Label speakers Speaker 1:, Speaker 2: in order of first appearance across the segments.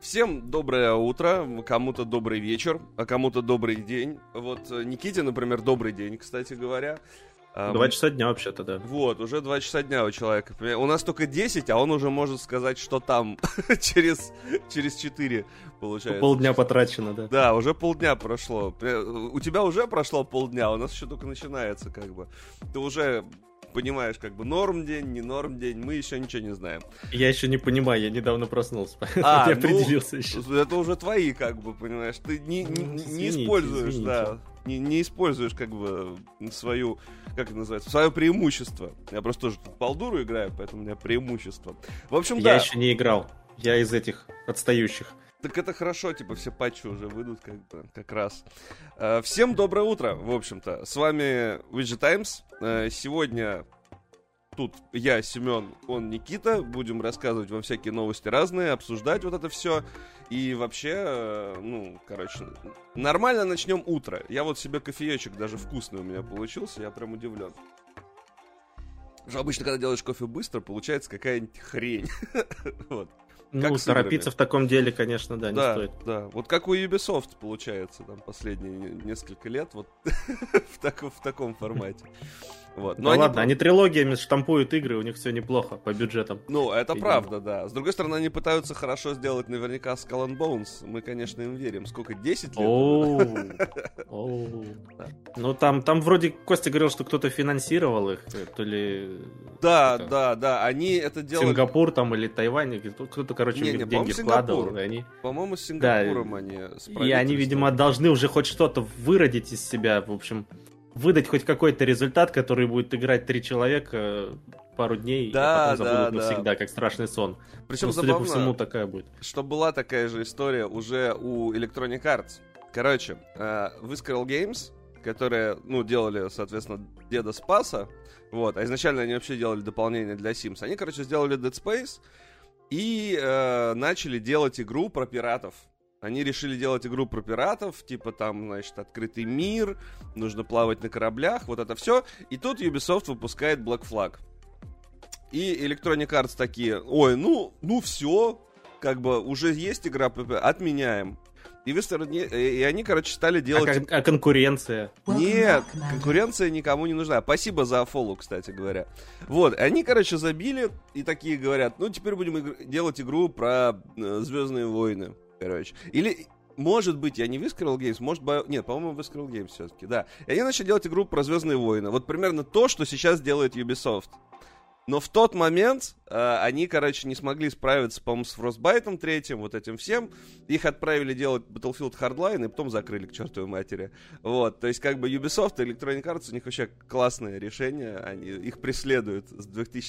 Speaker 1: Всем доброе утро, кому-то добрый вечер, а кому-то добрый день. Вот Никите, например, добрый день, кстати говоря.
Speaker 2: 2 часа дня вообще-то, да.
Speaker 1: Вот, уже 2 часа дня у человека. У нас только 10, а он уже может сказать, что там через 4, получается.
Speaker 2: Полдня потрачено, да.
Speaker 1: Да, уже полдня прошло. У тебя уже прошло полдня, у нас еще только начинается, как бы. Ты уже понимаешь, как бы, норм день, не норм день, мы еще ничего не знаем.
Speaker 2: Я еще не понимаю, я недавно проснулся, я определился еще.
Speaker 1: Это уже твои, как бы, понимаешь, ты не используешь, да, не используешь, как бы, свою, как это называется, свое преимущество. Я просто тоже тут полдуру играю, поэтому у меня преимущество. В общем, да.
Speaker 2: Я еще не играл, я из этих отстающих.
Speaker 1: Так это хорошо, типа, все патчи уже выйдут, как раз. Всем доброе утро, в общем-то. С вами Widget Times. Сегодня тут я, Семен, он Никита. Будем рассказывать вам всякие новости разные, обсуждать вот это все. И вообще, нормально начнем утро. Я вот себе кофеечек даже вкусный у меня получился, я прям удивлен. Потому что обычно, когда делаешь кофе быстро, получается какая-нибудь хрень. Вот.
Speaker 2: Ну, торопиться в таком деле, конечно, да, не стоит.
Speaker 1: Да, вот как у Ubisoft получается там последние несколько лет, вот в таком формате. Вот.
Speaker 2: Ну ладно, они трилогиями штампуют игры, у них все неплохо по бюджетам.
Speaker 1: Ну, это правда, да. С другой стороны, они пытаются хорошо сделать наверняка Skull and Bones. Мы, конечно, им верим. Сколько, 10 лет?
Speaker 2: Ну, там вроде Костя говорил, что кто-то финансировал их, то ли...
Speaker 1: Да, они это делали...
Speaker 2: Сингапур там или Тайвань, кто-то, короче, в них деньги вкладывал.
Speaker 1: По-моему, с Сингапуром они с
Speaker 2: и они, видимо, должны уже хоть что-то выродить из себя, в общем... Выдать хоть какой-то результат, который будет играть 3 человека пару дней, а потом забудут навсегда, как страшный сон.
Speaker 1: Причем
Speaker 2: судя по всему, такая будет.
Speaker 1: Что была такая же история уже у Electronic Arts. Короче, Visceral Games, которые, делали, соответственно, Деда Спаса, вот, а изначально они вообще делали дополнение для Sims. Они, короче, сделали Dead Space и начали делать игру про пиратов. Они решили делать игру про пиратов, типа там, значит, открытый мир, нужно плавать на кораблях, вот это все. И тут Ubisoft выпускает Black Flag. И Electronic Arts такие, ой, ну все, как бы уже есть игра, отменяем. И они, короче, стали делать...
Speaker 2: А конкуренция?
Speaker 1: Нет, конкуренция никому не нужна. Спасибо за фоллоу, кстати говоря. Вот, они, короче, забили и такие говорят, теперь будем делать игру про Звездные войны. Короче. Или, может быть, я не Visceral Games, нет, по-моему, Visceral Games все-таки, да. И они начали делать игру про Звездные войны. Вот примерно то, что сейчас делает Ubisoft. Но в тот момент они, короче, не смогли справиться, по-моему, с Frostbite 3, вот этим всем. Их отправили делать Battlefield Hardline и потом закрыли к чертовой матери. Вот, то есть, как бы, Ubisoft и Electronic Arts, у них вообще классное решение. Они их преследуют с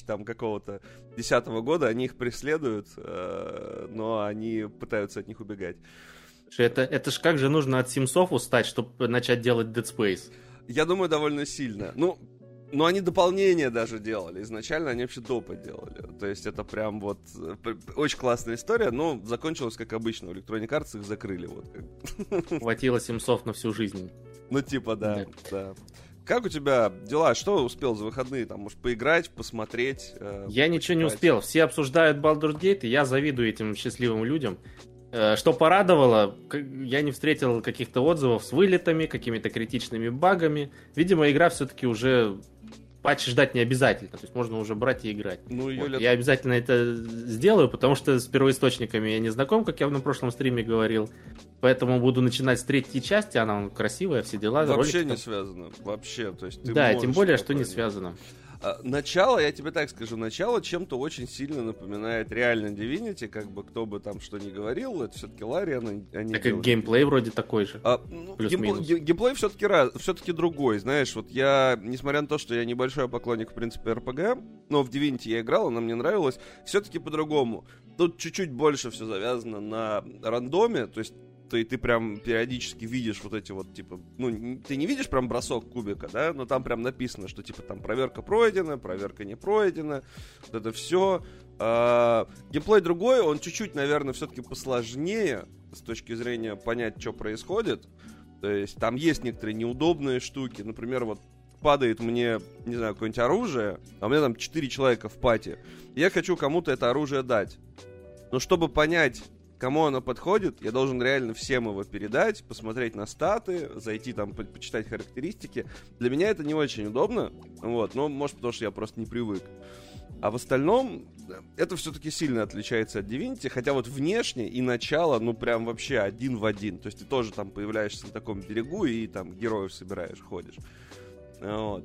Speaker 1: 2010 года, они их преследуют, но они пытаются от них убегать.
Speaker 2: Это ж как же нужно от Симсов устать, чтобы начать делать Dead Space?
Speaker 1: Я думаю, довольно сильно. Но они дополнения даже делали. Изначально они вообще допы делали. То есть это прям вот очень классная история, но закончилась как обычно. У Electronic Arts их закрыли. Вот как.
Speaker 2: Хватило Симсов на всю жизнь.
Speaker 1: Ну типа да. Как у тебя дела? Что успел за выходные? Там, может, поиграть, посмотреть?
Speaker 2: Я ничего не успел. Все обсуждают Baldur's Gate, и я завидую этим счастливым людям. Что порадовало, я не встретил каких-то отзывов с вылетами, какими-то критичными багами. Видимо, игра все-таки уже... Патч ждать не обязательно, то есть можно уже брать и играть. Я обязательно это сделаю, потому что с первоисточниками я не знаком, как я на прошлом стриме говорил. Поэтому буду начинать с 3-й части, она красивая, все дела.
Speaker 1: Вообще не связано, вообще. То есть ты
Speaker 2: тем более, что не связано.
Speaker 1: Начало, я тебе так скажу, начало чем-то очень сильно напоминает реально Divinity, как бы кто бы там что ни говорил, это все-таки Лариан, они
Speaker 2: так как геймплей вроде такой же,
Speaker 1: геймплей все-таки другой, знаешь, вот я, несмотря на то, что я небольшой поклонник, в принципе, RPG, но в Divinity я играл, она мне нравилась, все-таки по-другому. Тут чуть-чуть больше все завязано на рандоме, то есть ты прям периодически видишь вот эти вот, типа, ты не видишь прям бросок кубика, да, но там прям написано, что, типа, там проверка пройдена, проверка не пройдена, вот это все. Геймплей другой, он чуть-чуть, наверное, все-таки посложнее с точки зрения понять, что происходит. То есть там есть некоторые неудобные штуки, например, вот падает мне, не знаю, какое-нибудь оружие, а у меня там 4 человека в пати, и я хочу кому-то это оружие дать. Но чтобы понять, кому оно подходит, я должен реально всем его передать, посмотреть на статы, зайти там, почитать характеристики. Для меня это не очень удобно, вот, но может потому, что я просто не привык. А в остальном это все-таки сильно отличается от Divinity, хотя вот внешне и начало, ну прям вообще один в один. То есть ты тоже там появляешься на таком берегу и там героев собираешь, ходишь. Вот.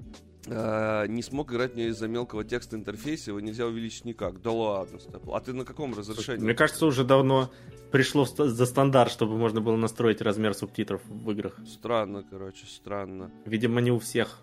Speaker 1: Не смог играть мне из-за мелкого текста интерфейса, его нельзя увеличить никак. Да ладно, стоп. А ты на каком разрешении?
Speaker 2: Мне кажется, уже давно пришло за стандарт, чтобы можно было настроить размер субтитров в играх.
Speaker 1: Странно, короче, странно.
Speaker 2: Видимо, не у всех.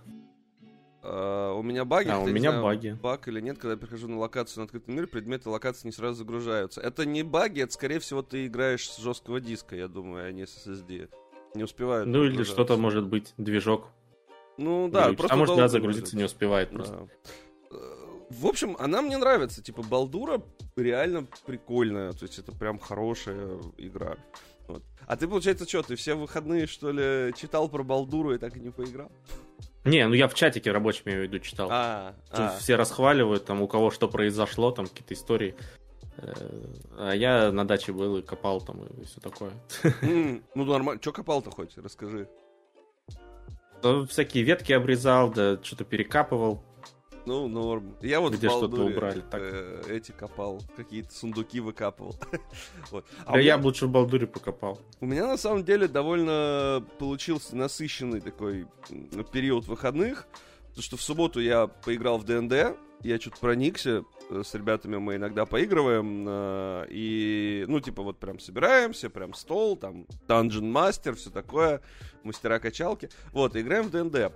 Speaker 1: У меня баги.
Speaker 2: У меня баги.
Speaker 1: Баг или нет, когда я прихожу на локацию на открытый мир, предметы локации не сразу загружаются. Это не баги, это, скорее всего, ты играешь с жесткого диска, я думаю, а не с SSD. Не успевают.
Speaker 2: Ну или что-то может быть, движок.
Speaker 1: Ну да,
Speaker 2: просто а может, да, загрузиться не успевает просто.
Speaker 1: Да. В общем, она мне нравится. Типа, Балдура реально прикольная. То есть это прям хорошая игра. Вот. А ты, получается, что, ты все выходные, что ли, читал про Балдуру и так и не поиграл?
Speaker 2: Не, ну я в чатике рабочем, я веду, читал. Все расхваливают, там, у кого что произошло, там, какие-то истории. А я на даче был и копал там, и все такое.
Speaker 1: Ну, нормально. Че копал-то хоть? Расскажи.
Speaker 2: Да, всякие ветки обрезал, да, что-то перекапывал.
Speaker 1: Ну, норм. Я вот
Speaker 2: где
Speaker 1: в Балдуре
Speaker 2: что-то убрали, так.
Speaker 1: Эти копал, какие-то сундуки выкапывал. Вот.
Speaker 2: Да я бы лучше в Балдуре покопал.
Speaker 1: У меня, на самом деле, довольно получился насыщенный такой период выходных, потому что в субботу я поиграл в ДНД, я что-то проникся, с ребятами мы иногда поигрываем, и, ну, типа, вот прям собираемся, прям стол, там, Dungeon Master, все такое, мастера качалки, вот, играем в ДНД.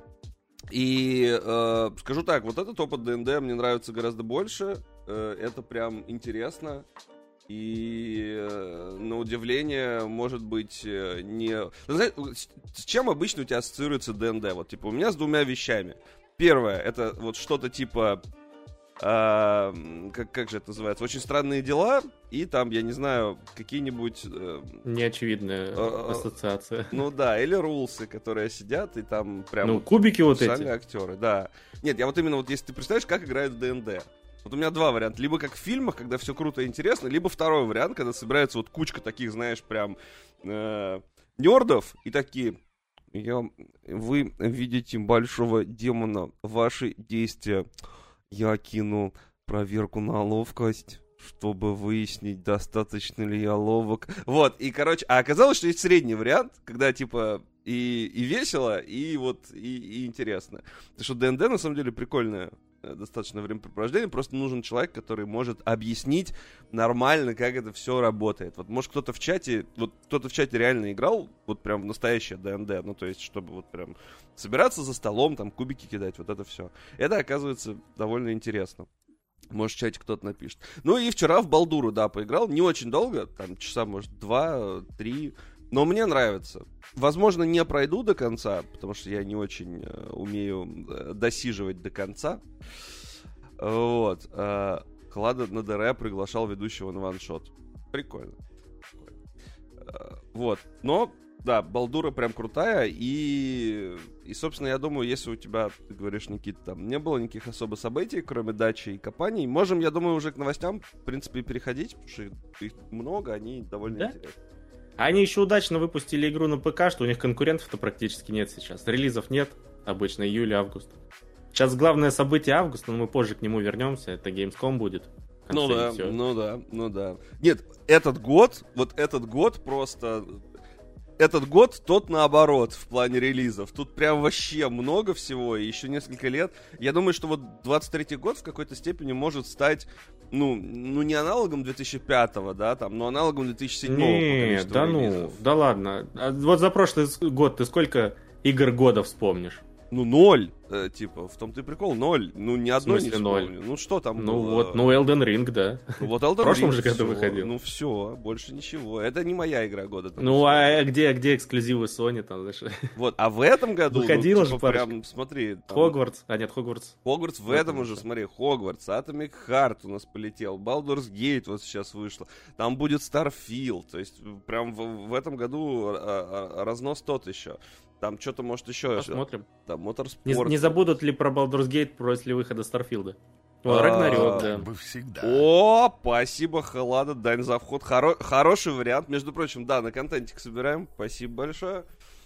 Speaker 1: И скажу так, вот этот опыт ДНД мне нравится гораздо больше, это прям интересно. И на удивление, может быть, не... Знаете, с чем обычно у тебя ассоциируется ДНД? Вот, типа, у меня с двумя вещами. Первое, это вот что-то типа... как же это называется? Очень странные дела. И там, я не знаю, какие-нибудь...
Speaker 2: неочевидная ассоциация.
Speaker 1: Ну да, или рулсы, которые сидят, и там прям...
Speaker 2: Ну, кубики вот эти.
Speaker 1: Сами актеры, да. Нет, я вот именно вот, если ты представляешь, как играют в ДНД. Вот у меня два варианта. Либо как в фильмах, когда все круто и интересно, либо второй вариант, когда собирается вот кучка таких, знаешь, прям нердов и такие... Вы видите большого демона, ваши действия. Я кину проверку на ловкость, чтобы выяснить, достаточно ли я ловок. Вот, и, короче, а оказалось, что есть средний вариант, когда, типа, и весело, и вот, и интересно. Потому что ДНД, на самом деле, прикольное достаточно времяпрепровождение, просто нужен человек, который может объяснить нормально, как это все работает. Вот, может, кто-то в чате реально играл, вот прям в настоящее ДНД, ну, то есть, чтобы вот прям собираться за столом, там, кубики кидать, вот это все. Это, оказывается, довольно интересно. Может, в чате кто-то напишет. Ну, и вчера в Балдуру, да, поиграл, не очень долго, там, часа, может, 2-3, но мне нравится. Возможно, не пройду до конца, потому что я не очень умею досиживать до конца. Вот. Клада на ДР приглашал ведущего на ваншот. Прикольно. Вот. Но, да, Балдура прям крутая. И, собственно, я думаю, если у тебя, ты говоришь, Никита, там не было никаких особо событий, кроме дачи и копаний, можем, я думаю, уже к новостям, в принципе, переходить, потому что их много, они довольно интересны.
Speaker 2: Они еще удачно выпустили игру на ПК, что у них конкурентов-то практически нет сейчас. Релизов нет, обычно июль-август. Сейчас главное событие августа, но мы позже к нему вернемся, это Gamescom будет.
Speaker 1: Ну да. Нет, этот год просто... Этот год тот наоборот в плане релизов. Тут прям вообще много всего, и еще несколько лет. Я думаю, что вот 23-й год в какой-то степени может стать, ну не аналогом 2005-го, да, там, но аналогом 2007-го.
Speaker 2: Нет, да релизов. Да ладно. А вот за прошлый год ты сколько игр года вспомнишь?
Speaker 1: Ну, 0, типа, в том-то и прикол, 0. Ну, ни одной не вспомню. 0. Ну, что там
Speaker 2: ну,
Speaker 1: было?
Speaker 2: Вот, Elden Ring, да.
Speaker 1: Ну, вот Elden Ring.
Speaker 2: В прошлом же году выходил.
Speaker 1: Ну, все, больше ничего. Это не моя игра года. Там,
Speaker 2: ну, а где эксклюзивы Sony там, знаешь?
Speaker 1: Вот, а в этом году...
Speaker 2: Выходила
Speaker 1: же прям, смотри... Там...
Speaker 2: Хогвартс. А, нет, Хогвартс.
Speaker 1: Хогвартс в этом уже, смотри, Хогвартс, Atomic Heart у нас полетел, Baldur's Gate вот сейчас вышло. Там будет Starfield. То есть, прям в этом году разнос тот еще. Там что-то, может, еще...
Speaker 2: Посмотрим.
Speaker 1: Там Motorsport.
Speaker 2: Не забудут ли про Baldur's Gate после выхода Старфилда? Рагнарёк, да.
Speaker 3: Бы всегда.
Speaker 1: О, спасибо, Халада, дань за вход. Хороший вариант. Между прочим, да, на контентик собираем. Спасибо большое.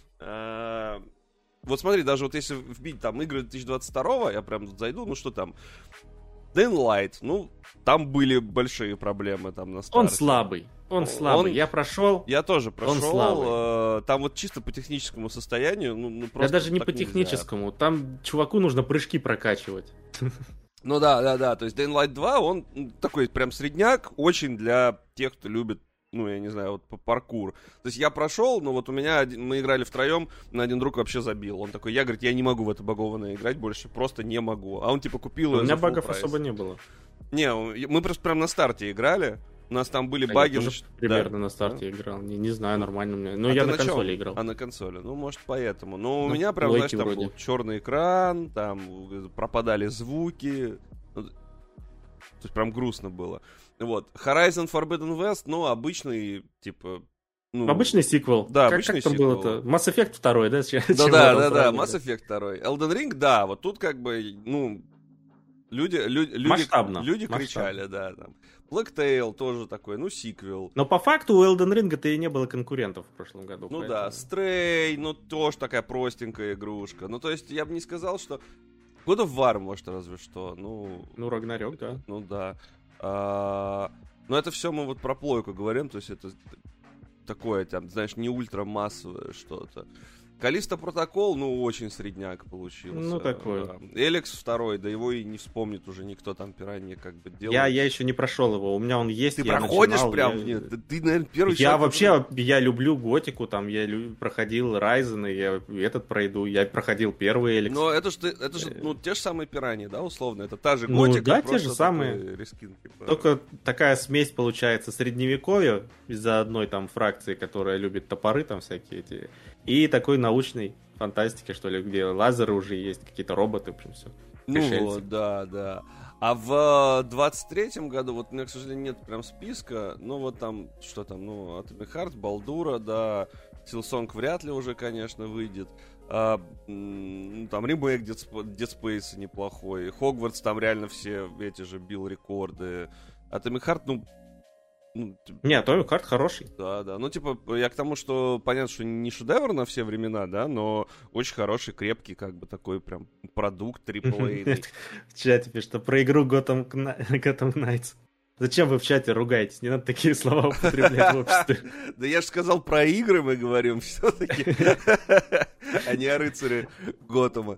Speaker 1: Вот смотри, даже вот если вбить там игры 2022, я прям тут зайду, ну что там? Dying Light, ну, там были большие проблемы там на старте.
Speaker 2: Он слабый. Я прошел.
Speaker 1: Я тоже прошел.
Speaker 2: Он слабый.
Speaker 1: Там вот чисто по техническому состоянию, ну
Speaker 2: Да
Speaker 1: просто
Speaker 2: даже не
Speaker 1: так
Speaker 2: по
Speaker 1: нельзя.
Speaker 2: техническому. Там чуваку нужно прыжки прокачивать.
Speaker 1: Ну да. То есть Dying Light 2, он такой прям средняк, очень для тех, кто любит, ну, я не знаю, вот по паркур. То есть я прошел, но вот у меня, мы играли втроем, на один друг вообще забил. Он такой, говорит, я не могу в это багованное играть больше, просто не могу. А он типа купил...
Speaker 2: У меня багов особо не было.
Speaker 1: Не, мы просто прям на старте играли. У нас там были
Speaker 2: Я
Speaker 1: баги.
Speaker 2: тоже примерно на старте играл. Не знаю, нормально у меня. Но я на консоли играл.
Speaker 1: А на консоли, ну, может, поэтому. Но у
Speaker 2: На
Speaker 1: меня прям,
Speaker 2: плойке
Speaker 1: знаешь, там
Speaker 2: вроде.
Speaker 1: был черный экран, там пропадали звуки. То есть прям грустно было. Вот. Horizon Forbidden West, ну, обычный, типа... Ну,
Speaker 2: обычный сиквел.
Speaker 1: Да,
Speaker 2: как
Speaker 1: обычный
Speaker 2: там
Speaker 1: сиквел.
Speaker 2: было-то? Mass Effect 2, да?
Speaker 1: Да, Mass Effect 2. Elden Ring, да, вот тут как бы, ну... Люди кричали, да, там. Black Tail тоже такой, ну, сиквел.
Speaker 2: Но по факту у Elden Ring-то и не было конкурентов в прошлом году.
Speaker 1: Ну
Speaker 2: поэтому...
Speaker 1: да, Stray, ну, тоже такая простенькая игрушка. Ну, то есть, я бы не сказал, что... God of War, может, разве что, ну...
Speaker 2: Ну, Рагнарёк, да.
Speaker 1: Ну, да. Но это все мы вот про плойку говорим, то есть, это такое, там, знаешь, не ультрамассовое что-то. Калиста Протокол, ну, очень средняк получился.
Speaker 2: Ну, такой.
Speaker 1: Эликс 2, да его и не вспомнит уже никто там пираньи как бы делает.
Speaker 2: Я еще не прошел его, у меня он есть.
Speaker 1: Ты
Speaker 2: я
Speaker 1: проходишь
Speaker 2: начинал,
Speaker 1: прям? Нет, ты, наверное, первый
Speaker 2: Я
Speaker 1: человек,
Speaker 2: вообще, я люблю Готику, там, проходил Ryzen, и я этот пройду, я проходил первый Эликс.
Speaker 1: Но это же, ну, те же самые пираньи, да, условно? Это та же
Speaker 2: Ну,
Speaker 1: Готика,
Speaker 2: да,
Speaker 1: просто
Speaker 2: те же самые.
Speaker 1: такой рескин, типа.
Speaker 2: Только такая смесь получается средневековья из-за одной там фракции, которая любит топоры там всякие эти, и такой научной фантастики, что ли, где лазеры уже есть, какие-то роботы, в общем, все.
Speaker 1: Ну вот, да. А в 23-м году, вот у меня, к сожалению, нет прям списка, ну вот там, что там, ну, Atomic Heart, Балдура, да, Silksong вряд ли уже, конечно, выйдет. Там ремейк Dead Space неплохой, Хогвартс там реально все эти же бил рекорды. Atomic Heart, ну...
Speaker 2: Нет, Atomic Heart хороший.
Speaker 1: Да. Ну, типа, я к тому, что понятно, что не шедевр на все времена, да, но очень хороший, крепкий, как бы такой прям продукт AAA.
Speaker 2: В чате пишет, что про игру Gotham Knights. Зачем вы в чате ругаетесь? Не надо такие слова употреблять в обществе.
Speaker 1: Да я же сказал, про игры мы говорим все-таки, а не о рыцаре Готэма.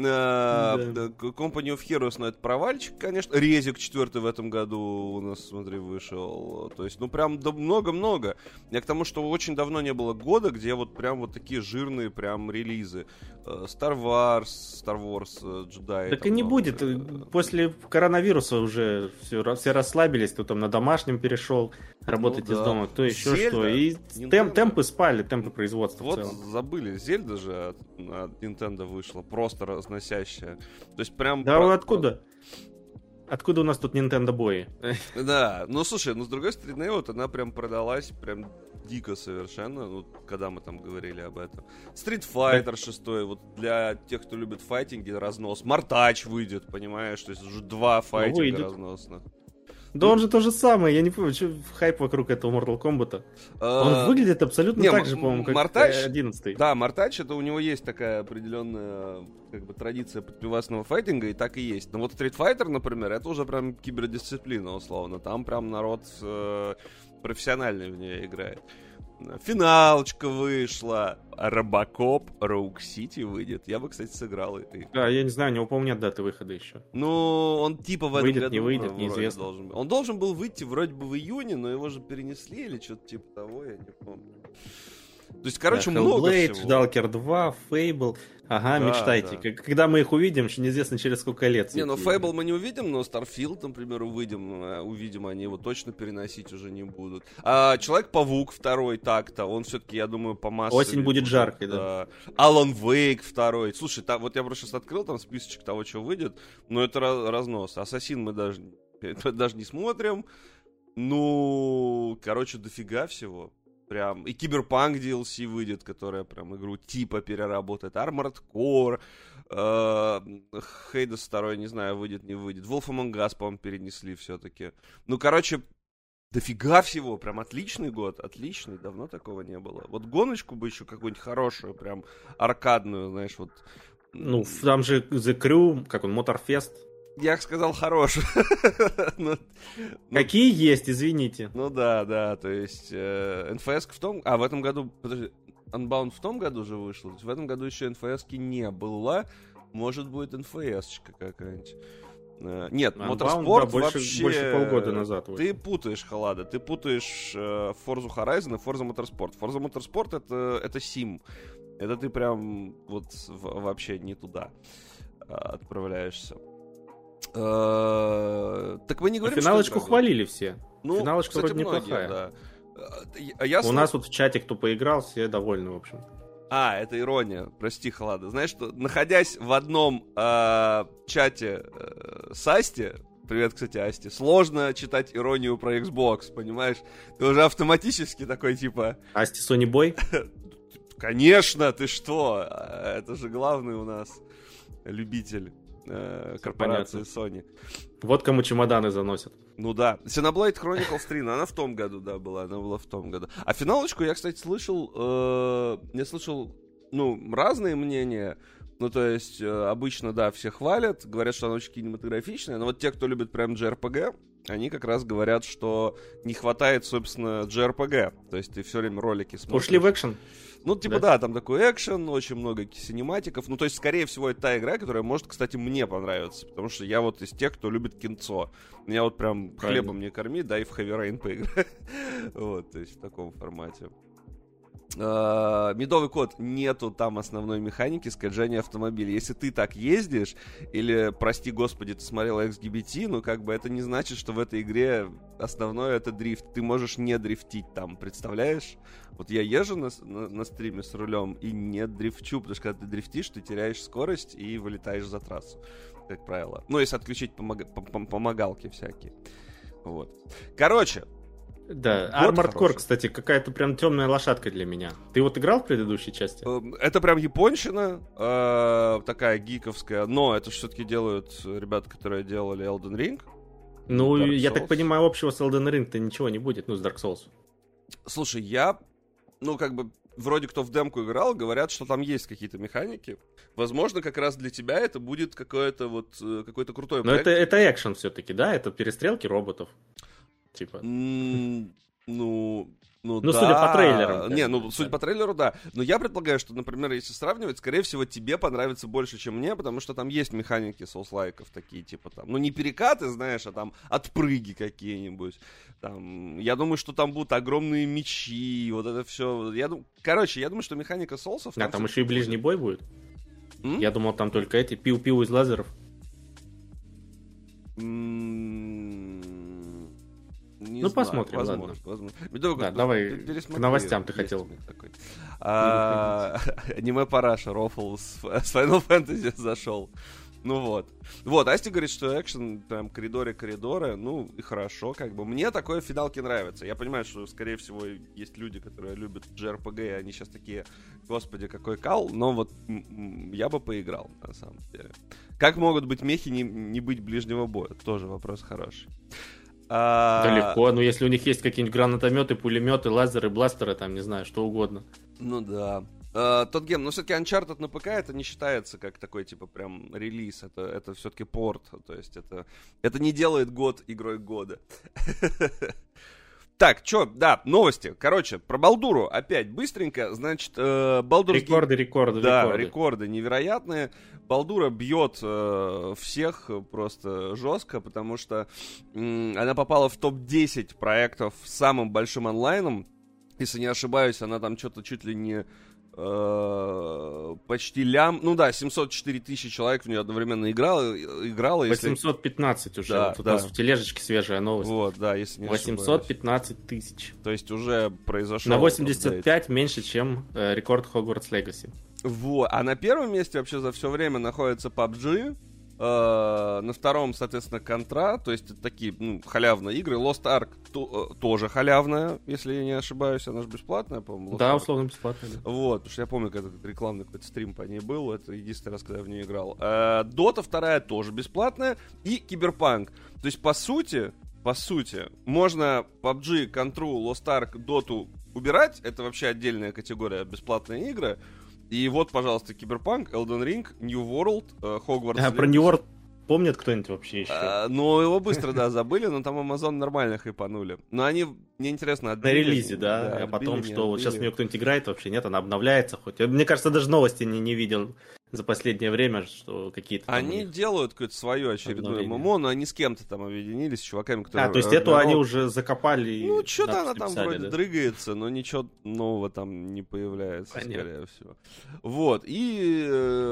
Speaker 1: Company of Heroes, ну это провальчик, конечно. Резик 4 в этом году у нас, смотри, вышел. То есть, ну прям много-много. Я к тому, что очень давно не было года, где вот прям вот такие жирные прям релизы. Star Wars, Jedi.
Speaker 2: Так и не будет. После коронавируса уже все расслабились. Кто там на домашнем перешел, работать из дома, кто еще
Speaker 1: Зельда,
Speaker 2: что. И темпы спали, темпы производства
Speaker 1: вот
Speaker 2: в целом.
Speaker 1: забыли, Зельда же от Nintendo вышла, просто разносящая. То есть прям...
Speaker 2: Да откуда? Откуда у нас тут Nintendo бои?
Speaker 1: Да, ну слушай, ну с другой стороны, вот она прям продалась, прям дико совершенно, ну, когда мы там говорили об этом. Street Fighter 6, вот для тех, кто любит файтинги, разнос. Мартач выйдет, понимаешь, то есть уже 2 файтинга разносных.
Speaker 2: Да он же то же самое, я не помню, что хайп вокруг этого Mortal Kombat. Он выглядит абсолютно так же, по-моему, как
Speaker 1: Мартач,
Speaker 2: 11-й.
Speaker 1: Да, Мартач, это у него есть такая определенная как бы традиция подпивасного файтинга, и так и есть. Но вот Street Fighter, например, это уже прям кибердисциплина, условно. Там прям народ профессиональный в нее играет. Финалочка вышла. Робокоп Rogue City выйдет. Я бы, кстати, сыграл это.
Speaker 2: Да, я не знаю, у него, по-моему, нет даты выхода еще.
Speaker 1: Ну, он типа в этом
Speaker 2: выйдет,
Speaker 1: году...
Speaker 2: не выйдет, неизвестно.
Speaker 1: Он должен был выйти вроде бы в июне, но его же перенесли или что-то типа того, я не помню. То есть, короче, много
Speaker 2: Hellblade,
Speaker 1: всего.
Speaker 2: Stalker 2, Fable. Ага, да, мечтайте. Да. Когда мы их увидим, еще неизвестно через сколько лет.
Speaker 1: Не, ну Fable мы не увидим, но Starfield, например, увидим, они его точно переносить уже не будут. А Человек-павук 2 так-то, он все-таки, я думаю, по массе...
Speaker 2: Осень будет жаркой, да.
Speaker 1: Alan Wake 2. Слушай, вот я просто сейчас открыл там списочек того, что выйдет, но это разнос. Ассасин мы даже не смотрим. Ну, короче, дофига всего. прям... И Cyberpunk DLC выйдет, которая прям игру типа переработает. Armored Core, Hades 2, не знаю, выйдет, не выйдет. Wolf Among Us, по-моему, перенесли все-таки. Ну, короче, дофига всего. Прям отличный год. Отличный. Давно такого не было. Вот гоночку бы еще какую-нибудь хорошую, прям аркадную, знаешь, вот.
Speaker 2: Ну, там же The Crew, как он, Motorfest.
Speaker 1: Я сказал хорошую.
Speaker 2: Какие есть, извините.
Speaker 1: Ну да, то есть NFS в том... А, в этом году... Подожди, Unbound в том году же вышел. В этом году еще NFS-ки не было. Может, будет NFS-чка какая-нибудь. Нет, Motorsport
Speaker 2: больше полгода назад.
Speaker 1: Ты путаешь, Халада, ты путаешь Forza Horizon и Forza Motorsport. Forza Motorsport это сим. Это ты прям вот вообще не туда отправляешься. Так мы не говорим,
Speaker 2: финалочку хвалили все.
Speaker 1: Ну,
Speaker 2: финалочка
Speaker 1: кстати,
Speaker 2: вроде
Speaker 1: многие,
Speaker 2: неплохая.
Speaker 1: Да.
Speaker 2: У нас вот в чате, кто поиграл, все довольны, в общем.
Speaker 1: Это ирония. Прости, Халада. Знаешь, что, находясь в одном чате с Асти, привет, кстати, Асти, сложно читать иронию про Xbox, понимаешь? Ты уже автоматически такой, типа...
Speaker 2: Асти Sony Boy?
Speaker 1: Конечно, ты что? Это же главный у нас любитель корпорации Sony.
Speaker 2: Вот кому чемоданы заносят.
Speaker 1: Ну да. Xenoblade Chronicles 3, она в том году, да, была. Она была в том году. А финалочку я, кстати, слышал... Я слышал, разные мнения. Ну, то есть, обычно, да, все хвалят. Говорят, что она очень кинематографичная. Но вот те, кто любит прям JRPG, они как раз говорят, что не хватает, собственно, JRPG. То есть, ты все время ролики смотришь.
Speaker 2: Ушли в экшен?
Speaker 1: Ну, типа, да, там такой экшен, очень много синематиков. Ну, то есть, скорее всего, это та игра, которая может, кстати, мне понравиться. Потому что я вот из тех, кто любит кинцо. Меня вот прям хлебом не корми, дай в Heavy Rain поиграй. Вот, то есть, в таком формате. Медовый код, нету там основной механики скольжения автомобиля. Если ты так ездишь, или, прости господи, ты смотрел XGBT, ну как бы это не значит, что в этой игре основное это дрифт. Ты можешь не дрифтить там, представляешь? Вот я езжу на стриме с рулем и не дрифчу, потому что когда ты дрифтишь, ты теряешь скорость и вылетаешь за трассу, как правило. Ну, если отключить помогалки всякие. Вот. Короче,
Speaker 2: да, Armored Core, кстати, какая-то прям темная лошадка для меня. Ты вот играл в предыдущей части?
Speaker 1: Это прям японщина, такая гиковская, но это все-таки делают ребята, которые делали Elden Ring.
Speaker 2: Ну, я так понимаю, общего с Elden Ring-то ничего не будет, с Dark Souls.
Speaker 1: Слушай, вроде кто в демку играл, говорят, что там есть какие-то механики. Возможно, как раз для тебя это будет какой-то крутой проект.
Speaker 2: Но это экшен все-таки, да? Это перестрелки роботов. Типа.
Speaker 1: Да.
Speaker 2: Судя по трейлеру.
Speaker 1: Судя по трейлеру, да. Но я предполагаю, что, например, если сравнивать, скорее всего, тебе понравится больше, чем мне, потому что там есть механики соус-лайков такие, типа там, не перекаты, знаешь, а там отпрыги какие-нибудь. Там, я думаю, что там будут огромные мечи, вот это все. Я думаю, что механика соусов...
Speaker 2: Там еще и ближний бой будет? Я думал, там только эти пиу-пиу из лазеров. Посмотрим,
Speaker 1: возможно.
Speaker 2: Да, давай к новостям ты хотел.
Speaker 1: Аниме-параша Рофл с Final Fantasy зашел. Вот, Асти говорит, что экшен прям коридоры, и хорошо, как бы. Мне такое в финалке нравится. Я понимаю, что, скорее всего, есть люди, которые любят JRPG, и они сейчас такие, господи, какой кал, но вот я бы поиграл, на самом деле. Как могут быть мехи не быть ближнего боя? Тоже вопрос хороший.
Speaker 2: Да легко, если у них есть какие-нибудь гранатометы, пулеметы, лазеры, бластеры, там, не знаю, что угодно.
Speaker 1: Ну да. Тот гейм, но все-таки Uncharted на ПК это не считается как такой, типа, прям релиз, это все-таки порт, то есть это не делает год игрой года. Так, новости. Короче, про Балдуру опять быстренько. Значит, Baldur's Gate... Рекорды невероятные. Балдура бьет всех просто жестко, потому что она попала в топ-10 проектов с самым большим онлайном. Если не ошибаюсь, она там что-то чуть ли не почти 704 тысячи человек в нее одновременно играло.
Speaker 2: 815 уже.
Speaker 1: Да,
Speaker 2: у нас в тележечке свежая новость.
Speaker 1: Вот, да, если не
Speaker 2: 815 тысяч.
Speaker 1: То есть уже произошел...
Speaker 2: На 85 меньше, чем рекорд Hogwarts Legacy.
Speaker 1: Вот. А на первом месте вообще за все время находится PUBG. На втором, соответственно, Контра, то есть это такие халявные игры. Lost Ark тоже халявная, если я не ошибаюсь, она же бесплатная, по-моему.
Speaker 2: Да, условно бесплатная. Да.
Speaker 1: Вот, потому что я помню, когда рекламный какой-то стрим по ней был, это единственный раз, когда я в нее играл. Dota вторая тоже бесплатная, и Киберпанк. То есть, по сути, можно PUBG, Контру, Lost Ark, Dota убирать, это вообще отдельная категория бесплатные игры. И вот, пожалуйста, Киберпанк, Elden Ring, New World, Hogwarts.
Speaker 2: Про New World помнит кто-нибудь вообще еще?
Speaker 1: Ну, его быстро, да, забыли, но там Amazon нормально хайпанули. Но они, мне интересно, отбили.
Speaker 2: На релизе, да, а потом что, вот сейчас в нее кто-нибудь играет вообще, нет, она обновляется хоть. Мне кажется, даже новости не видел за последнее время, что какие-то...
Speaker 1: Они делают какое-то свое очередное ММО, но они с кем-то там объединились, с чуваками, которые...
Speaker 2: то есть эту они уже закопали.
Speaker 1: Ну, что-то она там вроде дрыгается, но ничего нового там не появляется, скорее всего. Вот, и...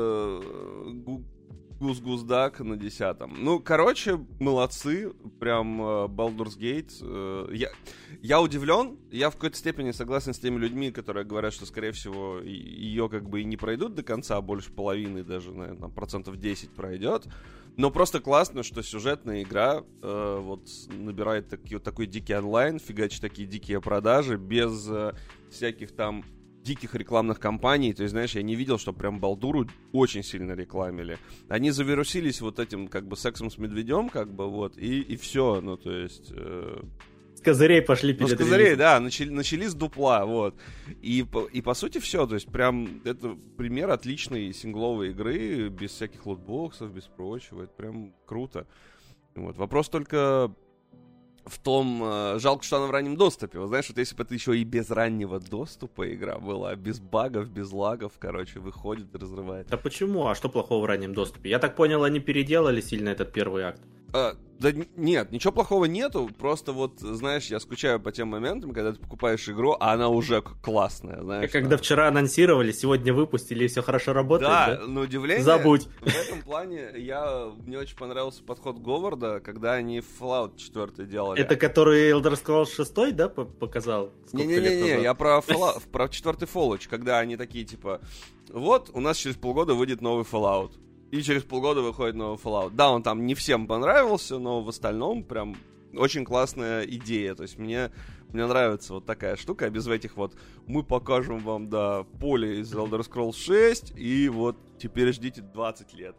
Speaker 1: Гус-Гус-Дак на 10-м. Ну, короче, молодцы. Прям Baldur's Gate. Я удивлен. Я в какой-то степени согласен с теми людьми, которые говорят, что, скорее всего, ее как бы и не пройдут до конца, а больше половины, даже, наверное, там, 10% пройдет. Но просто классно, что сюжетная игра вот набирает такой дикий онлайн, фигачит такие дикие продажи, без всяких там диких рекламных кампаний. То есть, знаешь, я не видел, что прям Балдуру очень сильно рекламили. Они завирусились вот этим, как бы, сексом с медведем, как бы, вот, и все. Ну, то есть...
Speaker 2: С козырей пошли перед
Speaker 1: релизом. С козырей, да, начали с дупла, вот. И по сути все, то есть прям это пример отличной сингловой игры, без всяких лутбоксов, без прочего. Это прям круто. Вот. Вопрос только... в том, жалко, что она в раннем доступе. Вот знаешь, вот если бы это еще и без раннего доступа игра была, без багов, без лагов, короче, выходит и разрывает.
Speaker 2: Да почему? А что плохого в раннем доступе? Я так понял, они переделали сильно этот первый акт.
Speaker 1: Да нет, ничего плохого нету, просто вот, знаешь, я скучаю по тем моментам, когда ты покупаешь игру, а она уже классная, знаешь.
Speaker 2: Когда вчера анонсировали, сегодня выпустили, и все хорошо работает, да?
Speaker 1: На удивление,
Speaker 2: забудь.
Speaker 1: В этом плане мне очень понравился подход Говарда, когда они Fallout 4 делали.
Speaker 2: Это который Elder Scrolls 6, да, показал?
Speaker 1: Не-не-не, я про 4-й Fallout, когда они такие, типа, вот, у нас через полгода выйдет новый Fallout. И через полгода выходит новый Fallout. Да, он там не всем понравился, но в остальном прям очень классная идея. То есть мне нравится вот такая штука, без этих вот мы покажем вам, да, поле из Elder Scrolls 6, и вот теперь ждите 20 лет.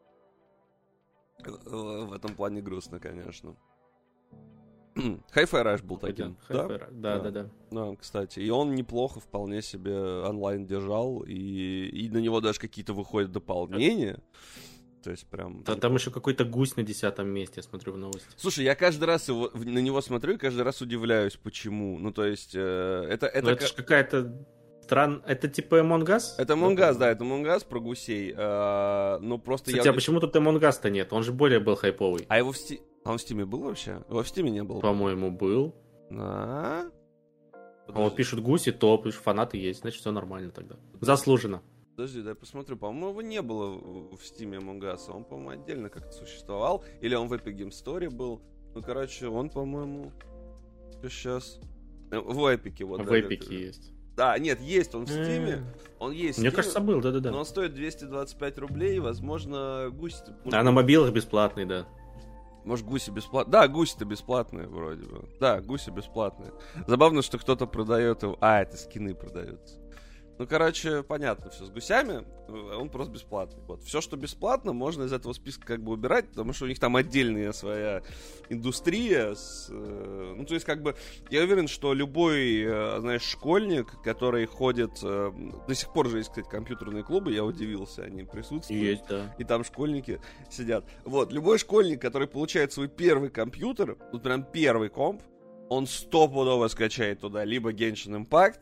Speaker 1: В этом плане грустно, конечно. Hi-Fi Rush был таким.
Speaker 2: Да.
Speaker 1: Да, кстати. И он неплохо вполне себе онлайн держал. И на него даже какие-то выходят дополнения. То есть прям...
Speaker 2: Там еще какой-то гусь на 10-м месте, я смотрю в новости.
Speaker 1: Слушай, я каждый раз на него смотрю и каждый раз удивляюсь, почему. Ну, то есть, это
Speaker 2: же какая-то... Это типа Among Us?
Speaker 1: Это Among Us, да, это Among Us про гусей. Ну, просто
Speaker 2: кстати, а почему тут Among Us-то нет? Он же более был хайповый.
Speaker 1: А его он в Стиме был вообще? Его в Стиме не было?
Speaker 2: По-моему, был. Вот пишут гуси, топ, фанаты есть, значит, все нормально тогда. Заслуженно.
Speaker 1: Подожди, дай посмотрю. По-моему, его не было в Стиме Among Us. Он, по-моему, отдельно как-то существовал. Или он в Epic Game Store был. Ну, короче, он, по-моему... Сейчас... В Epic вот.
Speaker 2: В Epic есть.
Speaker 1: Да, нет, есть он в Стиме. Он есть.
Speaker 2: Мне кажется, был, да.
Speaker 1: Но он стоит 225 рублей. Возможно, гусь...
Speaker 2: А на мобилах бесплатный, да.
Speaker 1: Может, гуси бесплатные? Да, гуси-то бесплатные вроде бы. Да, гуси бесплатные. Забавно, что кто-то продает его... это скины продаются. Ну, короче, понятно все. С гусями он просто бесплатный. Вот. Все, что бесплатно, можно из этого списка как бы убирать, потому что у них там отдельная своя индустрия. Ну, то есть, как бы, я уверен, что любой, знаешь, школьник, который ходит... До сих пор же есть, кстати, компьютерные клубы, я удивился, они присутствуют.
Speaker 2: Есть, да.
Speaker 1: И там школьники сидят. Вот, любой школьник, который получает свой первый компьютер, вот прям первый комп, он стопудово скачает туда либо Genshin Impact,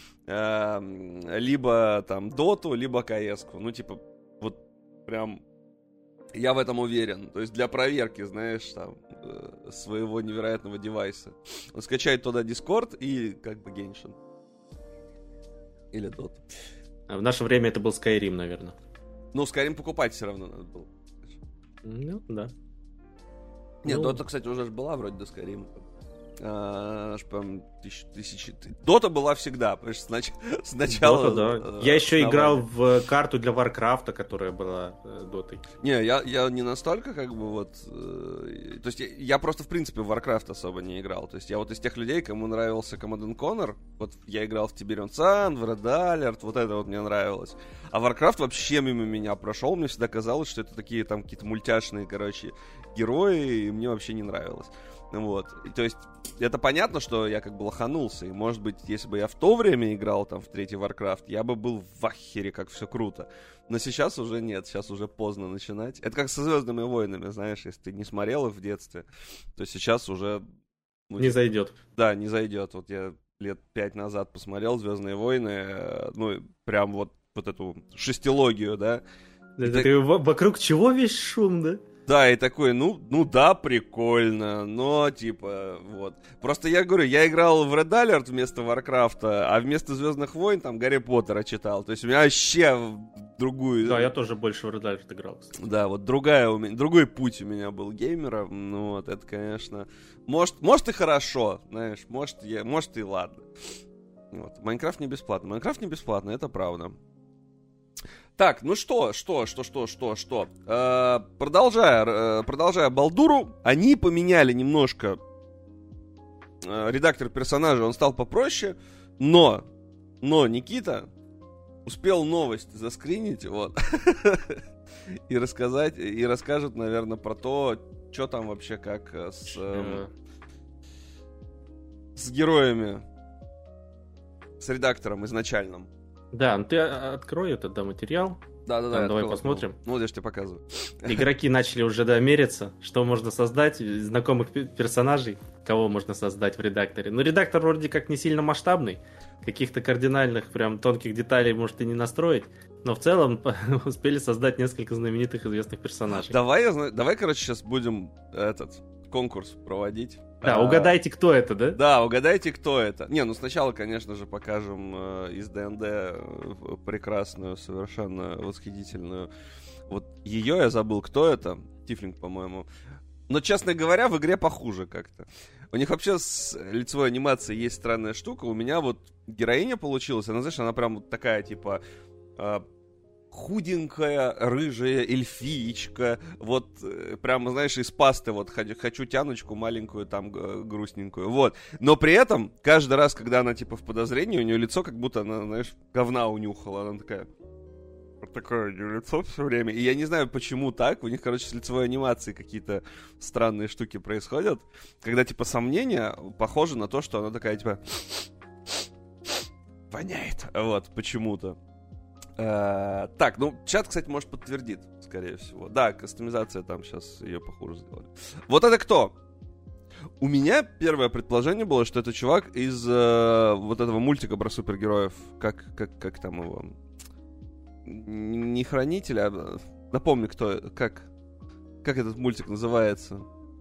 Speaker 1: либо там Доту, либо КС-ку. Ну, типа, вот прям я в этом уверен. То есть для проверки, знаешь, там, своего невероятного девайса. Он скачает туда Discord и как бы Genshin. Или Dota.
Speaker 2: А в наше время это был Skyrim, наверное.
Speaker 1: Ну, Skyrim покупать все равно надо было.
Speaker 2: Ну, да.
Speaker 1: Нет, Dota, кстати, уже была вроде до Skyrim. Дота была всегда, потому что сначала...
Speaker 2: Дота, да. Я еще играл в карту для Варкрафта, которая была Дотой.
Speaker 1: Не, я не настолько как бы вот... То есть я просто в принципе в Warcraft особо не играл. То есть я вот из тех людей, кому нравился Command & Conquer, вот я играл в Tiberium Sun, в Red Alert, вот это вот мне нравилось. А Warcraft вообще мимо меня прошел, мне всегда казалось, что это такие там какие-то мультяшные, короче, герои, и мне вообще не нравилось. Вот. И, то есть, это понятно, что я как бы лоханулся. И, может быть, если бы я в то время играл там в третий Warcraft, я бы был в ахере, как все круто. Но сейчас уже нет, сейчас уже поздно начинать. Это как со «Звездными войнами», знаешь, если ты не смотрел их в детстве, то сейчас уже...
Speaker 2: Ну, не зайдет.
Speaker 1: Да, не зайдет. Вот я лет 5 назад посмотрел «Звездные войны», ну, прям вот эту шестилогию, да.
Speaker 2: Ты вокруг чего весь шум, да?
Speaker 1: Да, и такой, ну да, прикольно, но, типа, вот. Просто я говорю, я играл в Red Alert вместо Варкрафта, а вместо Звездных войн там Гарри Поттера читал. То есть у меня вообще другую...
Speaker 2: Да, я тоже больше в Red Alert играл, кстати.
Speaker 1: Да, вот другой путь у меня был геймера. Ну вот, это, конечно... Может и хорошо, знаешь, может и ладно. Вот. Майнкрафт не бесплатно. Майнкрафт не бесплатно, это правда. Так, ну что? Продолжая Балдуру, они поменяли немножко редактор персонажа, он стал попроще, но Никита успел новость заскринить, вот, и расскажет, наверное, про то, что там вообще как с героями, с редактором изначальным.
Speaker 2: Да, ну ты открой этот материал.
Speaker 1: Да,
Speaker 2: давай посмотрим.
Speaker 1: Ну, вот я же тебе показываю.
Speaker 2: Игроки начали уже мериться, что можно создать, знакомых персонажей, кого можно создать в редакторе. Но редактор вроде как не сильно масштабный, каких-то кардинальных, прям тонких деталей может и не настроить, но в целом успели создать несколько знаменитых известных персонажей.
Speaker 1: Давай, короче, сейчас будем этот конкурс проводить.
Speaker 2: Да, угадайте, кто это, да?
Speaker 1: Да, угадайте, кто это. Не, ну сначала, конечно же, покажем из ДНД прекрасную, совершенно восхитительную. Вот ее я забыл, кто это. Тифлинг, по-моему. Но, честно говоря, в игре похуже как-то. У них вообще с лицевой анимацией есть странная штука. У меня вот героиня получилась, она, знаешь, она прям вот такая, типа... худенькая, рыжая эльфиечка, вот, прямо, знаешь, из пасты, вот, хочу тяночку маленькую, там, грустненькую, вот. Но при этом, каждый раз, когда она, типа, в подозрении, у нее лицо, как будто она, знаешь, говна унюхала, она такая... Вот такое у нее лицо все время, и я не знаю, почему так, у них, короче, с лицевой анимацией какие-то странные штуки происходят, когда, типа, сомнения похожи на то, что она такая, типа... воняет, вот, почему-то. Так, ну, чат, кстати, может подтвердит, скорее всего. Да, кастомизация там сейчас ее похуже сделали. Вот это кто? У меня первое предположение было, что это чувак из вот этого мультика про супергероев. Как там его? Не хранитель, а... Напомни, кто... Как этот мультик называется?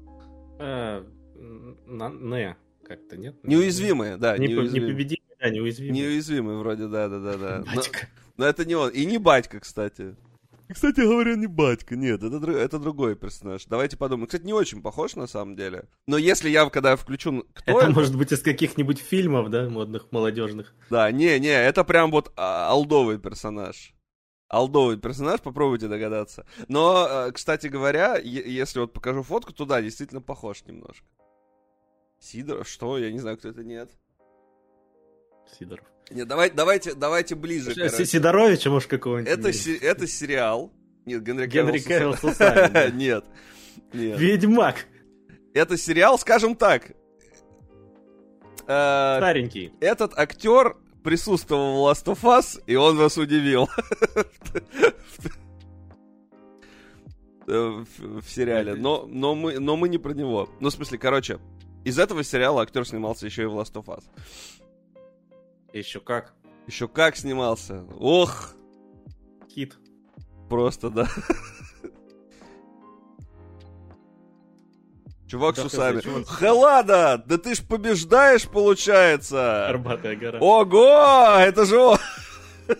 Speaker 2: Как-то нет?
Speaker 1: Неуязвимые, да.
Speaker 2: Непобедимые, да, неуязвимые.
Speaker 1: Неуязвимые вроде, да.
Speaker 2: Батька.
Speaker 1: Но это не он. И не батька, кстати. Кстати говоря, не батька. Нет, это другой персонаж. Давайте подумаем. Кстати, не очень похож, на самом деле. Но если когда я включу... Кто
Speaker 2: это может быть из каких-нибудь фильмов, да, модных, молодежных.
Speaker 1: Да, не, это прям вот олдовый персонаж. Олдовый персонаж, попробуйте догадаться. Но, кстати говоря, если вот покажу фотку, то да, действительно похож немножко. Сидоров? Что? Я не знаю, кто это, нет.
Speaker 2: Сидоров.
Speaker 1: Нет, давайте ближе.
Speaker 2: Сидоровича, может, какого-нибудь?
Speaker 1: Это сериал. Нет, Генри
Speaker 2: Кавилл с усами.
Speaker 1: Нет.
Speaker 2: Ведьмак.
Speaker 1: Это сериал, скажем так.
Speaker 2: Старенький.
Speaker 1: Этот актер присутствовал в Last of Us, и он вас удивил. В сериале. Но мы не про него. Ну, в смысле, короче, из этого сериала актер снимался еще и в Last of Us.
Speaker 2: Еще как.
Speaker 1: Еще как снимался. Ох.
Speaker 2: Хит.
Speaker 1: Просто, да. Чувак с усами. Хеллада! Да ты ж побеждаешь, получается!
Speaker 2: Горбатая гора.
Speaker 1: Ого! Это же он!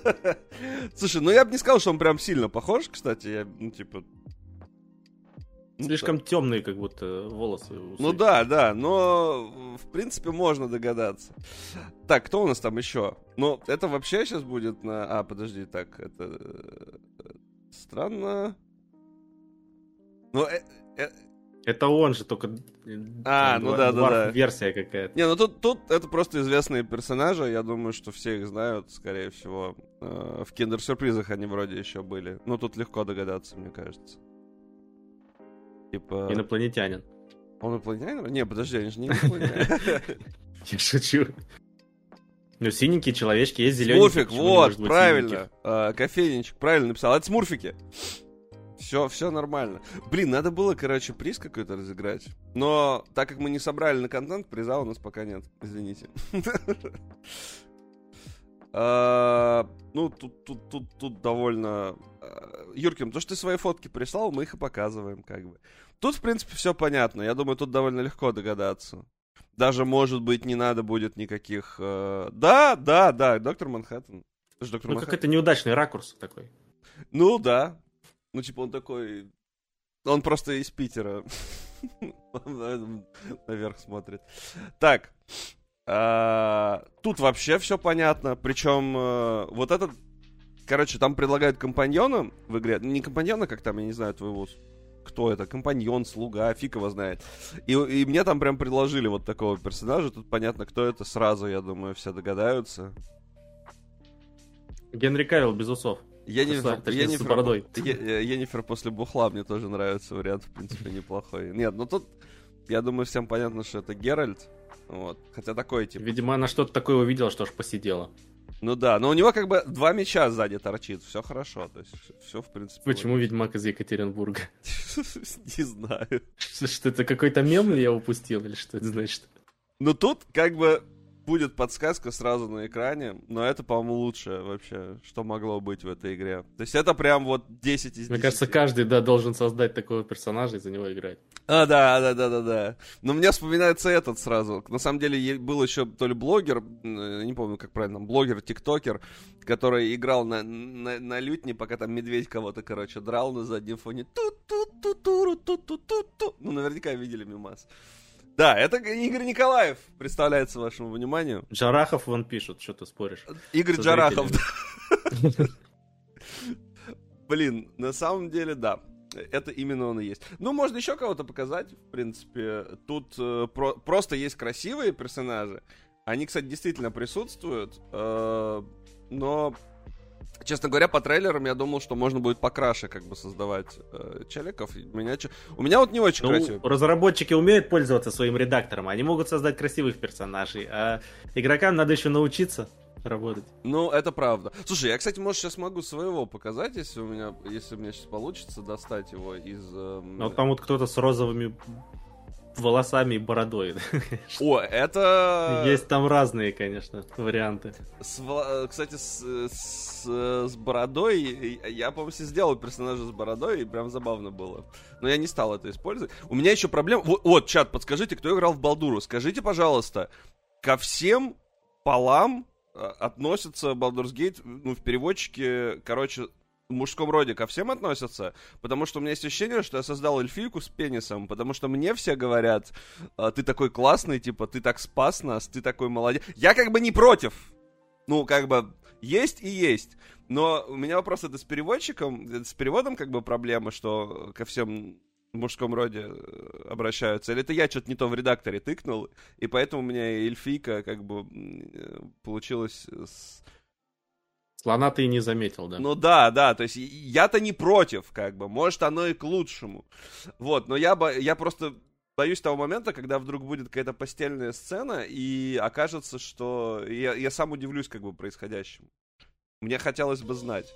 Speaker 1: Слушай, ну я бы не сказал, что он прям сильно похож, кстати.
Speaker 2: Слишком темные, как будто, волосы. Усы.
Speaker 1: Ну да, но в принципе можно догадаться. Так, кто у нас там еще? Ну, это вообще сейчас будет на... А, подожди, так, это... Странно. Ну,
Speaker 2: это он же, только...
Speaker 1: ну да.
Speaker 2: Версия какая-то.
Speaker 1: Не, ну тут это просто известные персонажи. Я думаю, что все их знают, скорее всего. В Киндер-сюрпризах они вроде еще были. Ну, тут легко догадаться, мне кажется. Типа...
Speaker 2: Инопланетянин.
Speaker 1: Он инопланетянин? Не, подожди, они же не инопланетянин.
Speaker 2: Я шучу. Ну, синенькие человечки, есть зелененькие.
Speaker 1: Смурфик, вот, правильно. Кофейничек, правильно написал. Это смурфики. Все нормально. Блин, надо было, короче, приз какой-то разыграть. Но так как мы не собрали на контент, приза у нас пока нет. Извините. Ну, тут довольно... Юркин, то, что ты свои фотки прислал, мы их и показываем, как бы. Тут, в принципе, все понятно. Я думаю, тут довольно легко догадаться. Даже, может быть, не надо будет никаких... Да, доктор Манхэттен.
Speaker 2: Ну, какой-то неудачный ракурс такой.
Speaker 1: Ну, да. Ну, типа, он такой... Он просто из Питера. Наверх смотрит. Так. Тут вообще все понятно. Причем вот этот... Короче, там предлагают компаньона в игре. Не компаньона, как там, я не знаю, твоего... Кто это? Компаньон, слуга, фиг его знает. И мне там прям предложили вот такого персонажа. Тут понятно, кто это. Сразу, я думаю, все догадаются.
Speaker 2: Генри Кавилл без усов.
Speaker 1: Йеннифер после бухла мне тоже нравится. Вариант, в принципе, неплохой. Нет, ну тут, я думаю, всем понятно, что это Геральт. Вот. Хотя такой, типа...
Speaker 2: Видимо, она что-то такое увидела, что аж посидела.
Speaker 1: Ну да, но у него как бы 2 меча сзади торчит. Все хорошо, то есть все в принципе...
Speaker 2: Почему Ведьмак из Екатеринбурга?
Speaker 1: Не знаю.
Speaker 2: Что это, какой-то мем ли я упустил, или что это значит?
Speaker 1: Ну тут как бы будет подсказка сразу на экране, но это, по-моему, лучшее вообще, что могло быть в этой игре. То есть это прям вот 10 из 10.
Speaker 2: Мне кажется, каждый, должен создать такого персонажа и за него играть.
Speaker 1: Да. Но мне вспоминается этот сразу. На самом деле был еще то ли блогер, не помню, как правильно, блогер, тиктокер, который играл на лютне, пока там медведь кого-то, короче, драл на заднем фоне. Ту-ту-ту-ту-ру-ту-ту-ту. Ну, наверняка видели мемас. Да, это Игорь Николаев представляется вашему вниманию.
Speaker 2: Джарахов вон пишут, что ты споришь.
Speaker 1: Игорь Джарахов, да. Блин, на самом деле, да. Это именно он и есть. Ну, можно еще кого-то показать, в принципе. Тут просто есть красивые персонажи. Они, кстати, действительно присутствуют. Но, честно говоря, по трейлерам я думал, что можно будет покраше как бы создавать челиков. У меня вот не очень красиво.
Speaker 2: Разработчики умеют пользоваться своим редактором. Они могут создать красивых персонажей. А игрокам надо еще научиться работать.
Speaker 1: Ну, это правда. Слушай, я, кстати, может, сейчас могу своего показать, если у меня сейчас получится достать его из...
Speaker 2: Ну, там вот кто-то с розовыми волосами и бородой.
Speaker 1: О, это...
Speaker 2: Есть там разные, конечно, варианты.
Speaker 1: Кстати, с бородой, я, по-моему, сделал персонажа с бородой, и прям забавно было. Но я не стал это использовать. У меня еще проблема... Вот, чат, подскажите, кто играл в Балдуру? Скажите, пожалуйста, ко всем полам относится Baldur's Gate, ну, в переводчике, короче, в мужском роде ко всем относятся, потому что у меня есть ощущение, что я создал эльфийку с пенисом, потому что мне все говорят, ты такой классный, типа, ты так спас нас, ты такой молодец. Я как бы не против. Ну, как бы, есть и есть. Но у меня вопрос это с переводчиком, с переводом как бы проблема, что ко всем в мужском роде обращаются. Или это я что-то не то в редакторе тыкнул, и поэтому у меня эльфийка как бы получилась с...
Speaker 2: Слона ты и не заметил, да?
Speaker 1: Ну да, то есть я-то не против, как бы, может оно и к лучшему. Вот, но я просто боюсь того момента, когда вдруг будет какая-то постельная сцена, и окажется, что я сам удивлюсь как бы происходящему. Мне хотелось бы знать.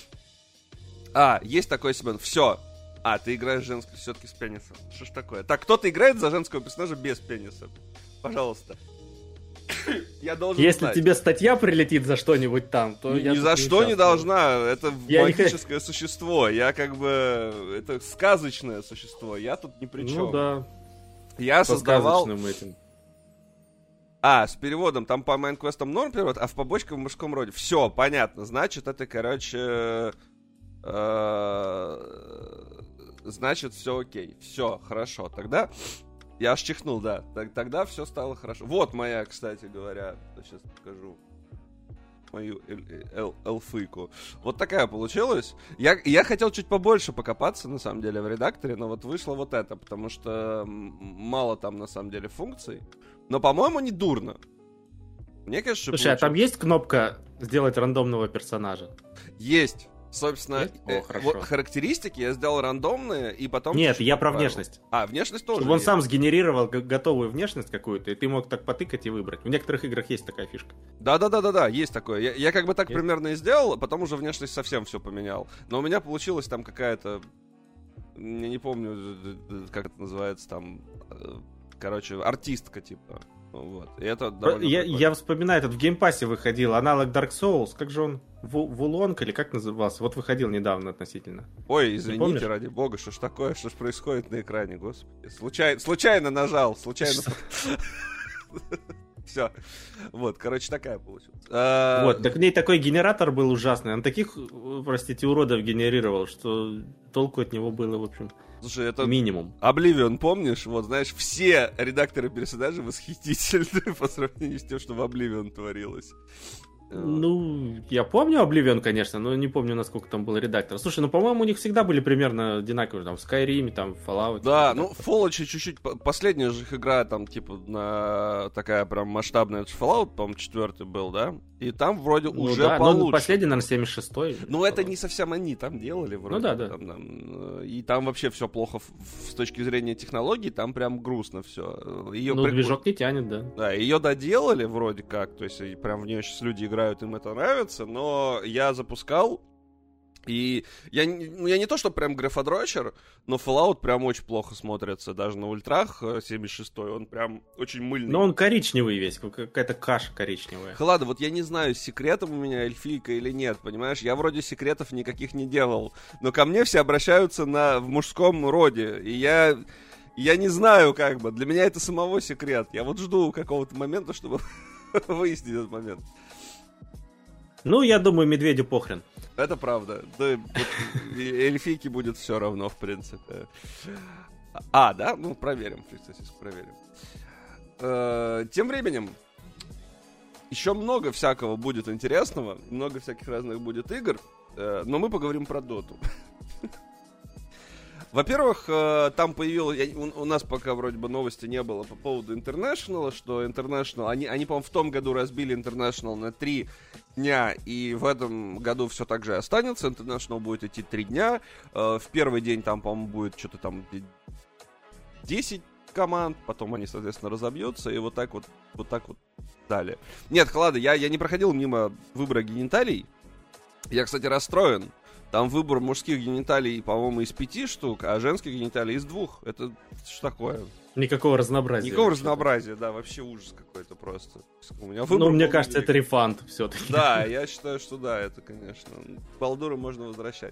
Speaker 1: Есть такой сегмент. Все. Ты играешь женскую все-таки с пенисом. Что ж такое? Так, кто-то играет за женского персонажа без пениса. Пожалуйста. Я должен
Speaker 2: Если
Speaker 1: знать.
Speaker 2: Тебе статья прилетит за что-нибудь там, то
Speaker 1: я ни за что не должна. Это магическое существо. Я как бы... Это сказочное существо. Я тут ни при чем.
Speaker 2: Ну да.
Speaker 1: Я создавал...
Speaker 2: этим.
Speaker 1: С переводом. Там по майнквестам норм перевод, а в побочках в мужском роде. Все, понятно. Значит, это, короче... значит, все окей. Все, хорошо. Тогда я аж чихнул, да. Тогда все стало хорошо. Вот моя, кстати говоря, сейчас покажу мою элфыку. Вот такая получилась. Я хотел чуть побольше покопаться, на самом деле, в редакторе, но вот вышло вот это, потому что мало там, на самом деле, функций. Но, по-моему, не дурно. Мне кажется,
Speaker 2: слушай, а там есть кнопка «Сделать рандомного персонажа»?
Speaker 1: Есть. Собственно,
Speaker 2: вот
Speaker 1: характеристики я сделал рандомные, и потом...
Speaker 2: Нет, я про внешность.
Speaker 1: Внешность тоже.
Speaker 2: Чтобы он сам сгенерировал готовую внешность какую-то, и ты мог так потыкать и выбрать. В некоторых играх есть такая фишка.
Speaker 1: Да, есть такое. Я как бы так примерно и сделал, а потом уже внешность совсем все поменял. Но у меня получилась там какая-то... Я не помню, как это называется там... Короче, артистка, типа. Вот. И это
Speaker 2: я вспоминаю, этот в геймпассе выходил аналог Dark Souls, как же он, Вулонг или как назывался? Вот выходил недавно относительно.
Speaker 1: Ой, извините, ради бога, что ж такое, что ж происходит на экране, господи. Случайно нажал, случайно... Все. Вот, короче, такая получилась.
Speaker 2: Вот, так в ней такой генератор был ужасный. Он таких, простите, уродов генерировал, что толку от него было, в общем...
Speaker 1: Слушай, это
Speaker 2: минимум.
Speaker 1: Oblivion, помнишь? Вот, знаешь, все редакторы персонажей восхитительны по сравнению с тем, что в Oblivion творилось.
Speaker 2: Ну, я помню Oblivion, конечно, но не помню, насколько там был редактор. Слушай, ну, по-моему, у них всегда были примерно одинаковые, там, в Skyrim, там, в Fallout.
Speaker 1: Да, ну, Fallout чуть-чуть, последняя же их игра, там, типа, такая прям масштабная, это же Fallout, по-моему, 4 был, да? И там вроде уже
Speaker 2: да,
Speaker 1: получше.
Speaker 2: Ну, последний, наверное, 76-й.
Speaker 1: Ну, это не совсем они там делали, вроде.
Speaker 2: Ну, да.
Speaker 1: Там, и там вообще все плохо с точки зрения технологий, там прям грустно все.
Speaker 2: Движок не тянет, да.
Speaker 1: Да, ее доделали вроде как, то есть прям в нее сейчас люди играют, им это нравится, но я запускал, и я не то, что прям графодрочер, но Fallout прям очень плохо смотрится, даже на ультрах 76-й, он прям очень мыльный.
Speaker 2: Но он коричневый весь, какая-то каша коричневая.
Speaker 1: Ладно, вот я не знаю, секретом у меня эльфийка или нет, понимаешь, я вроде секретов никаких не делал, но ко мне все обращаются в мужском роде, и я не знаю, как бы, для меня это самого секрет, я вот жду какого-то момента, чтобы выяснить этот момент.
Speaker 2: Ну, я думаю, медведю похрен.
Speaker 1: Это правда. Да, эльфийке будет все равно, в принципе. Да? Ну, проверим. Тем временем, еще много всякого будет интересного, много всяких разных будет игр, но мы поговорим про Доту. Во-первых, там появилось... У нас пока вроде бы новости не было по поводу International, что International... Они, по-моему, в том году разбили International на 3 дня, и в этом году все так же и останется. International будет идти 3 дня. В первый день там, по-моему, будет что-то там 10 команд, потом они, соответственно, разобьются, и вот так вот далее. Нет, ладно, я не проходил мимо выбора гениталий. Я, кстати, расстроен. Там выбор мужских гениталий, по-моему, из 5 штук, а женских гениталий из 2. Это что такое?
Speaker 2: Никакого разнообразия.
Speaker 1: Никакого разнообразия, да, вообще ужас какой-то просто. У меня
Speaker 2: выбор мне кажется, это рефанд все-таки.
Speaker 1: Да, я считаю, что да, это, конечно. Балдуры можно возвращать.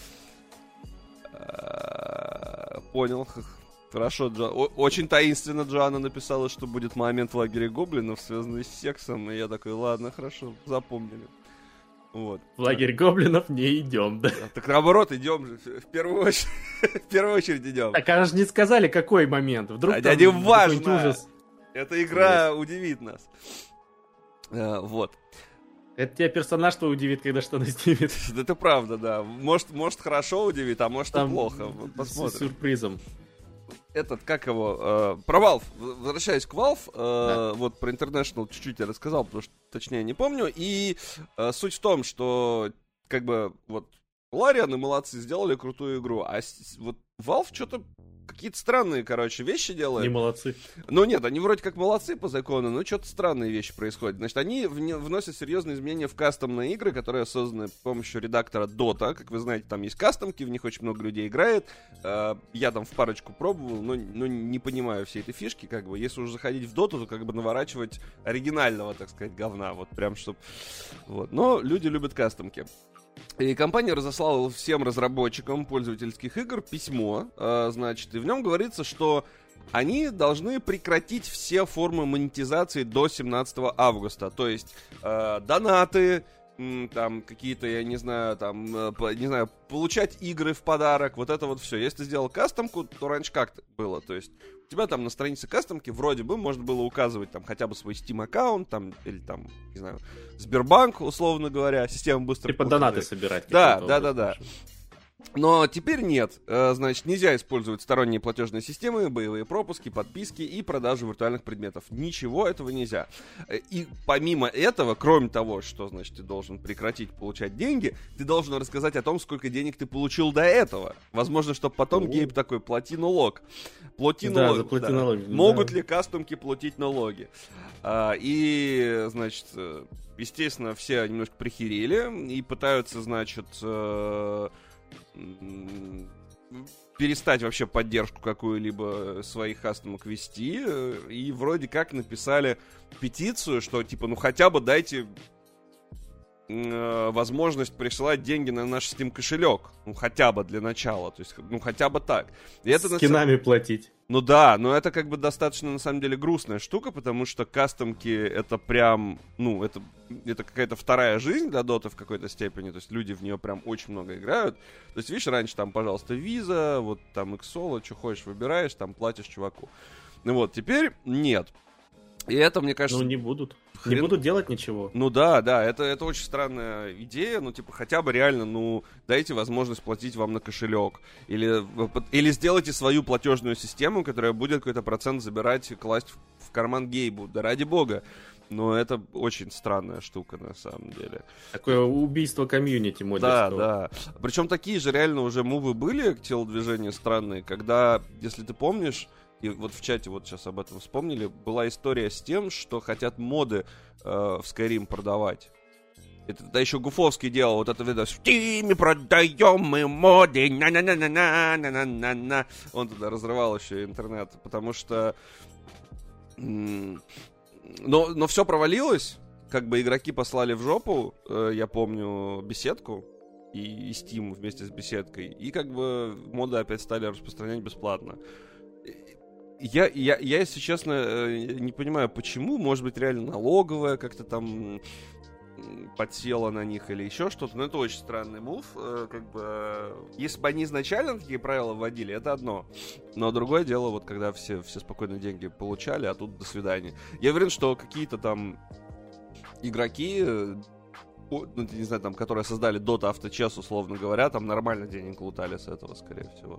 Speaker 1: Понял. Хорошо, очень таинственно Джоанна написала, что будет момент в лагере гоблинов, связанный с сексом, и я такой, ладно, хорошо, запомнили. Вот.
Speaker 2: В лагерь гоблинов не идем, да?
Speaker 1: Так наоборот, идем же. В первую очередь идем.
Speaker 2: Так а же не сказали, какой момент. Вдруг
Speaker 1: там не важно. Ужас. Эта игра удивит нас. Вот.
Speaker 2: Это тебя персонаж твой удивит, когда штаны снимет.
Speaker 1: Это правда, да. Может хорошо удивит, а может и плохо. Вот посмотрим.
Speaker 2: С сюрпризом.
Speaker 1: Этот, как его, про Valve, возвращаясь к Valve, да. Вот про International чуть-чуть я рассказал, потому что точнее не помню, и суть в том, что, как бы, вот, Ларианы молодцы, сделали крутую игру, а вот Valve что-то какие-то странные, короче, вещи делают.
Speaker 2: Не молодцы.
Speaker 1: Ну нет, они вроде как молодцы по закону, но что-то странные вещи происходят. Значит, они вносят серьезные изменения в кастомные игры, которые созданы с помощью редактора Dota. Как вы знаете, там есть кастомки, в них очень много людей играет. Я там в парочку пробовал, но не понимаю всей этой фишки. Как бы, если уже заходить в Dota, то как бы наворачивать оригинального, так сказать, говна. Вот прям, чтоб... Вот. Но люди любят кастомки. И компания разослала всем разработчикам пользовательских игр письмо, значит, и в нем говорится, что они должны прекратить все формы монетизации до 17 августа. То есть донаты, там какие-то, я не знаю, там, не знаю, получать игры в подарок, вот это вот все. Если ты сделал кастомку, то раньше как-то было, то есть у тебя там на странице кастомки вроде бы можно было указывать там хотя бы свой Steam аккаунт, там, или там, не знаю, Сбербанк, условно говоря, система быстрых
Speaker 2: типа
Speaker 1: платежей.
Speaker 2: донаты собирать.
Speaker 1: Да. Но теперь нет. Значит, нельзя использовать сторонние платежные системы, боевые пропуски, подписки и продажу виртуальных предметов. Ничего этого нельзя. И помимо этого, кроме того, что, значит, ты должен прекратить получать деньги, ты должен рассказать о том, сколько денег ты получил до этого. Возможно, чтобы потом Гейб такой, плати налог. Плати налог.
Speaker 2: Заплати налог.
Speaker 1: Могут ли кастомки платить налоги? И, значит, естественно, все немножко прихерели и пытаются, значит... перестать вообще поддержку какую-либо своих кастомок вести, и вроде как написали петицию, что типа, ну хотя бы дайте возможность присылать деньги на наш Steam кошелек, ну хотя бы для начала, то есть, ну хотя бы так. И это,
Speaker 2: скинами платить.
Speaker 1: Ну да, но это как бы достаточно, на самом деле, грустная штука, потому что кастомки это прям, ну, это какая-то вторая жизнь для доты в какой-то степени, то есть люди в нее прям очень много играют. То есть, видишь, раньше там, пожалуйста, виза, вот там Xsolo, что хочешь выбираешь, там платишь чуваку. Ну вот, теперь нет. И это, мне кажется...
Speaker 2: Ну, не будут. Не будут делать ничего.
Speaker 1: Ну да, это очень странная идея, ну типа хотя бы реально, ну дайте возможность платить вам на кошелек. Или сделайте свою платежную систему, которая будет какой-то процент забирать и класть в карман Гейбу. Да ради бога. Но это очень странная штука на самом деле.
Speaker 2: Такое убийство комьюнити модерского.
Speaker 1: Да. Причем такие же реально уже мувы были к телодвижению странные, когда, если ты помнишь, и вот в чате вот сейчас об этом вспомнили, была история с тем, что хотят моды в Skyrim продавать. Это тогда еще Гуфовский делал вот это видео. В Steam продаем мы моды. На-на-на-на-на-на-на-на. Он тогда разрывал еще интернет, потому что... Но все провалилось. Как бы игроки послали в жопу, я помню, беседку. И Steam вместе с беседкой. И как бы моды опять стали распространять бесплатно. Я, если честно, не понимаю, почему. Может быть, реально налоговая как-то там подсела на них или еще что-то. Но это очень странный мув. Как бы, если бы они изначально такие правила вводили, это одно. Но другое дело, вот когда все спокойно деньги получали, а тут до свидания. Я уверен, что какие-то там игроки... ну, не знаю, там, которые создали Dota Авточес, условно говоря, там нормально денег лутали с этого, скорее всего.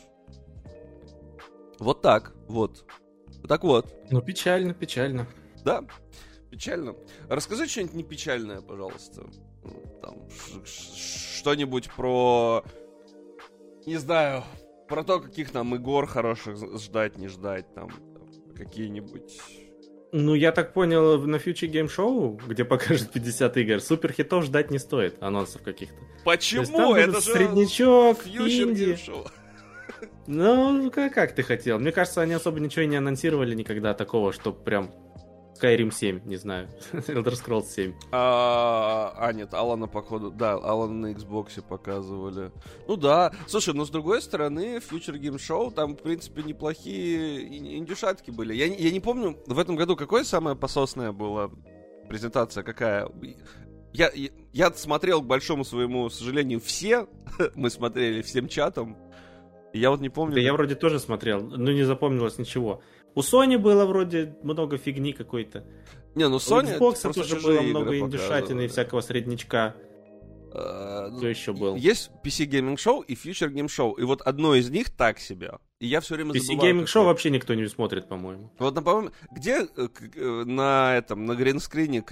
Speaker 1: Вот так, вот. Так вот.
Speaker 2: Ну, печально.
Speaker 1: Да, печально. Расскажи что-нибудь не печальное, пожалуйста. Там, что-нибудь про... Не знаю, про то, каких там игр хороших ждать, не ждать, там какие-нибудь...
Speaker 2: Ну, я так понял, на Future Game Show, где покажут 50 игр, суперхитов ждать не стоит, анонсов каких-то.
Speaker 1: Почему? Это же
Speaker 2: среднячок,
Speaker 1: Future
Speaker 2: инди.
Speaker 1: Game Show.
Speaker 2: Ну, как ты хотел? Мне кажется, они особо ничего и не анонсировали никогда такого, что прям Skyrim 7, не знаю, Elder Scrolls 7.
Speaker 1: Нет, Алана, походу, да, Алана на Xbox показывали. Ну да, слушай, но с другой стороны, Future Game Show, там, в принципе, неплохие индюшатки были. Я не помню, в этом году какое самое пососная была презентация, какая... Я смотрел, к большому своему сожалению, все, мы смотрели всем чатом. Я вот не помню.
Speaker 2: Да я вроде тоже смотрел, но не запомнилось ничего. У Sony было вроде много фигни какой-то.
Speaker 1: Не, ну Sony...
Speaker 2: У Xbox тоже было много индюшатины и всякого среднячка. Кто еще был?
Speaker 1: Есть PC Gaming Show и Future Game Show. И вот одно из них так себе. И я все время
Speaker 2: PC
Speaker 1: забываю.
Speaker 2: PC Gaming Show вообще никто не смотрит, по-моему.
Speaker 1: Вот, по-моему, где на гринскрине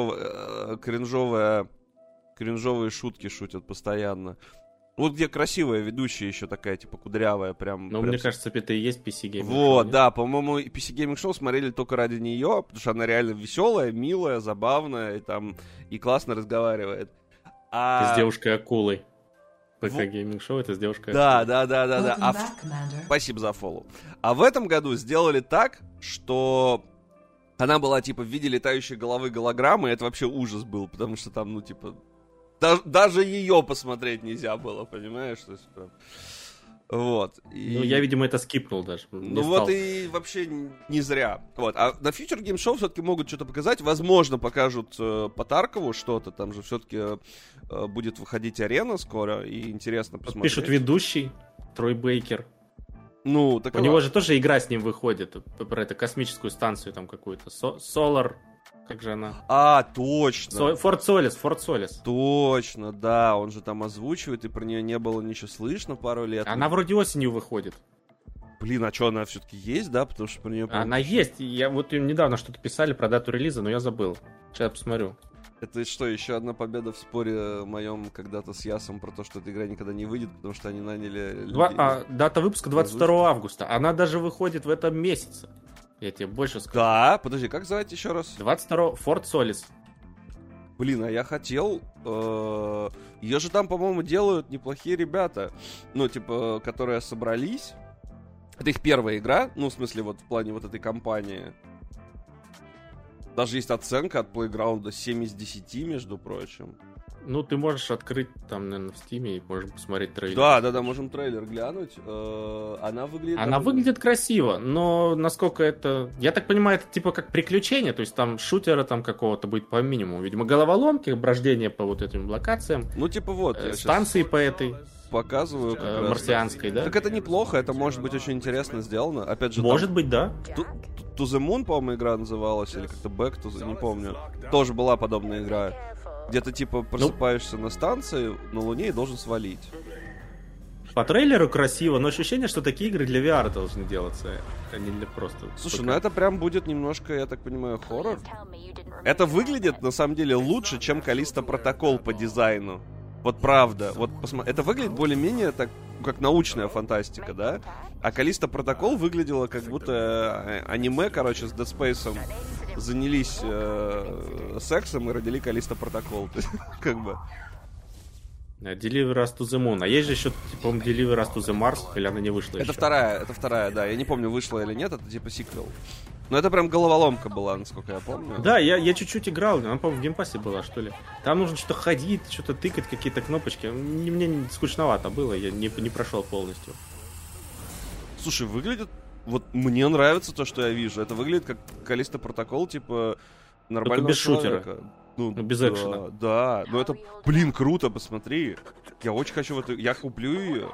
Speaker 1: кринжовые шутки шутят постоянно. Вот где красивая ведущая еще такая, типа, кудрявая, прям...
Speaker 2: Ну, мне кажется, это и есть PC Gaming Show.
Speaker 1: Вот, да, по-моему, PC Gaming Show смотрели только ради нее, потому что она реально веселая, милая, забавная, и классно разговаривает.
Speaker 2: С девушкой-акулой. ПК Gaming Show это с девушкой-акулой.
Speaker 1: Да. Спасибо за фоллоу. А в этом году сделали так, что... Она была, типа, в виде летающей головы голограммы, и это вообще ужас был, потому что там, ну, типа... Даже ее посмотреть нельзя было, понимаешь? То есть, Вот.
Speaker 2: Ну, я, видимо, это скипнул даже.
Speaker 1: Ну вот и вообще не зря. Вот. А на Future Game Show все-таки могут что-то показать. Возможно, покажут по Таркову что-то. Там же все-таки будет выходить арена скоро. И интересно посмотреть.
Speaker 2: Пишут ведущий Трой Бейкер.
Speaker 1: Ну, так
Speaker 2: у него же тоже игра с ним выходит. Про эту космическую станцию там какую-то. Solar... Как же она?
Speaker 1: А, точно.
Speaker 2: Форт Солис.
Speaker 1: Точно, да. Он же там озвучивает, и про нее не было ничего слышно пару лет.
Speaker 2: Она вроде осенью выходит.
Speaker 1: Блин, а что, она все-таки есть, да? Потому что про нее...
Speaker 2: Она есть. Я вот недавно что-то писали про дату релиза, но я забыл. Сейчас я посмотрю.
Speaker 1: Это что, еще одна победа в споре моем когда-то с Ясом про то, что эта игра никогда не выйдет, потому что они наняли...
Speaker 2: Дата выпуска 22 августа. Она даже выходит в этом месяце. Я тебе больше скажу.
Speaker 1: Да, подожди, как звать еще раз?
Speaker 2: 22 Форт Солис.
Speaker 1: Блин, а я хотел... Ее же там, по-моему, делают неплохие ребята. Ну, типа, которые собрались. Это их первая игра. Ну, в смысле, вот в плане вот этой кампании. Даже есть оценка от Playground 7 из 10, между прочим.
Speaker 2: Ну, ты можешь открыть там, наверное, в Стиме и можем посмотреть трейлер.
Speaker 1: Да, можем трейлер глянуть. Она выглядит...
Speaker 2: Она выглядит красиво, но насколько это... Я так понимаю, это типа как приключение, то есть там шутера там какого-то будет по минимуму. Видимо, головоломки, брождение по вот этим локациям.
Speaker 1: Ну, типа вот...
Speaker 2: Станции по этой...
Speaker 1: Показываю как раз.
Speaker 2: Марсианской, да?
Speaker 1: Так это неплохо, это может быть очень интересно сделано. Опять же,
Speaker 2: может быть, да.
Speaker 1: To the Moon, по-моему, игра называлась, или как-то Back to the... Не помню. Тоже была подобная игра. Где ты, типа, просыпаешься на станции на Луне и должен свалить.
Speaker 2: По трейлеру красиво, но ощущение, что такие игры для VR должны делаться, а не для просто...
Speaker 1: Слушай, ну это прям будет немножко, я так понимаю, хоррор. Это выглядит, на самом деле, лучше, чем Callisto Protocol по дизайну. Вот правда. Вот это выглядит более-менее так, как научная фантастика, да? А Callisto Protocol выглядело как будто аниме, короче, с Dead Space занялись сексом и родили Callisto Protocol. Как бы.
Speaker 2: Deliver Us to the Moon. А есть же еще, по-моему, Deliver Us to the Mars, или она не вышла еще?
Speaker 1: Это вторая, да. Я не помню, вышла или нет, это типа сиквел. Но это прям головоломка была, насколько я помню.
Speaker 2: Да, я чуть-чуть играл, она, по-моему, в геймпассе была, что ли. Там нужно что-то ходить, что-то тыкать, какие-то кнопочки. Мне скучновато было, я не прошел полностью.
Speaker 1: Слушай, выглядит... Вот мне нравится то, что я вижу. Это выглядит как Callisto Protocol, типа нормального
Speaker 2: без
Speaker 1: человека.
Speaker 2: Шутера.
Speaker 1: Ну,
Speaker 2: без экшена.
Speaker 1: Да, но это, блин, круто, посмотри. Я очень хочу в эту... Я куплю ее.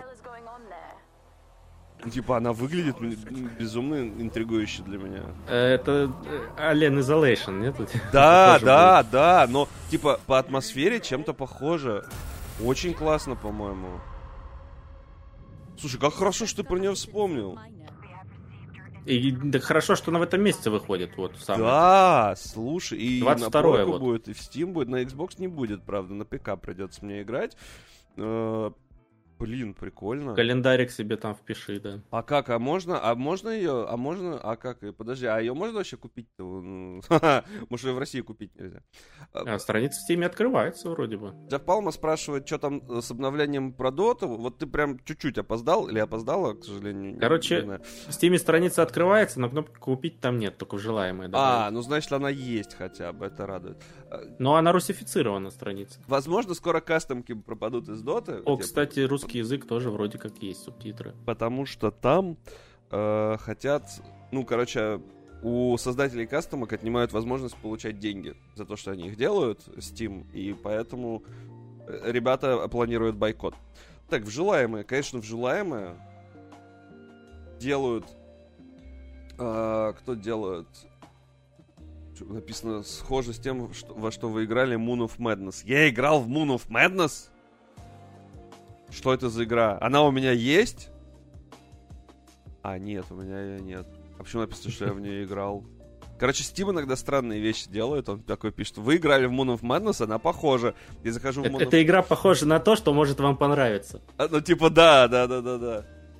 Speaker 1: Типа, она выглядит безумно интригующе для меня.
Speaker 2: Это Alien Isolation, нет?
Speaker 1: Да, но, типа, по атмосфере чем-то похоже. Очень классно, по-моему. Слушай, как хорошо, что ты про нее вспомнил.
Speaker 2: И да, хорошо, что она в этом месяце выходит, вот. Самое.
Speaker 1: Да, слушай, и
Speaker 2: 22-й
Speaker 1: на Pro
Speaker 2: вот.
Speaker 1: будет, и в Steam будет, на Xbox не будет, правда, на ПК придется мне играть. Блин, прикольно.
Speaker 2: Календарик себе там впиши, да.
Speaker 1: А как? А можно ее? А как? Подожди, а ее можно вообще купить-то? Может, ее в России купить нельзя?
Speaker 2: Страница в Steam открывается вроде бы.
Speaker 1: Джефф Палма спрашивает, что там с обновлением про Доту. Вот ты прям чуть-чуть опоздал или опоздала, к сожалению.
Speaker 2: Короче, в Steam страница открывается, но кнопки купить там нет, только в желаемое.
Speaker 1: Ну значит она есть хотя бы, это радует.
Speaker 2: Но она русифицирована страница.
Speaker 1: Возможно, скоро кастомки пропадут из Доты.
Speaker 2: Кстати, русский язык тоже вроде как есть субтитры.
Speaker 1: Потому что там хотят... Ну, короче, у создателей кастомок отнимают возможность получать деньги за то, что они их делают, Steam, и поэтому ребята планируют бойкот. Так, в желаемое, конечно, в желаемое делают... кто делает... Написано, схоже с тем, во что вы играли, Moon of Madness. Я играл в Moon of Madness? Что это за игра? Она у меня есть? А, нет, у меня ее нет. А почему написано, что я в нее играл? Короче, Steam иногда странные вещи делает. Он такой пишет, вы играли в Moon of Madness, она похожа. Я захожу в Moon of...
Speaker 2: Эта игра похожа на то, что может вам понравиться.
Speaker 1: Ну, типа, да.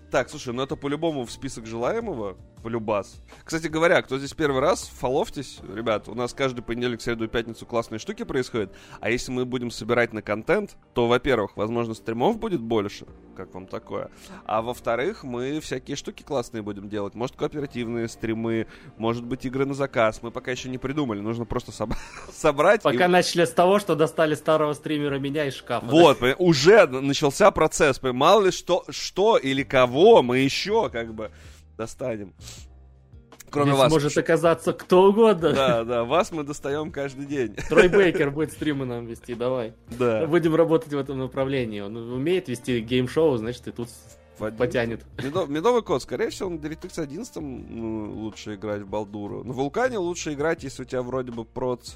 Speaker 1: Так, слушай, ну это по-любому в список желаемого, полюбас. Кстати говоря, кто здесь первый раз, фоловьтесь, ребят, у нас каждый понедельник, среду и пятницу классные штуки происходят, а если мы будем собирать на контент, то, во-первых, возможно, стримов будет больше, как вам такое, а во-вторых, мы всякие штуки классные будем делать, может, кооперативные стримы, может быть, игры на заказ, мы пока еще не придумали, нужно просто собрать.
Speaker 2: Пока начали с того, что достали старого стримера меня из шкафа.
Speaker 1: Вот, уже начался процесс, мало ли что или кого мы еще как бы достанем. Кроме
Speaker 2: Здесь
Speaker 1: вас.
Speaker 2: может оказаться кто угодно.
Speaker 1: Да, вас мы достаем каждый день.
Speaker 2: Трой Бейкер будет стримы нам вести, давай.
Speaker 1: Да.
Speaker 2: Будем работать в этом направлении. Он умеет вести гейм-шоу, значит, и тут потянет.
Speaker 1: Медовый кот, скорее всего, на DirectX 11 лучше играть в Балдуру. На Вулкане лучше играть, если у тебя вроде бы проц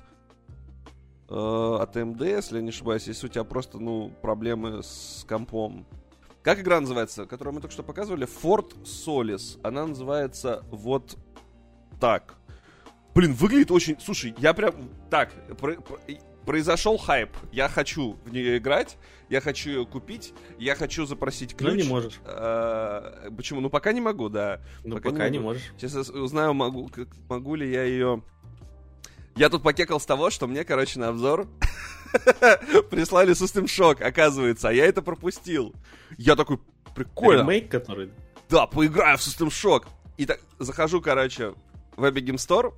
Speaker 1: от AMD, если я не ошибаюсь, если у тебя просто, проблемы с компом. Как игра называется, которую мы только что показывали? Fort Solis. Она называется вот так. Блин, выглядит очень... Слушай, я прям... Так, произошел хайп. Я хочу в нее играть, я хочу ее купить, я хочу запросить ключ.
Speaker 2: Ну, не можешь.
Speaker 1: Почему? Ну, пока не могу, да.
Speaker 2: Пока не можешь.
Speaker 1: Сейчас я узнаю, могу ли я ее... Я тут покекал с того, что мне, на обзор прислали System Shock, оказывается, а я это пропустил. Я такой, прикольно.
Speaker 2: Ремейк, который?
Speaker 1: Да, поиграю в System Shock. И так, захожу, в Epic Game Store,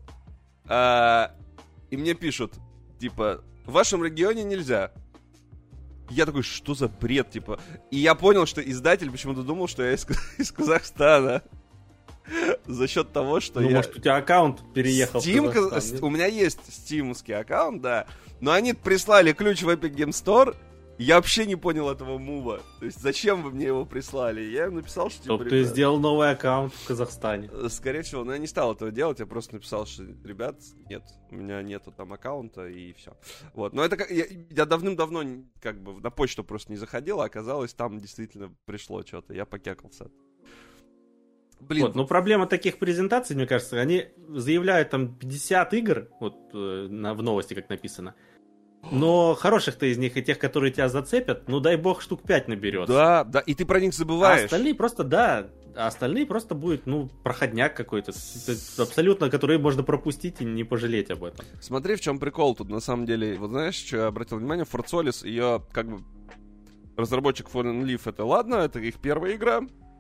Speaker 1: и мне пишут, типа, в вашем регионе нельзя. Я такой, что за бред, типа. И я понял, что издатель почему-то думал, что я из Казахстана. За счет того, что я...
Speaker 2: может, у тебя аккаунт переехал
Speaker 1: Steam,
Speaker 2: в Казахстан,
Speaker 1: у меня есть стимский аккаунт, да. Но они прислали ключ в Epic Game Store. Я вообще не понял этого мува. То есть, зачем вы мне его прислали? Я им написал, что...
Speaker 2: Чтоб ты сделал новый аккаунунт в Казахстане.
Speaker 1: Скорее всего, но я не стал этого делать. Я просто написал, что, ребят, нет, у меня нету там аккаунта, и все. Вот. Но это я давным-давно на почту просто не заходил, а оказалось, там действительно пришло что-то. Я покекался. Блин.
Speaker 2: Вот, но проблема таких презентаций, мне кажется, они заявляют там 50 игр, вот в новости как написано, но хороших-то из них и тех, которые тебя зацепят, дай бог штук 5 наберется.
Speaker 1: Да, и ты про них забываешь.
Speaker 2: А остальные просто будет, проходняк какой-то, абсолютно, который можно пропустить и не пожалеть об этом.
Speaker 1: Смотри, в чем прикол тут, на самом деле, вот знаешь, что я обратил внимание, Fort Solis, ее, разработчик Fallen Leaf, это ладно, это их первая игра,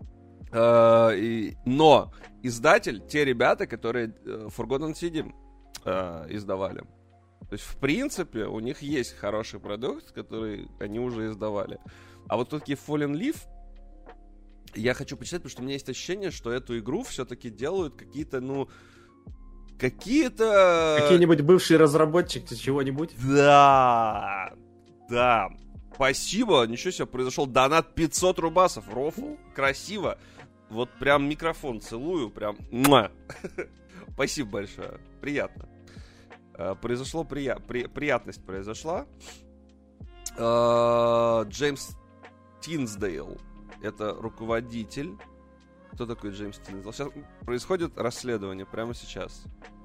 Speaker 1: но издатель, те ребята, которые Forgotten City издавали. То есть, в принципе, у них есть хороший продукт, который они уже издавали. А вот такие Fallen Leaf я хочу почитать, потому что у меня есть ощущение, что эту игру все-таки делают
Speaker 2: Какие-нибудь бывшие разработчики чего-нибудь?
Speaker 1: Да. Спасибо, ничего себе, произошел донат 500 рубасов. Рофл, красиво. Вот прям микрофон целую, прям... Спасибо большое, приятно. Приятность произошла. Джеймс Тинсдейл. Это руководитель. Кто такой Джеймс Тинсдейл? Сейчас происходит расследование, прямо сейчас.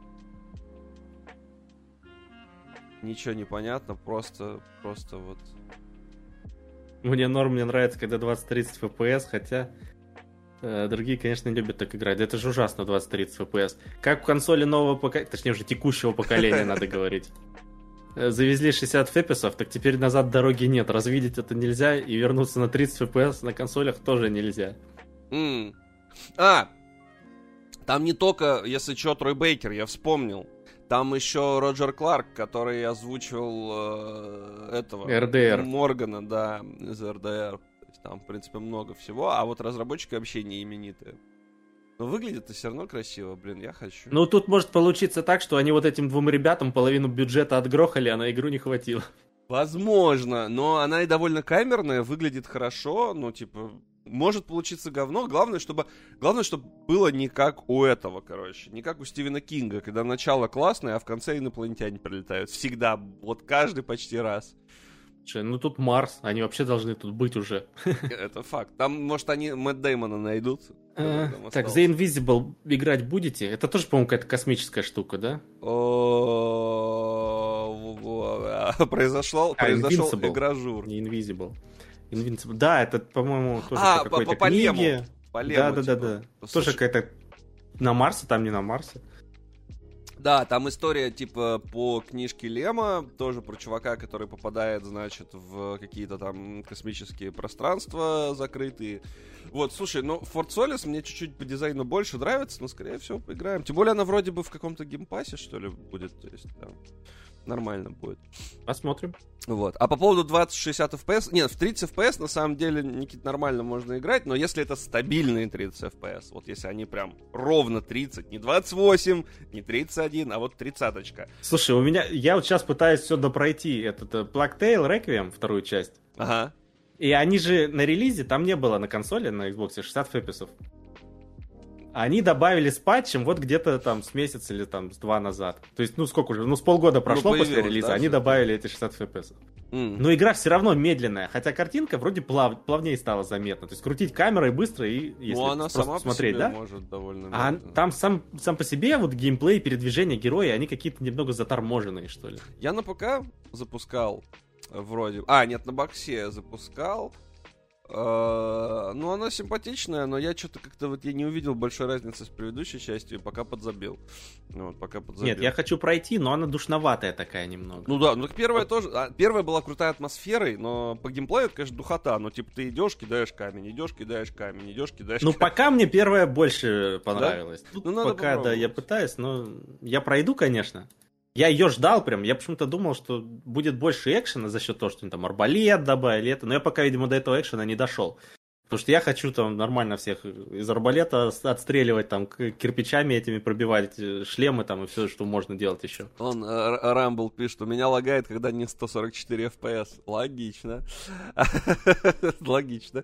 Speaker 1: Ничего не понятно, просто вот...
Speaker 2: Мне нравится, когда 20-30 FPS, хотя другие, конечно, любят так играть. Это же ужасно, 20-30 FPS. Как в консоли нового поколения, точнее уже текущего поколения, надо говорить. Завезли 60 феписов, так теперь назад дороги нет. Развидеть это нельзя, и вернуться на 30 FPS на консолях тоже нельзя.
Speaker 1: Там не только, если что, Трой Бейкер, я вспомнил. Там еще Роджер Кларк, который озвучивал
Speaker 2: РДР.
Speaker 1: Моргана, да, из РДР. То есть там, в принципе, много всего, а вот разработчики вообще не именитые. Но выглядит-то все равно красиво, я хочу.
Speaker 2: Тут может получиться так, что они вот этим двум ребятам половину бюджета отгрохали, а на игру не хватило.
Speaker 1: Возможно, но она и довольно камерная, выглядит хорошо, может получиться говно. Главное, чтобы было не как у этого, не как у Стивена Кинга, когда начало классное, а в конце инопланетяне прилетают. Всегда, вот каждый почти раз.
Speaker 2: Тут Марс, они вообще должны тут быть уже.
Speaker 1: Это факт. Там, может, они Мэтт Дэймона найдут.
Speaker 2: Так, The Invisible играть будете? Это тоже, по-моему, какая-то космическая штука, да?
Speaker 1: Произошел игражур.
Speaker 2: Не Invisible. Да, это, по-моему, тоже какой-то
Speaker 1: по
Speaker 2: книги.
Speaker 1: Полему,
Speaker 2: Да. Тоже какая-то на Марсе, там не на Марсе.
Speaker 1: Да, там история, типа, по книжке Лема, тоже про чувака, который попадает, значит, в какие-то там космические пространства закрытые. Вот, слушай, ну, Fort Solis мне чуть-чуть по дизайну больше нравится, но, скорее всего, поиграем. Тем более, она вроде бы в каком-то геймпассе, что ли, будет, то есть, там, нормально будет.
Speaker 2: Посмотрим.
Speaker 1: Вот. А по поводу 20-60 FPS, нет, в 30 FPS на самом деле, Никит, нормально можно играть, но если это стабильные 30 FPS, вот если они прям ровно 30, не 28, не 31, а вот 30-очка.
Speaker 2: Слушай, я вот сейчас пытаюсь все допройти, этот Plague Tale Requiem, вторую часть.
Speaker 1: Ага.
Speaker 2: И они же на релизе, там не было на консоли, на Xbox 60 FPS. Они добавили с патчем вот где-то там с месяца или там с 2 назад. То есть, ну сколько уже, с полгода прошло после релиза, да, они добавили эти 60 FPS. Но игра все равно медленная, хотя картинка вроде плавнее стала заметна. То есть крутить камерой быстро и если
Speaker 1: она
Speaker 2: просто
Speaker 1: сама
Speaker 2: смотреть,
Speaker 1: по себе
Speaker 2: да?
Speaker 1: может довольно
Speaker 2: а
Speaker 1: медленно.
Speaker 2: там сам по себе вот геймплей, передвижения героя, они какие-то немного заторможенные, что ли.
Speaker 1: Я на ПК запускал вроде... нет, на боксе я запускал. Ну, она симпатичная, но я что-то как-то вот я не увидел большой разницы с предыдущей частью, и пока подзабил.
Speaker 2: Нет, я хочу пройти, но она душноватая такая немного.
Speaker 1: Ну да, первая тоже. Первая была крутая атмосферой, но по геймплею это, конечно, духота. Но типа ты идешь, кидаешь камень, идешь, кидаешь камень, идешь, кидаешь камень.
Speaker 2: Ну, пока мне первая больше понравилась.
Speaker 1: Да? Ну, надо
Speaker 2: пока, да, я пытаюсь, но я пройду, конечно. Я ее ждал прям, я почему-то думал, что будет больше экшена за счет того, что там арбалет добавили, но я пока, видимо, до этого экшена не дошел. Потому что я хочу там нормально всех из арбалета отстреливать, там кирпичами этими пробивать шлемы там и все, что можно делать еще.
Speaker 1: Он, Рамбл пишет, у меня лагает, когда не 144 FPS. Логично. Логично.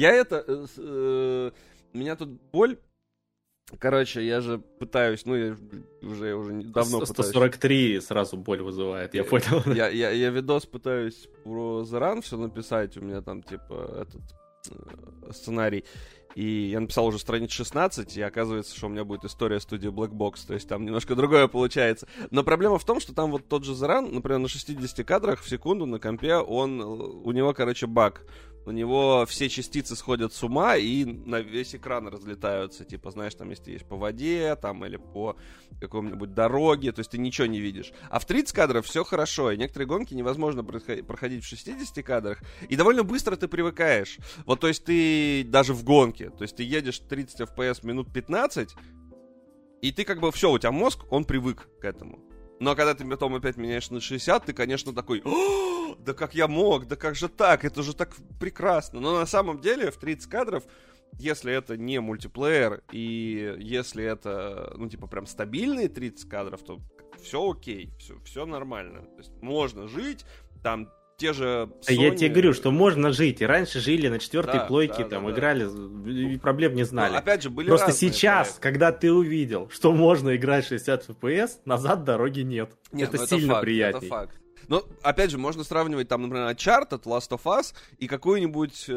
Speaker 1: Меня тут боль... Короче, я же пытаюсь, я уже давно
Speaker 2: 143 сразу боль вызывает, я понял.
Speaker 1: Я видос пытаюсь про The Run все написать, у меня там, типа, сценарий, и я написал уже страниц 16, и оказывается, что у меня будет история студии Black Box, то есть там немножко другое получается. Но проблема в том, что там вот тот же The Run, например, на 60 кадрах в секунду на компе, у него, короче, баг. У него все частицы сходят с ума и на весь экран разлетаются. Типа, знаешь, там, если едешь по воде, там, или по какому-нибудь дороге, то есть ты ничего не видишь. А в 30 кадров все хорошо, и некоторые гонки невозможно проходить в 60 кадрах, и довольно быстро ты привыкаешь. Вот, то есть ты даже в гонке, то есть ты едешь 30 FPS минут 15, и ты как бы, все, у тебя мозг, он привык к этому. Но когда ты потом опять меняешь на 60, ты, конечно, такой: да как я мог, да как же так, это же так прекрасно. Но на самом деле в 30 кадров, если это не мультиплеер, и если это, прям стабильные 30 кадров, то все окей, все нормально. То есть можно жить, там те же Sony...
Speaker 2: Я тебе говорю, что можно жить. И раньше жили на 4-й плойке, играли, и проблем не знали.
Speaker 1: Но, опять же, были
Speaker 2: просто сейчас, проекты. Когда ты увидел, что можно играть 60 FPS, назад дороги нет. Это сильно приятнее.
Speaker 1: Это факт. Но, опять же, можно сравнивать, там, например, Uncharted, Last of Us и какое-нибудь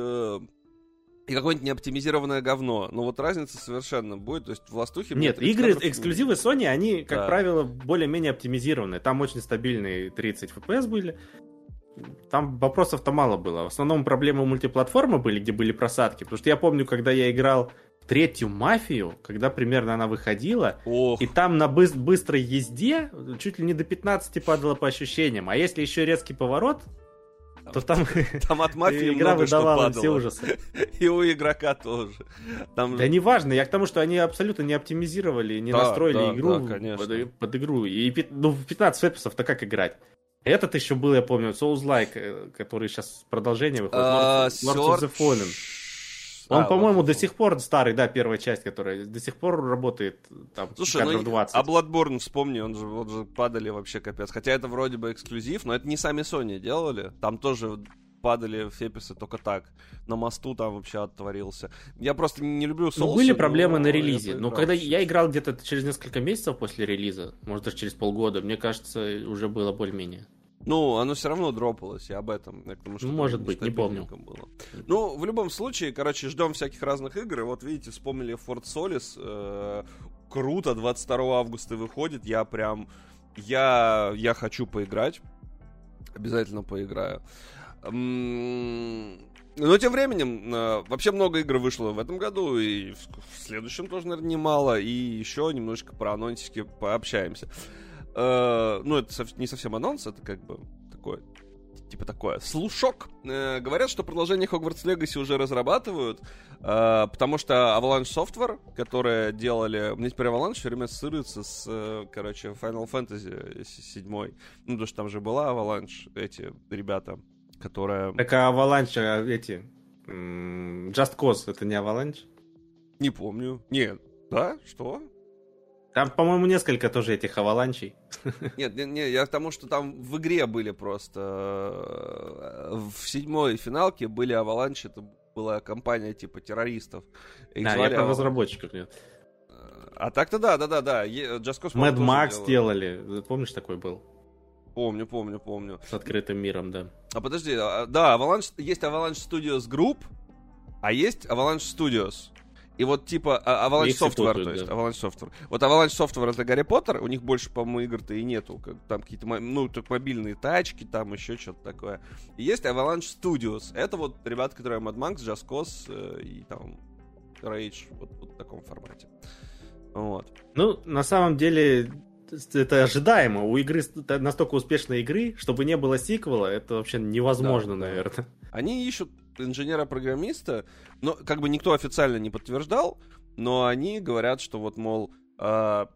Speaker 1: неоптимизированное говно. Но вот разница совершенно будет. То есть в Ластухе...
Speaker 2: Нет, игры, эксклюзивы Sony, они, как правило, более-менее оптимизированные. Там очень стабильные 30 FPS были. Там вопросов-то мало было. В основном проблемы мультиплатформы были, где были просадки. Потому что я помню, когда я играл в третью «Мафию», когда примерно она выходила, и там на быстрой езде чуть ли не до 15 падало по ощущениям. А если еще резкий поворот, то там
Speaker 1: от «Мафии»
Speaker 2: игра
Speaker 1: много что
Speaker 2: выдавала
Speaker 1: падало.
Speaker 2: Все ужасы.
Speaker 1: И у игрока тоже.
Speaker 2: Да неважно, я к тому, что они абсолютно не оптимизировали, не настроили игру под игру. И в 15 FPS-то как играть? Этот еще был, я помню, Souls-like, который сейчас продолжение выходит. Lords of the Fallen. Он, по-моему, до сих пор старый, первая часть, которая до сих пор работает там.
Speaker 1: Слушай,
Speaker 2: кадров 20.
Speaker 1: А Bloodborne, вспомни, он же падали вообще капец. Хотя это вроде бы эксклюзив, но это не сами Sony делали. Там тоже падали феписы только так. На мосту там вообще оттворился. Я просто не люблю Souls.
Speaker 2: Были проблемы на релизе. Но когда я играл где-то через несколько месяцев после релиза, может даже через полгода, мне кажется, уже было более-менее.
Speaker 1: Оно все равно дропалось, я об этом. Потому что
Speaker 2: может быть, не помню.
Speaker 1: Было. В любом случае, ждем всяких разных игр. И вот видите, вспомнили Fort Solis. Круто, 22 августа выходит. Я хочу поиграть. Обязательно поиграю. Но тем временем, вообще много игр вышло в этом году, и в следующем тоже, наверное, немало, и еще немножечко про анонсики пообщаемся. Ну, это не совсем анонс, это как бы такое, типа такое, слушок. Говорят, что продолжение Hogwarts Legacy уже разрабатывают, потому что Avalanche Software, которые делали... Мне теперь Avalanche все время ассоциируется с, короче, Final Fantasy 7. Ну, потому что там же была Avalanche, эти ребята, которые...
Speaker 2: Так а Avalanche, эти... Just Cause, это не Avalanche?
Speaker 1: Не помню. Нет. Да? Что?
Speaker 2: Там, по-моему, несколько тоже этих Аваланчей.
Speaker 1: Нет, я к тому, что там в игре были просто... В 7-й финалке были Аваланчи, это была компания типа террористов.
Speaker 2: Да, я про разработчиков, нет.
Speaker 1: А так-то да. Just Cause
Speaker 2: Mad Max делали. Помнишь, такой был?
Speaker 1: Помню.
Speaker 2: С открытым миром, да.
Speaker 1: А подожди, да, Avalanche, есть Avalanche Studios Group, а есть Avalanche Studios. И вот типа Avalanche Software, то есть Avalanche Software. Вот Avalanche Software — это Гарри Поттер, у них больше, по-моему, игр-то и нету. Там какие-то, ну, только мобильные тачки, там еще что-то такое. И есть Avalanche Studios. Это вот ребята, которые Mad Max, Just Cause и там Rage, вот в таком формате. Вот.
Speaker 2: Ну, на самом деле, это ожидаемо. У игры настолько успешной игры, чтобы не было сиквела, это вообще невозможно, да, наверное.
Speaker 1: Они ищут инженера-программиста, но как бы никто официально не подтверждал, но они говорят, что вот, мол, у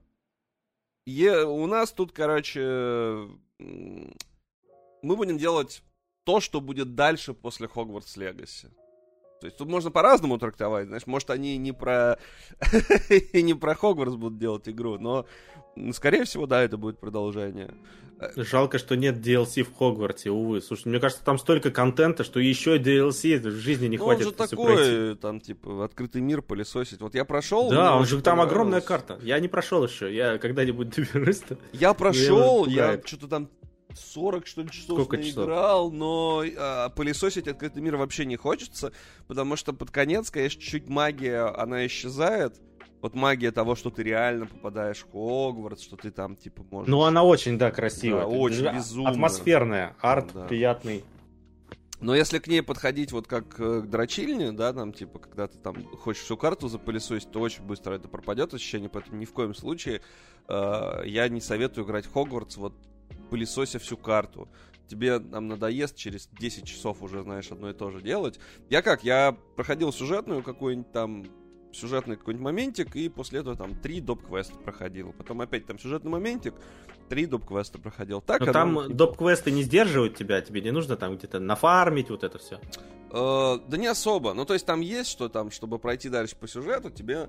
Speaker 1: нас тут, короче, мы будем делать то, что будет дальше после Hogwarts Legacy. То есть тут можно по-разному трактовать, знаешь, может, они не про не про Хогвартс будут делать игру, но, скорее всего, да, это будет продолжение.
Speaker 2: Жалко, что нет DLC в Хогвартсе, увы. Слушай, мне кажется, там столько контента, что еще DLC в жизни не хватит.
Speaker 1: Он же такой, там, типа, открытый мир пылесосить. Вот я прошел.
Speaker 2: Да, он же там огромная карта. Я не прошел еще, я когда-нибудь доберусь-то.
Speaker 1: Я прошел, я что-то там 40, что ли, часов наиграл, но пылесосить открытый мир вообще не хочется, потому что под конец, конечно, чуть магия, она исчезает. Вот магия того, что ты реально попадаешь в Хогвартс, что ты там, типа, можешь...
Speaker 2: Ну, она очень, да, красивая.
Speaker 1: Да, очень безумно.
Speaker 2: Атмосферная, арт приятный.
Speaker 1: Но если к ней подходить вот как к дрочильне, да, там, типа, когда ты там хочешь всю карту запылесосить, то очень быстро это пропадет ощущение, поэтому ни в коем случае я не советую играть в Хогвартс, вот, пылесося всю карту. Тебе там надоест через 10 часов уже, знаешь, одно и то же делать. Я проходил сюжетную какую-нибудь там, сюжетный какой-нибудь моментик, и после этого там 3 доп-квеста проходил. Потом опять там сюжетный моментик, 3 доп-квеста проходил. Так,
Speaker 2: но там доп-квесты не сдерживают тебя, тебе не нужно там где-то нафармить вот это все?
Speaker 1: Да не особо. Ну, то есть там есть, что там, чтобы пройти дальше по сюжету, тебе,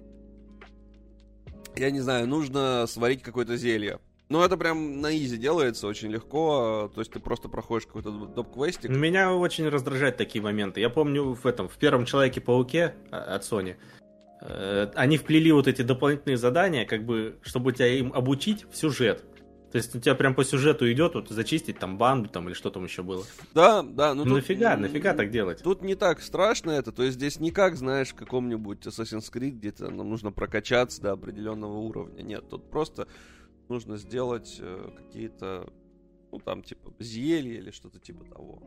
Speaker 1: я не знаю, нужно сварить какое-то зелье. Ну, это прям на изи делается, очень легко. То есть ты просто проходишь какой-то доп-квестик.
Speaker 2: Меня очень раздражают такие моменты. Я помню в первом Человеке-пауке от Sony они вплели вот эти дополнительные задания, как бы, чтобы тебя им обучить в сюжет. То есть у тебя прям по сюжету идет вот зачистить там банду там или что там еще было.
Speaker 1: Да.
Speaker 2: Ну нафига так делать?
Speaker 1: Тут не так страшно это. То есть здесь не как, знаешь, в каком-нибудь Assassin's Creed, где-то нам нужно прокачаться до определенного уровня. Нет, тут просто нужно сделать какие-то, ну, там, типа, зелья или что-то типа того.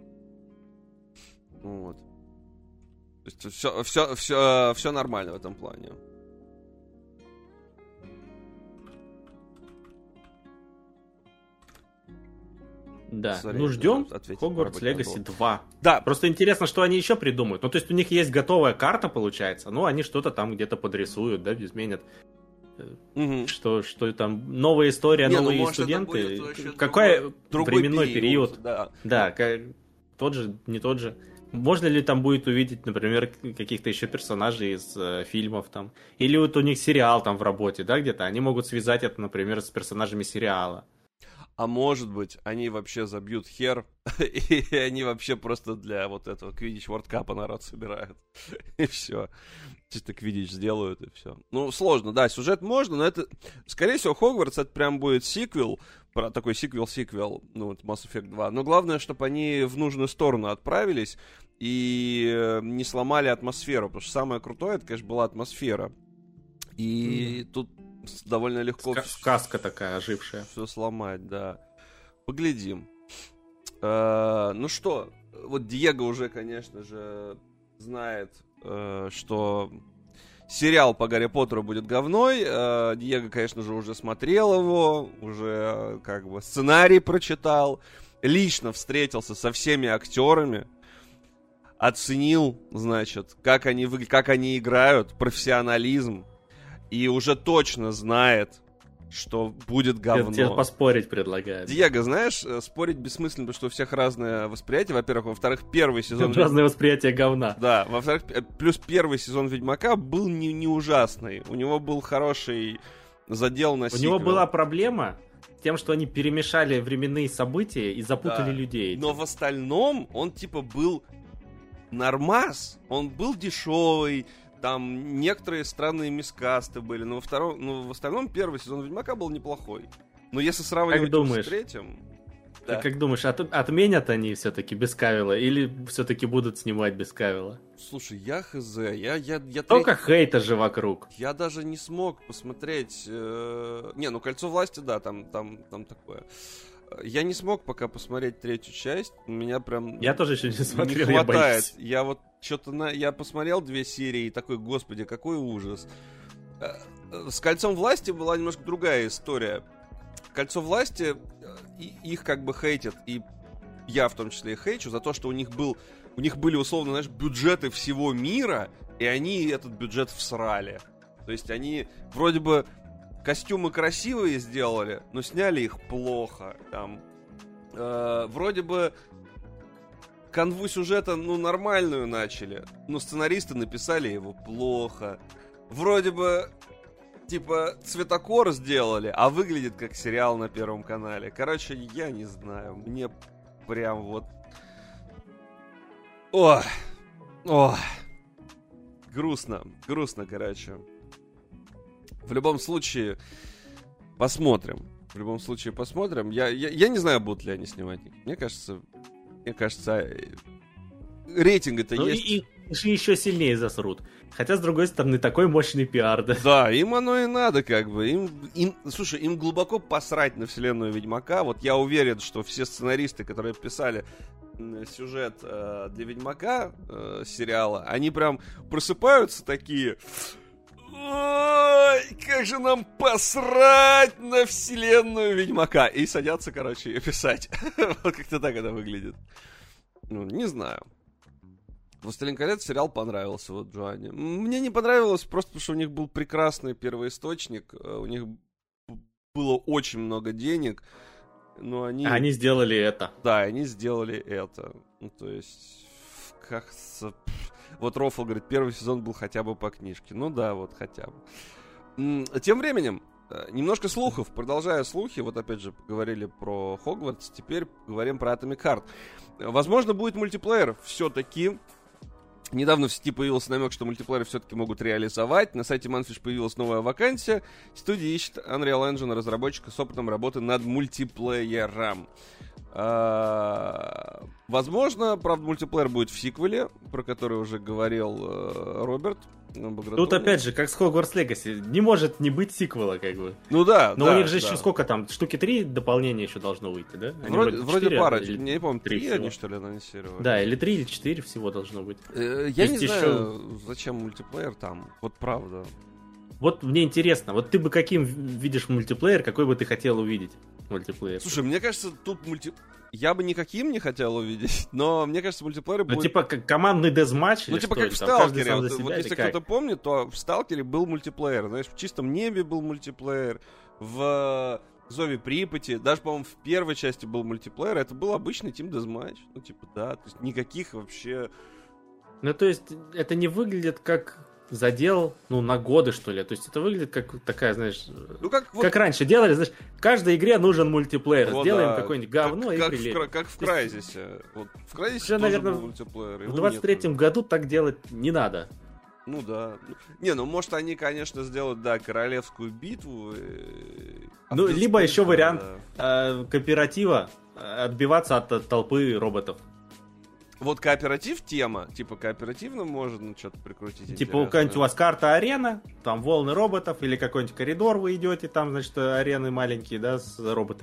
Speaker 1: Вот. То есть все нормально в этом плане.
Speaker 2: Да, ну ждем Hogwarts Legacy 2.
Speaker 1: Да.
Speaker 2: Просто интересно, что они еще придумают. Ну, то есть у них есть готовая карта, получается, но они что-то там где-то подрисуют, да, изменят.
Speaker 1: Угу.
Speaker 2: Что там, новая история, новые студенты. Какой временной период? Да, тот же, не тот же. Можно ли там будет увидеть, например, каких-то еще персонажей из фильмов там? Или вот у них сериал там в работе, да, где-то? Они могут связать это, например, с персонажами сериала.
Speaker 1: А может быть, они вообще забьют хер, и они вообще просто для вот этого Quidditch World Cup народ собирают. И все. Чисто Quidditch сделают, и все. Ну, сложно, да, сюжет можно, но это... Скорее всего, Хогвартс это прям будет сиквел, про такой сиквел, ну, вот Mass Effect 2. Но главное, чтобы они в нужную сторону отправились и не сломали атмосферу, потому что самое крутое, это, конечно, была атмосфера. И тут довольно легко...
Speaker 2: Сказка такая ожившая.
Speaker 1: Все сломать, да. Поглядим. Ну что, вот Диего уже, конечно же, знает, что сериал по Гарри Поттеру будет говной. Диего, конечно же, уже смотрел его, уже как бы сценарий прочитал, лично встретился со всеми актерами, оценил, значит, как они выглядят, как они играют, профессионализм, и уже точно знает, что будет говно.
Speaker 2: Тебе поспорить предлагают.
Speaker 1: Диего, знаешь, спорить бессмысленно, потому что у всех разное восприятие. Во-первых, во-вторых, первый сезон...
Speaker 2: Разное восприятие говна.
Speaker 1: Да, во-вторых, плюс первый сезон Ведьмака был не ужасный. У него был хороший задел на сиквел.
Speaker 2: У него была проблема с тем, что они перемешали временные события и запутали людей.
Speaker 1: Но в остальном он типа был нормас. Он был дешевый. Там некоторые странные мискасты были, но в остальном первый сезон Ведьмака был неплохой. Но если сравнивать его с третьим...
Speaker 2: Да. Как думаешь, отменят они все-таки без Кавилла или все-таки будут снимать без Кавилла?
Speaker 1: Слушай, я хз,
Speaker 2: Только хейта же вокруг.
Speaker 1: Я даже не смог посмотреть... Не, ну «Кольцо власти», да, там такое. Я не смог пока посмотреть третью часть. Меня прям...
Speaker 2: Я тоже еще не смотрел,
Speaker 1: не хватает. Я вот что-то... Я посмотрел 2 серии и такой, господи, какой ужас. С «Кольцом власти» была немножко другая история. «Кольцо власти», их как бы хейтят, и я в том числе их хейчу, за то, что у них были, условно, знаешь, бюджеты всего мира, и они этот бюджет всрали. То есть они вроде бы костюмы красивые сделали, но сняли их плохо. Там, вроде бы канву сюжета, нормальную начали, но сценаристы написали его плохо. Вроде бы типа цветокор сделали, а выглядит как сериал на Первом канале. Короче, я не знаю. Мне прям вот... Грустно, короче. В любом случае, посмотрим. Я не знаю, будут ли они снимать. Мне кажется, рейтинг это есть.
Speaker 2: И еще сильнее засрут. Хотя, с другой стороны, такой мощный пиар, да?
Speaker 1: Да, им оно и надо, как бы. Слушай, им глубоко посрать на вселенную Ведьмака. Вот я уверен, что все сценаристы, которые писали сюжет для Ведьмака сериала, они прям просыпаются такие... Ой, как же нам посрать на вселенную Ведьмака. И садятся, короче, ее писать. Вот как-то так это выглядит. Не знаю. «Властелин колец» сериал понравился вот Джоанне. Мне не понравилось просто потому, что у них был прекрасный первоисточник. У них было очень много денег. Но
Speaker 2: они сделали это.
Speaker 1: Да, они сделали это. То есть, как-то... Вот Рофл говорит, первый сезон был хотя бы по книжке. Ну да, вот хотя бы. Тем временем, немножко слухов. Продолжая слухи, вот опять же поговорили про Хогвартс, теперь говорим про Atomic Heart. Возможно, будет мультиплеер все-таки. Недавно в сети появился намек, что мультиплееры все-таки могут реализовать. На сайте Manfish появилась новая вакансия. Студия ищет Unreal Engine разработчика с опытом работы над мультиплеером. Возможно, правда, мультиплеер будет в сиквеле, про который уже говорил Роберт.
Speaker 2: Тут опять же, как с Hogwarts Legacy, не может не быть сиквела, как бы.
Speaker 1: Ну да.
Speaker 2: Но у них же еще сколько там, штуки 3 дополнения еще должно выйти, да?
Speaker 1: Вроде пара, я не помню,
Speaker 2: 3
Speaker 1: они что ли анонсировали.
Speaker 2: Да, или 3, или 4 всего должно быть.
Speaker 1: Я не знаю, зачем мультиплеер там, вот правда.
Speaker 2: Вот мне интересно, вот ты бы каким видишь мультиплеер, какой бы ты хотел увидеть мультиплеер?
Speaker 1: Слушай, мне кажется, тут я бы никаким не хотел увидеть, но мне кажется, мультиплеер будет...
Speaker 2: Ну, типа, как командный дезматч?
Speaker 1: Ну, типа, как в Сталкере. Вот если кто-то помнит, то в Сталкере был мультиплеер. Знаешь, в Чистом небе был мультиплеер, в Зове Припяти, даже, по-моему, в первой части был мультиплеер. Это был обычный Team Deathmatch. Ну, типа, да, то есть никаких вообще...
Speaker 2: Ну, то есть, это не выглядит как... задел, на годы, что ли. То есть это выглядит как такая, знаешь, как раньше делали, знаешь, в каждой игре нужен мультиплеер. Сделаем какое-нибудь говно и прилепим.
Speaker 1: Как в Крайзисе. Вот в Крайзисе
Speaker 2: тоже, наверное,
Speaker 1: был мультиплеер.
Speaker 2: В 23-м году так делать не надо.
Speaker 1: Ну да. Не, может они, конечно, сделают, да, королевскую битву.
Speaker 2: Либо еще вариант кооператива, отбиваться от толпы роботов.
Speaker 1: Вот кооператив тема, типа кооперативно можно что-то прикрутить.
Speaker 2: Типа у вас карта арена, там волны роботов, или какой-нибудь коридор вы идете, там, значит, арены маленькие, да, с роботами.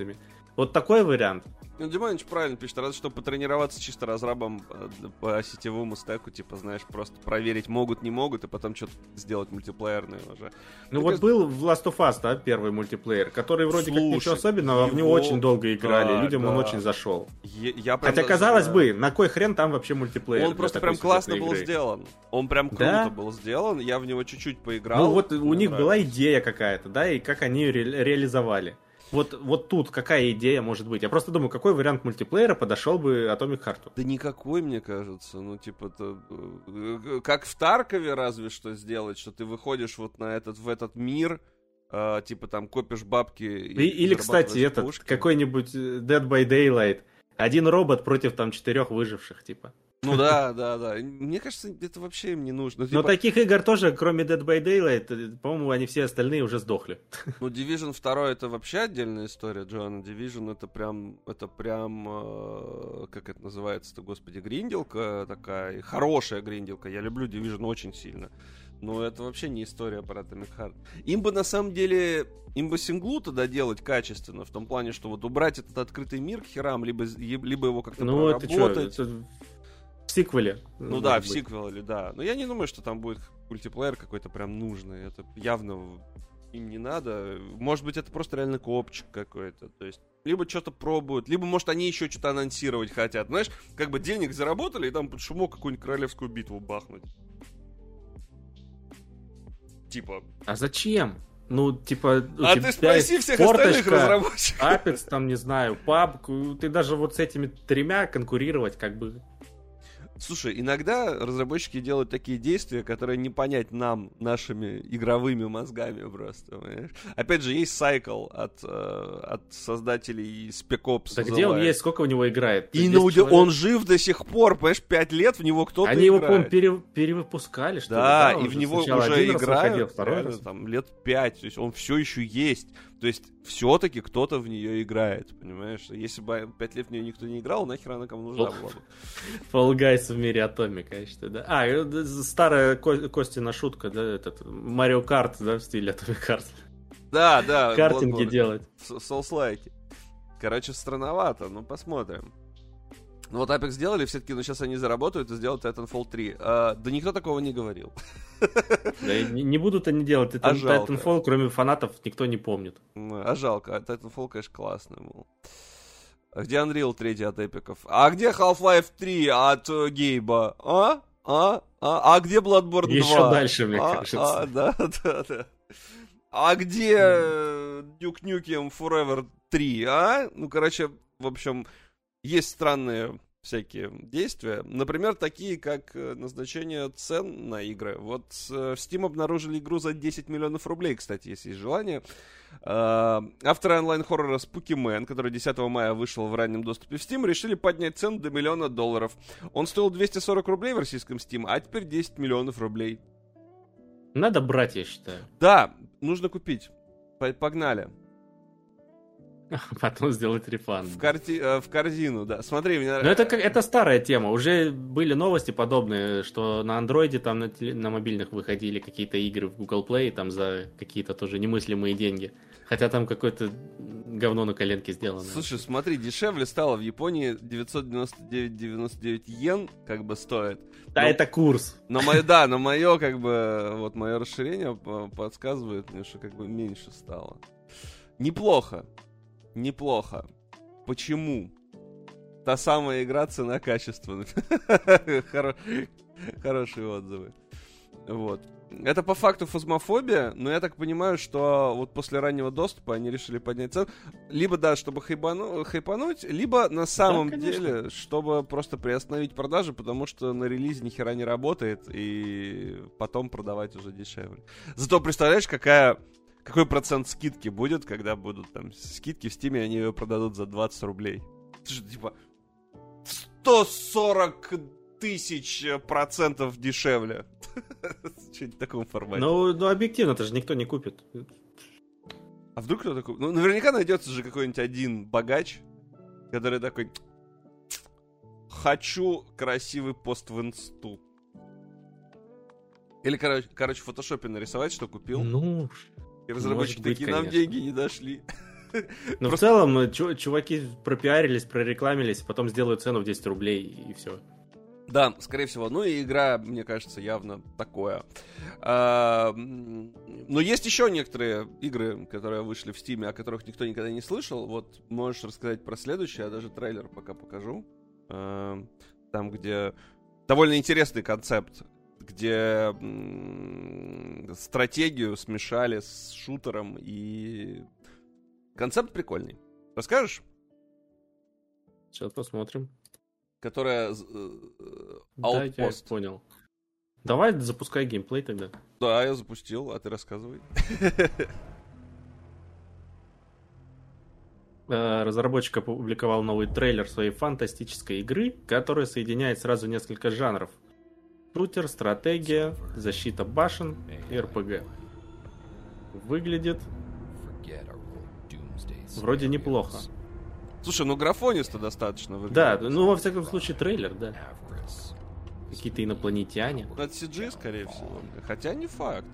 Speaker 2: Вот такой вариант.
Speaker 1: Ну, Диманыч правильно пишет, разве что потренироваться чисто разрабом по сетевому стеку, типа, знаешь, просто проверить могут, не могут, и потом что-то сделать мультиплеерное уже.
Speaker 2: Ну вот был в Last of Us, да, первый мультиплеер, который вроде как ничего особенного, в него очень долго играли, людям он очень зашел. Хотя, казалось бы, на кой хрен там вообще мультиплеер?
Speaker 1: Он просто прям классно был сделан. Он прям круто был сделан, я в него чуть-чуть поиграл.
Speaker 2: Ну вот у них была идея какая-то, да, и как они ее реализовали. Вот тут какая идея может быть? Я просто думаю, какой вариант мультиплеера подошел бы Atomic Heart?
Speaker 1: Да никакой, мне кажется. Ну, типа, как в Таркове разве что сделать, что ты выходишь вот в этот мир, типа там копишь бабки.
Speaker 2: Или, кстати, какой-нибудь Dead by Daylight. Один робот против там 4 выживших, типа.
Speaker 1: Ну да. Мне кажется, это вообще им не нужно.
Speaker 2: Но таких игр тоже, кроме Dead by Daylight, по-моему, они все остальные уже сдохли.
Speaker 1: Ну, Division 2 это вообще отдельная история, Джоанна. Division это прям, как это называется-то, господи, гринделка такая, хорошая гринделка. Я люблю Division очень сильно. Но это вообще не история про Atomic Heart. Им бы, на самом деле, синглу-то доделать качественно, в том плане, что вот убрать этот открытый мир к херам, либо его как-то проработать.
Speaker 2: В сиквеле.
Speaker 1: Ну да, в сиквеле, да. Но я не думаю, что там будет мультиплеер какой-то прям нужный. Это явно им не надо. Может быть, это просто реально коопчик какой-то. То есть, либо что-то пробуют, либо, может, они еще что-то анонсировать хотят. Знаешь, как бы денег заработали, и там под шумок какую-нибудь королевскую битву бахнуть. Типа.
Speaker 2: А зачем? Ну, типа...
Speaker 1: А ты спроси всех остальных разработчиков.
Speaker 2: Apex, там, не знаю, PUBG. Ты даже вот с этими 3 конкурировать как бы...
Speaker 1: Слушай, иногда разработчики делают такие действия, которые не понять нам, нашими игровыми мозгами просто, понимаешь? Опять же, есть Cycle от создателей Spec Ops.
Speaker 2: Да где он есть? Сколько у него играет?
Speaker 1: И он жив до сих пор, понимаешь, 5 лет в него кто-то
Speaker 2: Они
Speaker 1: играет.
Speaker 2: Они его, по-моему, перевыпускали, что ли?
Speaker 1: Да, и в него уже играют
Speaker 2: выходил,
Speaker 1: там, лет 5, то есть он все еще есть. То есть все-таки кто-то в нее играет, понимаешь? Если бы 5 лет в нее никто не играл, нахер она кому нужна была бы?
Speaker 2: Fall Guys в мире Atomic, конечно, да. Старая Костина шутка, да, этот Mario Kart, да, в стиле Atomic Heart.
Speaker 1: Да.
Speaker 2: Картинги делать.
Speaker 1: Соулслайки. Короче, странновато, но посмотрим. Ну вот Apex сделали, все-таки, сейчас они заработают и сделают Titanfall 3. Да никто такого не говорил.
Speaker 2: Да не будут они делать Titanfall, кроме фанатов, никто не помнит.
Speaker 1: А жалко, Titanfall, конечно, классный был. А где Unreal 3 от эпиков? А где Half-Life 3 от Гейба? А где Bloodborne 2?
Speaker 2: Еще дальше, мне кажется.
Speaker 1: Да. А где Duke Nukem Forever 3, Ну, короче, в общем, есть странные всякие действия. Например, такие, как назначение цен на игры. Вот в Steam обнаружили игру за 10 миллионов рублей, кстати, если есть желание. Авторы онлайн-хоррора Spooky Man, который 10 мая вышел в раннем доступе в Steam, решили поднять цену до $1 миллиона. Он стоил 240 рублей в российском Steam, а теперь 10 миллионов рублей.
Speaker 2: Надо брать, я считаю.
Speaker 1: Да, нужно купить. Погнали.
Speaker 2: Потом сделать рефанд.
Speaker 1: В корзину, да. Смотри, мне
Speaker 2: нравится. Но это старая тема. Уже были новости подобные, что на андроиде, там на мобильных выходили какие-то игры в Google Play там за какие-то тоже немыслимые деньги. Хотя там какое-то говно на коленке сделано.
Speaker 1: Слушай, смотри, дешевле стало. В Японии 999 йен как бы стоит.
Speaker 2: Да, это курс.
Speaker 1: Но мое как бы, вот мое расширение подсказывает мне, что как бы меньше стало. Неплохо. Почему? Та самая игра, цена качественная. Хорошие отзывы. Вот. Это по факту фазмофобия, но я так понимаю, что вот после раннего доступа они решили поднять цену. Либо, да, чтобы хайпануть, либо на самом деле, чтобы просто приостановить продажи, потому что на релизе ни хера не работает, и потом продавать уже дешевле. Зато представляешь, какой процент скидки будет, когда будут там скидки в Стиме, они ее продадут за 20 рублей. Слушай, типа 140 тысяч % дешевле. Что-нибудь в таком формате.
Speaker 2: Ну, объективно, это же никто не купит.
Speaker 1: А вдруг кто-то купит? Ну, наверняка найдется же какой-нибудь один богач, который такой: хочу красивый пост в инсту. Или, короче, в фотошопе нарисовать, что купил.
Speaker 2: Ну,
Speaker 1: и разработчики такие, нам деньги не дошли.
Speaker 2: Ну, в целом, чуваки пропиарились, прорекламились, потом сделают цену в 10 рублей, и все.
Speaker 1: Да, скорее всего. Ну и игра, мне кажется, явно такое. Но есть еще некоторые игры, которые вышли в Steam, о которых никто никогда не слышал. Вот можешь рассказать про следующее, я даже трейлер пока покажу. Там, где довольно интересный концепт, где стратегию смешали с шутером, и концепт прикольный. Расскажешь?
Speaker 2: Сейчас посмотрим.
Speaker 1: Которая
Speaker 2: Да, я понял. Давай запускай геймплей тогда.
Speaker 1: Да, я запустил, а ты рассказывай.
Speaker 2: Разработчик опубликовал новый трейлер своей фантастической игры, которая соединяет сразу несколько жанров. Шутер, стратегия, защита башен и РПГ. Выглядит вроде неплохо.
Speaker 1: Слушай, ну графонисто достаточно выглядит.
Speaker 2: Да, ну во всяком случае трейлер, да. Какие-то инопланетяне.
Speaker 1: Это CG, скорее всего. Хотя не факт.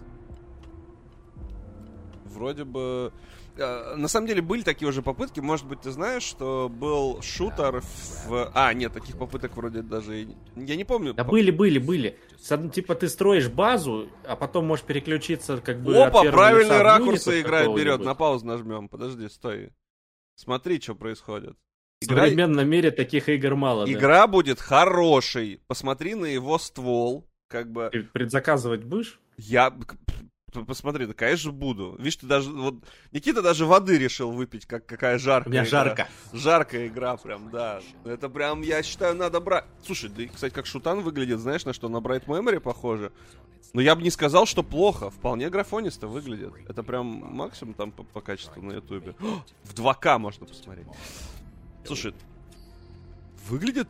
Speaker 1: Вроде бы... На самом деле были такие уже попытки. Может быть, ты знаешь, что был шутер в... нет, таких попыток вроде даже... Я не помню.
Speaker 2: Да были. Типа ты строишь базу, а потом можешь переключиться как бы...
Speaker 1: Опа, правильные ракурсы игра берет. На паузу нажмем. Подожди, стой. Смотри, что происходит.
Speaker 2: В современном мире таких игр мало.
Speaker 1: Игра будет хорошей. Посмотри на его ствол. Как бы...
Speaker 2: Ты предзаказывать будешь?
Speaker 1: Посмотри, да, конечно, буду. Видишь, ты даже... Вот, Никита даже воды решил выпить, какая жаркая.
Speaker 2: У меня
Speaker 1: игра.
Speaker 2: жарко.
Speaker 1: Жаркая игра прям, да. Это прям, я считаю, надо брать... Слушай, да, кстати, как шутан выглядит, знаешь, на что? На Bright Memory похоже. Но я бы не сказал, что плохо. Вполне графонисто выглядит. Это прям максимум там по качеству на ютубе. В 2К можно посмотреть. Слушай, выглядит...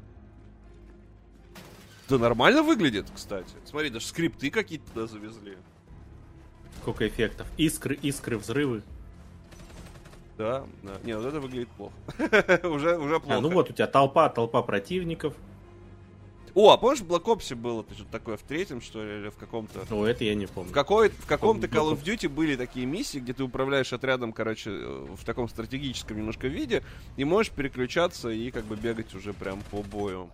Speaker 1: Да нормально выглядит, кстати. Смотри, даже скрипты какие-то туда завезли.
Speaker 2: Сколько эффектов. Искры, взрывы.
Speaker 1: Да. Не, вот это выглядит плохо. уже плохо.
Speaker 2: Ну вот у тебя толпа противников.
Speaker 1: О, а помнишь, в Black Ops было что-то такое в третьем, что ли, или в каком-то...
Speaker 2: Это я не помню.
Speaker 1: В каком-то Call of Duty были такие миссии, где ты управляешь отрядом, короче, в таком стратегическом немножко виде, и можешь переключаться и как бы бегать уже прям по бою.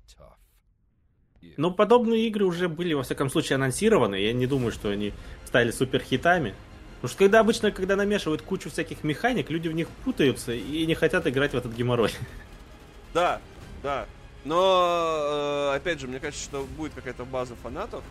Speaker 2: Ну, подобные игры уже были, во всяком случае, анонсированы. Я не думаю, что они стали суперхитами. Потому что обычно, когда намешивают кучу всяких механик, люди в них путаются и не хотят играть в этот геморрой.
Speaker 1: Да. Но, опять же, мне кажется, что будет какая-то база фанатов.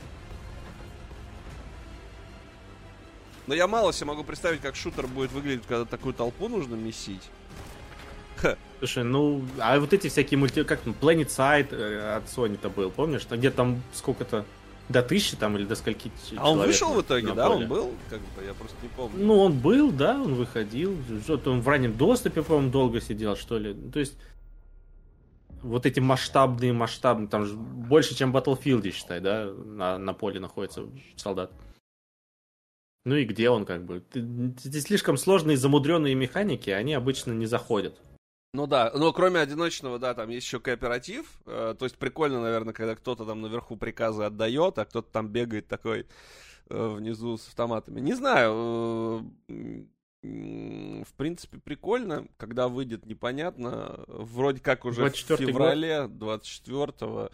Speaker 1: Но я мало себе могу представить, как шутер будет выглядеть, когда такую толпу нужно месить.
Speaker 2: Слушай, а вот эти всякие как там, Planet Side от Sony-то был, помнишь? Где там сколько-то, до 1000 там или до скольки человек.
Speaker 1: А он вышел в итоге, да? Он был? Как бы, я просто не помню.
Speaker 2: Ну, он был, да, он выходил. Что-то он в раннем доступе, по-моему, долго сидел, что ли. То есть, вот эти масштабные, там же больше, чем в Battlefield, считай, да, на поле находится солдат. Ну и где он, как бы? Здесь слишком сложные, замудренные механики, они обычно не заходят.
Speaker 1: Ну да, но кроме одиночного, да, там есть еще кооператив. То есть прикольно, наверное, когда кто-то там наверху приказы отдает, а кто-то там бегает такой внизу с автоматами. Не знаю, в принципе, прикольно. Когда выйдет, непонятно. Вроде как уже в феврале 24-го.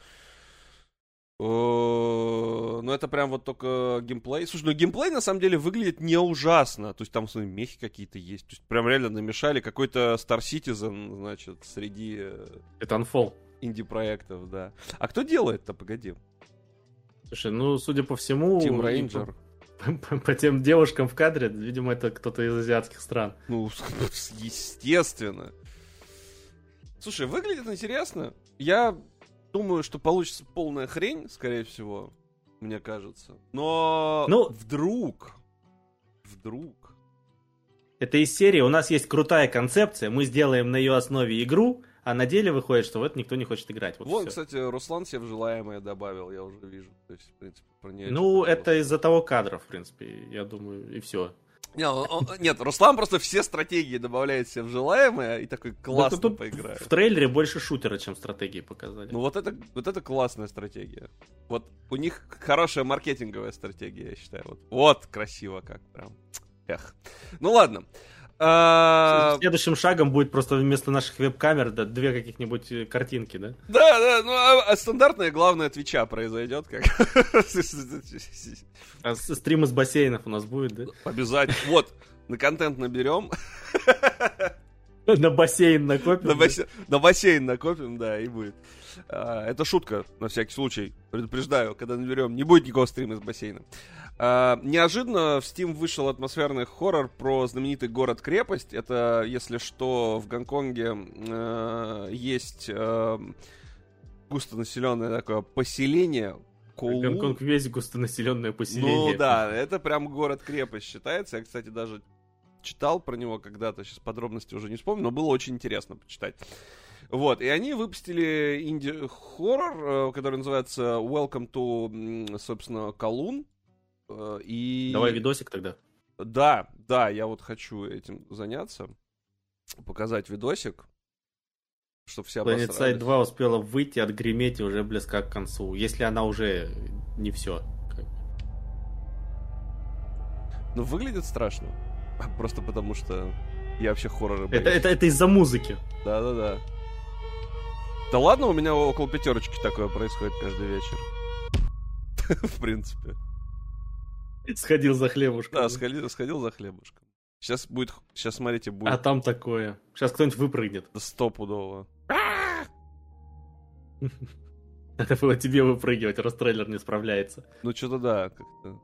Speaker 1: Ну, это прям вот только геймплей. Слушай, ну геймплей на самом деле выглядит не ужасно. То есть там, смотри, мехи какие-то есть. То есть прям реально намешали какой-то Star Citizen, значит, среди...
Speaker 2: Titanfall.
Speaker 1: Инди-проектов, да. А кто делает-то, погоди?
Speaker 2: Слушай, ну, судя по всему...
Speaker 1: Team Ranger.
Speaker 2: По тем девушкам в кадре, видимо, это кто-то из азиатских стран.
Speaker 1: Ну, естественно. Слушай, выглядит интересно. Я... думаю, что получится полная хрень, скорее всего, мне кажется. Но вдруг...
Speaker 2: Это из серии, у нас есть крутая концепция, мы сделаем на ее основе игру, а на деле выходит, что в это никто не хочет играть. Вот,
Speaker 1: кстати, Руслан себе в желаемое добавил, я уже вижу. То есть, в принципе, про нее...
Speaker 2: Ну, это из-за того кадра, в принципе, я думаю, и все.
Speaker 1: Нет, Руслан просто все стратегии добавляет себе в желаемое и такой классно поиграет.
Speaker 2: В трейлере больше шутера, чем стратегии показали.
Speaker 1: Ну вот это классная стратегия. Вот у них хорошая маркетинговая стратегия, я считаю. Вот красиво как прям. Эх. Ну ладно.
Speaker 2: Следующим шагом будет просто вместо наших веб-камер две каких-нибудь картинки, да?
Speaker 1: Да, ну а стандартное главное Твича произойдет как.
Speaker 2: А стрим из бассейнов у нас будет, да?
Speaker 1: Обязательно. Вот, на контент наберем.
Speaker 2: На бассейн накопим.
Speaker 1: На бассейн накопим, да, и будет. Это шутка, на всякий случай. Предупреждаю, когда наберем, не будет никакого стрима из бассейна. Неожиданно в Steam вышел атмосферный хоррор про знаменитый город-крепость. Это, если что, в Гонконге есть густонаселенное такое поселение.
Speaker 2: Гонконг весь густонаселенное поселение.
Speaker 1: Ну да, это прям город-крепость считается. Я, кстати, даже читал про него когда-то, сейчас подробности уже не вспомню, но было очень интересно почитать. Вот, и они выпустили инди-хоррор, который называется Welcome to, собственно, Kowloon. И...
Speaker 2: Давай видосик тогда.
Speaker 1: Да, я вот хочу этим заняться, показать видосик, чтобы все обосрались.
Speaker 2: Planet Side 2 успела выйти, отгреметь и уже близка к концу, если она уже не все.
Speaker 1: Ну, выглядит страшно. Просто потому что я вообще хорроры боюсь.
Speaker 2: Это из-за музыки.
Speaker 1: Да. Да ладно, у меня около 5 такое происходит каждый вечер. В принципе.
Speaker 2: Сходил за хлебушком.
Speaker 1: Да, сходил за хлебушком. Сейчас смотрите, будет.
Speaker 2: А там такое. Сейчас кто-нибудь выпрыгнет.
Speaker 1: Да стопудово.
Speaker 2: Надо было тебе выпрыгивать, раз трейлер не справляется.
Speaker 1: Ну, что-то да, как-то.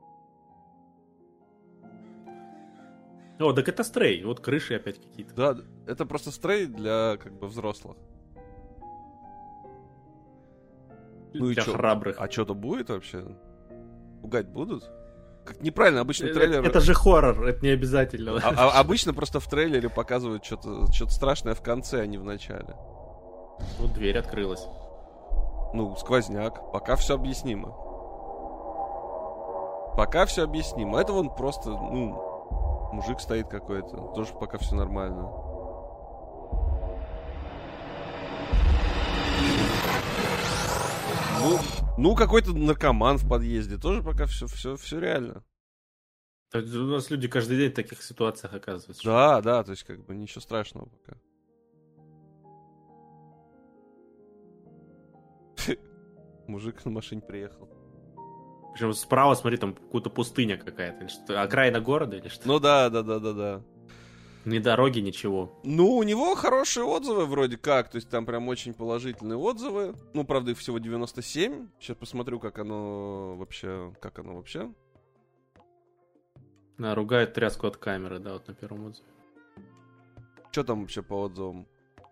Speaker 2: О, так это Стрей. Вот крыши опять какие-то.
Speaker 1: Да, это просто Стрей для, как бы, взрослых. Ну
Speaker 2: для
Speaker 1: и чё?
Speaker 2: храбрых.
Speaker 1: А что-то будет вообще? Пугать будут? Как неправильно, обычно трейлер...
Speaker 2: Это же хоррор, это не обязательно.
Speaker 1: Обычно просто в трейлере показывают что-то страшное в конце, а не в начале.
Speaker 2: Вот дверь открылась.
Speaker 1: Ну, сквозняк. Пока все объяснимо. Это вон просто, мужик стоит какой-то. Тоже пока все нормально. Ну, какой-то наркоман в подъезде. Тоже пока все реально.
Speaker 2: У нас люди каждый день в таких ситуациях оказываются.
Speaker 1: Да, то есть как бы ничего страшного пока. Мужик на машине приехал.
Speaker 2: Причем справа, смотри, там какая-то пустыня какая-то. Окраина города или что?
Speaker 1: Ну да.
Speaker 2: Ни дороги, ничего.
Speaker 1: Ну, у него хорошие отзывы вроде как. То есть там прям очень положительные отзывы. Ну, правда, их всего 97. Сейчас посмотрю, как оно вообще.
Speaker 2: Ругают тряску от камеры, да, вот на первом отзыве.
Speaker 1: Что там вообще по отзывам?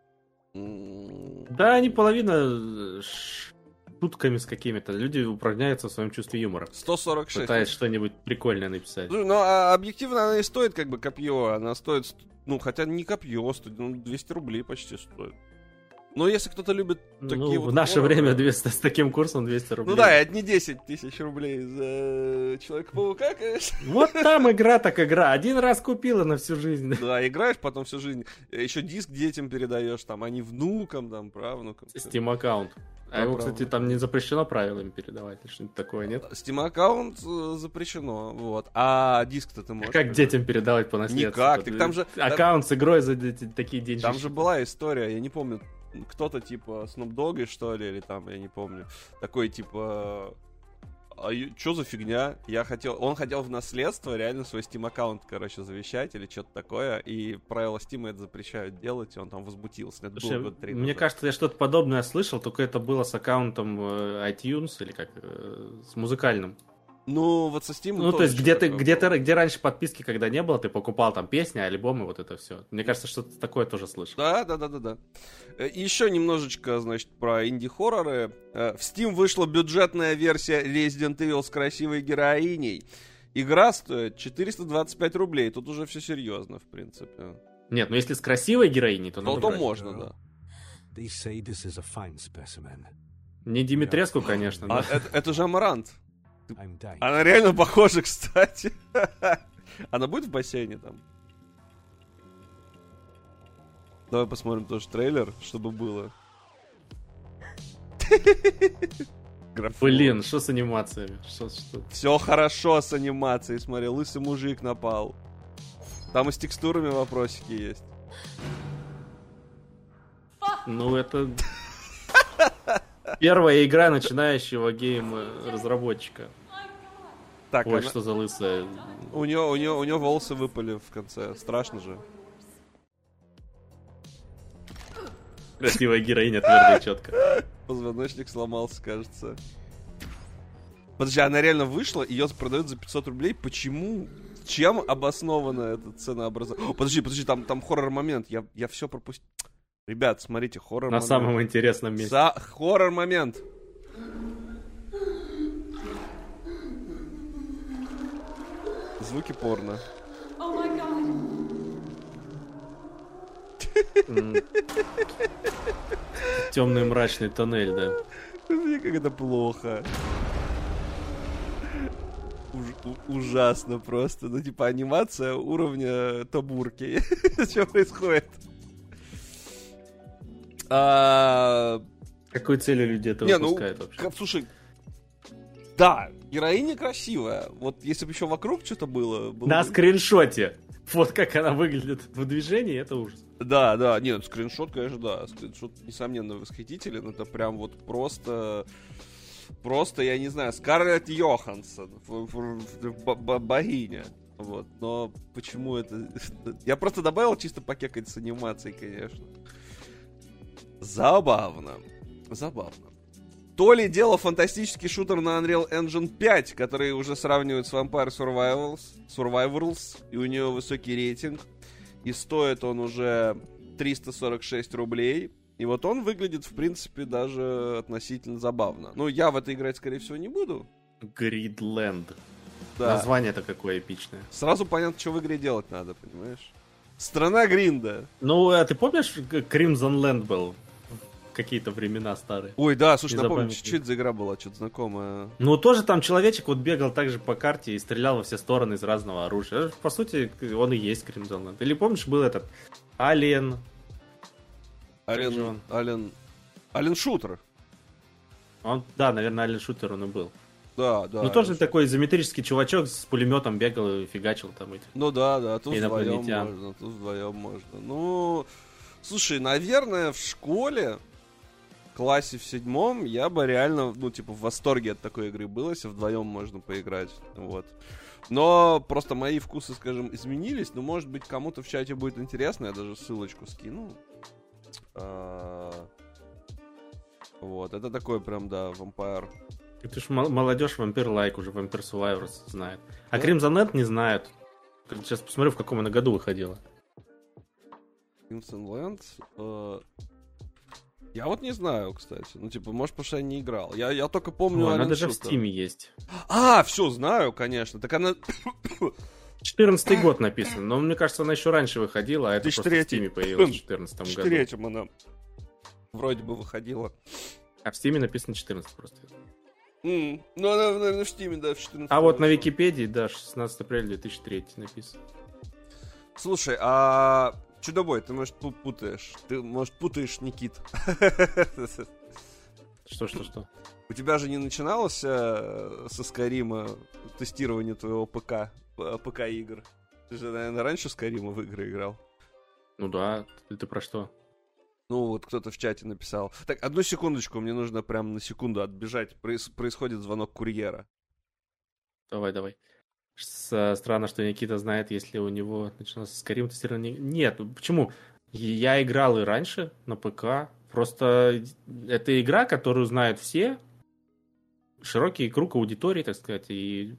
Speaker 2: Да, они половина шутками с какими-то. Люди упражняются в своем чувстве юмора.
Speaker 1: 146.
Speaker 2: Пытаясь что-нибудь прикольное написать.
Speaker 1: Ну, а объективно она и стоит как бы копье. Она стоит, хотя не копье, 200 рублей почти стоит. Но если кто-то любит такие вот...
Speaker 2: В наше время с таким курсом 200 рублей.
Speaker 1: Ну да, это не 10 тысяч рублей за Человека-паука, конечно.
Speaker 2: Вот там игра так игра. Один раз купила на всю жизнь.
Speaker 1: Да, играешь потом всю жизнь. Еще диск детям передаешь, там, а не внукам, там, правнукам.
Speaker 2: Steam аккаунт. А его, кстати, там не запрещено правилами передавать, или что-нибудь такое, нет?
Speaker 1: Steam аккаунт запрещено, вот. А диск-то ты можешь...
Speaker 2: Как детям передавать по наследству?
Speaker 1: Никак, так там же...
Speaker 2: Аккаунт с игрой за такие деньги.
Speaker 1: Там же была история, я не помню, кто-то типа Snoop Dogg, что ли, или там, я не помню. Такой типа... А что за фигня? Он хотел в наследство реально свой Steam аккаунт, завещать или что-то такое, и правила Steam это запрещают делать, и он там возмутился. Это
Speaker 2: Слушай,
Speaker 1: было год 3
Speaker 2: мне
Speaker 1: назад.
Speaker 2: кажется, я что-то подобное слышал, только это было с аккаунтом iTunes, или как, с музыкальным.
Speaker 1: Ну, вот со Steam...
Speaker 2: Ну, то есть, где раньше подписки, когда не было, ты покупал там песни, альбомы, вот это все. Мне кажется, что-то такое тоже слышал.
Speaker 1: Да. И еще немножечко, значит, про инди-хорроры. В Steam вышла бюджетная версия Resident Evil с красивой героиней. Игра стоит 425 рублей. Тут уже все серьезно, в принципе.
Speaker 2: Нет, ну если с красивой героиней, то
Speaker 1: то можно, да.
Speaker 2: Не Димитреску, конечно.
Speaker 1: А это же Амарант. Она реально похожа, кстати. Она будет в бассейне там? Давай посмотрим тоже трейлер, чтобы было.
Speaker 2: Блин, что с анимациями? Что?
Speaker 1: Все хорошо с анимацией, смотри, лысый мужик напал. Там и с текстурами вопросики есть.
Speaker 2: Ну, это первая игра начинающего гейм-разработчика.
Speaker 1: Так,
Speaker 2: Ой, что за лысая.
Speaker 1: У нее волосы выпали в конце. Страшно же.
Speaker 2: Красивая героиня, твердо и четко.
Speaker 1: Позвоночник сломался, кажется. Подожди, она реально вышла, ее продают за 500 рублей. Почему? Чем обосновано это ценообразование? Подожди, там хоррор-момент. Я все пропустил. Ребят, смотрите, хоррор-момент.
Speaker 2: На самом интересном месте.
Speaker 1: Хоррор-момент. Звуки порно.
Speaker 2: Темный мрачный тоннель, да.
Speaker 1: Мне как это плохо. Ужасно просто. Ну, типа, анимация уровня Тобурки. Что происходит?
Speaker 2: Какой целью люди это выпускают вообще?
Speaker 1: Слушай, да, героиня красивая. Вот если бы еще вокруг что-то было...
Speaker 2: На скриншоте. Вот как она выглядит в движении, это ужас.
Speaker 1: Да, нет, скриншот, конечно, да. Скриншот, несомненно, восхитителен. Это прям вот просто, я не знаю, Скарлетт Йоханссон, богиня. Вот, но почему это... Я просто добавил чисто покекать с анимацией, конечно. Забавно. То ли дело фантастический шутер на Unreal Engine 5, который уже сравнивают с Vampire Survivors, и у него высокий рейтинг. И стоит он уже 346 рублей. И вот он выглядит, в принципе, даже относительно забавно. Ну, я в это играть, скорее всего, не буду.
Speaker 2: Gridland.
Speaker 1: Да.
Speaker 2: Название-то какое эпичное.
Speaker 1: Сразу понятно, что в игре делать надо, понимаешь? Страна Гринда.
Speaker 2: Ну, а ты помнишь, Crimson Land был? Какие-то времена старые.
Speaker 1: Ой, да, слушай, напомню, что это за игра была, что-то знакомое.
Speaker 2: Ну, тоже там человечек вот бегал также по карте и стрелял во все стороны из разного оружия. По сути, он и есть Crimson Land. Или помнишь, был этот Alien
Speaker 1: Шутер.
Speaker 2: Он, да, наверное, Alien Шутер он и был.
Speaker 1: Да.
Speaker 2: Ну, тоже такой изометрический чувачок с пулеметом бегал и фигачил там эти.
Speaker 1: Ну да, тут вдвоем можно. Ну, слушай, наверное, в школе, в классе в 7 я бы реально, ну, типа, в восторге от такой игры был, если вдвоем можно поиграть. Вот. Но просто мои вкусы, скажем, изменились. Ну, может быть, кому-то в чате будет интересно, я даже ссылочку скину. Вот, это такой прям, да, вампир.
Speaker 2: Это ж молодежь вампир-лайк уже, Vampire Survivors знает. А Crimson Land не знают. Сейчас посмотрю, в каком она году выходила.
Speaker 1: Crimson Land... Я вот не знаю, кстати. Ну, типа, может, потому что я не играл. Я только помню...
Speaker 2: Она даже в Steam есть.
Speaker 1: Все, знаю, конечно. Так она...
Speaker 2: 14-й год написан, но мне кажется, она еще раньше выходила, а это просто в Steam появилась в 14 году.
Speaker 1: В 2003 она вроде бы выходила.
Speaker 2: А в Steam написано 14 просто.
Speaker 1: Ну, она, наверное, в Steam, да, в 14.
Speaker 2: А вот на Википедии, да, 16 апреля 2003 написано.
Speaker 1: Слушай, а... Чудобой, ты, может, путаешь. Ты, может, путаешь Никит.
Speaker 2: Что?
Speaker 1: У тебя же не начиналось со Скайрима тестирование твоего ПК-игр? Ты же, наверное, раньше Скайрима в игры играл.
Speaker 2: Ну да, ты про что?
Speaker 1: Ну, вот кто-то в чате написал. Так, одну секундочку, мне нужно прям на секунду отбежать. Происходит звонок курьера.
Speaker 2: Давай. Странно, что Никита знает, если у него начинался Skyrim тестирование. Нет, почему? Я играл и раньше на ПК. Просто это игра, которую знают все. Широкий круг аудитории, так сказать. И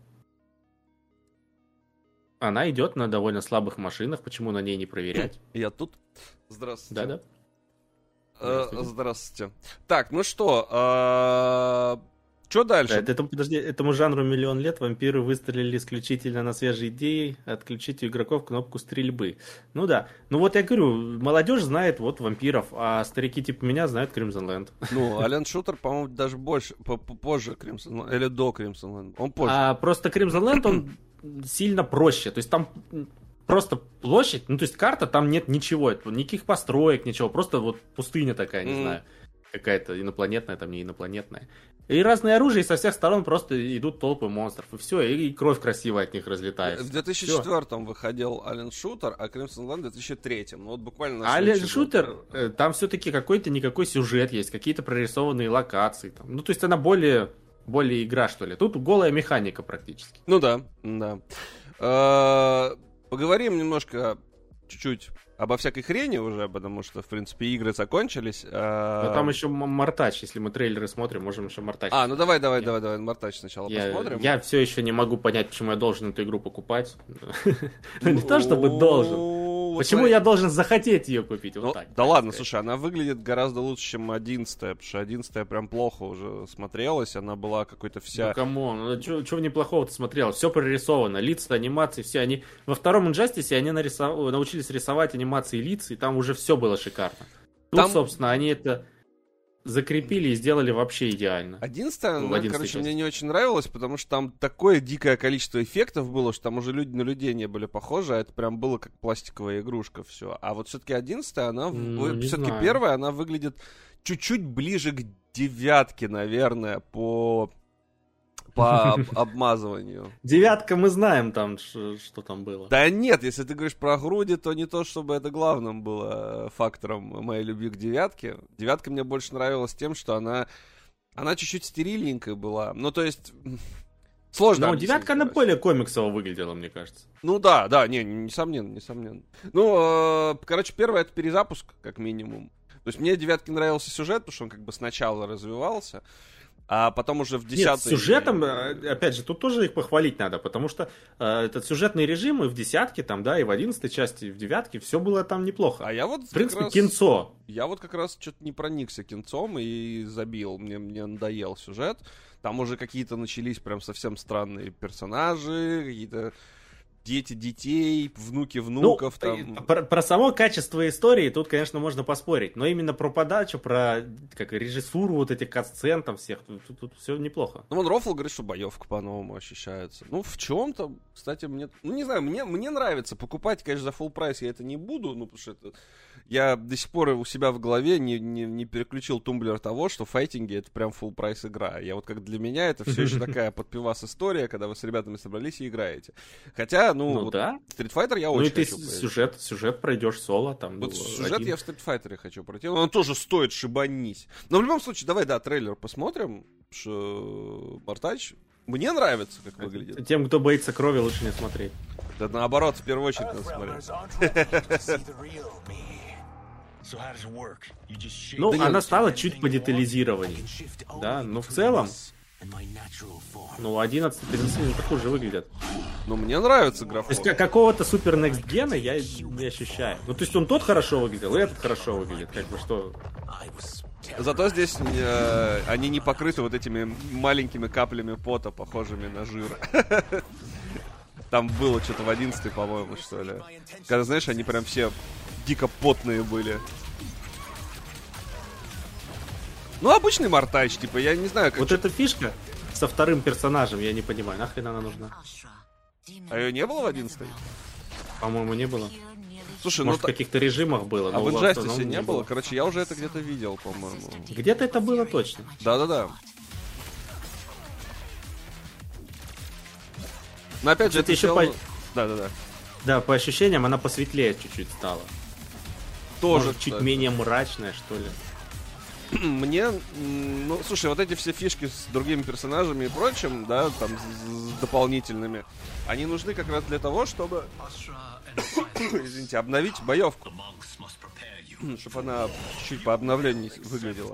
Speaker 2: она идет на довольно слабых машинах. Почему на ней не проверять?
Speaker 1: Я тут. Здравствуйте.
Speaker 2: Да.
Speaker 1: Здравствуйте. Так, ну что, что дальше?
Speaker 2: Да, подожди, этому жанру миллион лет вампиры выстрелили исключительно на свежие идеи отключить у игроков кнопку стрельбы. Ну да. Ну вот я говорю, молодежь знает вот вампиров, а старики типа меня знают Crimson Land.
Speaker 1: Ну, Alien Shooter, по-моему, даже больше, позже Crimson Land, или до Crimson Land. Он позже.
Speaker 2: А просто Crimson Land, он сильно проще. То есть там просто площадь, ну то есть карта, там нет ничего, никаких построек, ничего, просто вот пустыня такая, не знаю. какая-то инопланетная, там не инопланетная. И разные оружия, и со всех сторон просто идут толпы монстров. И все, и кровь красивая от них разлетается.
Speaker 1: В 2004-м выходил Alien Shooter, а Crimson Land в 2003-м. Ну вот буквально на
Speaker 2: Alien Shooter, там все-таки какой-то никакой сюжет есть, какие-то прорисованные локации. Там. Ну, то есть она более игра, что ли. Тут голая механика практически.
Speaker 1: Ну да. Поговорим немножко, чуть-чуть обо всякой хрени уже, потому что, в принципе, игры закончились.
Speaker 2: Но там еще Мартач, если мы трейлеры смотрим, можем еще Мартач.
Speaker 1: Ну давай, Мартач сначала посмотрим.
Speaker 2: Я все еще не могу понять, почему я должен эту игру покупать. Не то, чтобы должен. Почему я должен захотеть ее купить?
Speaker 1: Да ладно, слушай, она выглядит гораздо лучше, чем 11-я, потому что 11-я прям плохо уже смотрелась, она была какой-то вся...
Speaker 2: Ну, камон, чего неплохого-то смотрел? Все прорисовано, лица, анимации, все. Они во втором Injustice они научились рисовать анимации лиц, и там уже все было шикарно. Тут, собственно, они это закрепили и сделали вообще идеально.
Speaker 1: 11-я, короче, мне не очень нравилась, потому что там такое дикое количество эффектов было, что там уже люди на людей не были похожи, а это прям было как пластиковая игрушка все. А вот все-таки 11-я, она, все-таки первая, она выглядит чуть-чуть ближе к 9-ке, наверное, по обмазыванию.
Speaker 2: 9-ка мы знаем там, что там было.
Speaker 1: Да нет, если ты говоришь про груди, то не то, чтобы это главным было фактором моей любви к 9-ке. 9-ка мне больше нравилась тем, что она чуть-чуть стерильненькая была. Ну, то есть... Сложно.
Speaker 2: Но 9-ка она более комиксово выглядела, мне кажется.
Speaker 1: Ну да, несомненно. Ну, короче, первое — это перезапуск, как минимум. То есть мне 9-ке нравился сюжет, потому что он как бы сначала развивался, а потом уже в 10-й...
Speaker 2: Нет, с сюжетом, опять же, тут тоже их похвалить надо, потому что этот сюжетный режим и в 10-ке, там, да, и в 11-й части, и в 9-ке, все было там неплохо.
Speaker 1: А я вот
Speaker 2: в принципе, кинцо.
Speaker 1: Я вот как раз что-то не проникся кинцом и забил. Мне надоел сюжет. Там уже какие-то начались прям совсем странные персонажи, какие-то дети детей, внуки внуков.
Speaker 2: Ну, там... про само качество истории тут, конечно, можно поспорить, но именно про подачу, про режиссуру вот этих катсцен там всех, тут все неплохо.
Speaker 1: Ну, вон Рофл говорит, что боевка по-новому ощущается. Ну, в чем-то, кстати, мне... Ну, не знаю, мне нравится. Покупать, конечно, за full прайс я это не буду, ну, потому что это... Я до сих пор у себя в голове не переключил тумблер того, что файтинги — это прям full прайс игра. Я вот как для меня это все еще такая подпивас история, когда вы с ребятами собрались и играете. Хотя, вот
Speaker 2: да.
Speaker 1: Street Fighter я очень хочу
Speaker 2: пройти. Сюжет пройдешь соло. Там
Speaker 1: вот сюжет я в Street Fighter хочу пройти. Он тоже стоит шибанись. Но в любом случае, давай, трейлер посмотрим. Мартач. Мне нравится, как выглядит.
Speaker 2: Тем, кто боится крови, лучше не смотреть.
Speaker 1: Да наоборот, в первую очередь надо смотреть.
Speaker 2: Ну, она стала чуть подетализированнее. Да, но в целом... Ну, 11-й не сильно так уже выглядят.
Speaker 1: Ну, мне нравится графон.
Speaker 2: То есть какого-то супер next гена я не ощущаю. Ну, то есть он тот хорошо выглядел, и этот хорошо выглядит. Как бы что...
Speaker 1: Зато здесь они не покрыты вот этими маленькими каплями пота, похожими на жир. Там было что-то в 11-й, по-моему, что ли. Когда, знаешь, они прям все дико потные были. Ну, обычный Мартач, типа, я не знаю, как...
Speaker 2: Вот эта фишка со вторым персонажем, я не понимаю, нахрен она нужна?
Speaker 1: А ее не было в 11-й?
Speaker 2: По-моему, не было.
Speaker 1: Слушай,
Speaker 2: может, в каких-то режимах было.
Speaker 1: А в Injustice не было? Короче, я уже это где-то видел, по-моему.
Speaker 2: Где-то это было точно.
Speaker 1: Да-да-да. Но опять же, это
Speaker 2: еще
Speaker 1: сделано... Да-да-да.
Speaker 2: Да, по ощущениям она посветлее чуть-чуть стала.
Speaker 1: Тоже,
Speaker 2: может, чуть менее мрачная, что ли.
Speaker 1: Мне, ну, слушай, вот эти все фишки с другими персонажами и прочим, да, там, с дополнительными, они нужны как раз для того, чтобы, извините, обновить боевку. Чтобы она чуть-чуть по обновлению выглядела.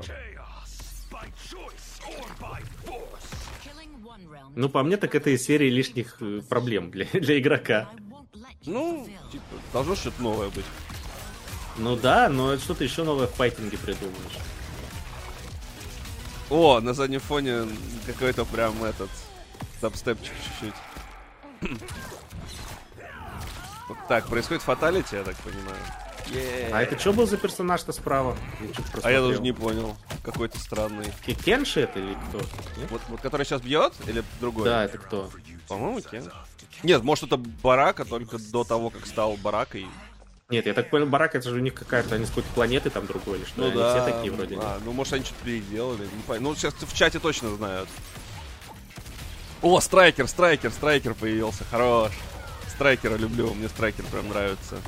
Speaker 2: Ну, по мне, так это из серии лишних проблем для игрока.
Speaker 1: Ну, типа, должно что-то новое быть.
Speaker 2: Ну да, но что-то еще новое в файтинге придумаешь.
Speaker 1: О, на заднем фоне какой-то прям этот дабстепчик чуть-чуть. Вот так, происходит фаталити, я так понимаю.
Speaker 2: А это что был за персонаж-то справа?
Speaker 1: Я даже не понял. Какой-то странный.
Speaker 2: Кенши это или кто?
Speaker 1: Вот который сейчас бьет? Или другой?
Speaker 2: Да, это кто?
Speaker 1: По-моему, Кенши. Нет, может это Барака, только до того, как стал Баракой.
Speaker 2: Нет, я так понял, Барак, это же у них какая-то, они с какой-то планеты там другой или что?
Speaker 1: Ну
Speaker 2: Они
Speaker 1: да.
Speaker 2: все такие вроде.
Speaker 1: Ну может они что-то переделали. Не понятно. Ну сейчас в чате точно знают. О, Страйкер появился, хорош. Страйкера люблю, мне Страйкер прям нравится.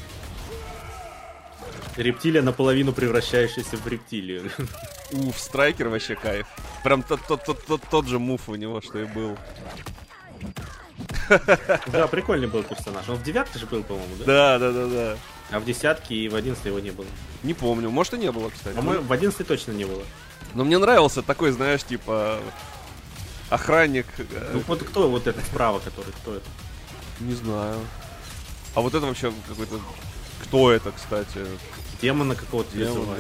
Speaker 2: Рептилия наполовину превращающаяся в рептилию.
Speaker 1: Уф, Страйкер вообще кайф. Прям тот же мув у него, что и был.
Speaker 2: Да, прикольный был персонаж. Он в 9 же был, по-моему, да?
Speaker 1: Да.
Speaker 2: А в 10 и в 11 его не было.
Speaker 1: Не помню, может и не было, кстати.
Speaker 2: По-моему, в 11 точно не было.
Speaker 1: Но мне нравился такой, знаешь, типа охранник.
Speaker 2: Ну вот кто вот этот справа, который, кто это?
Speaker 1: Не знаю. А вот это вообще какой-то... Кто это, кстати?
Speaker 2: Демона какого-то
Speaker 1: Демон,
Speaker 2: вызывает.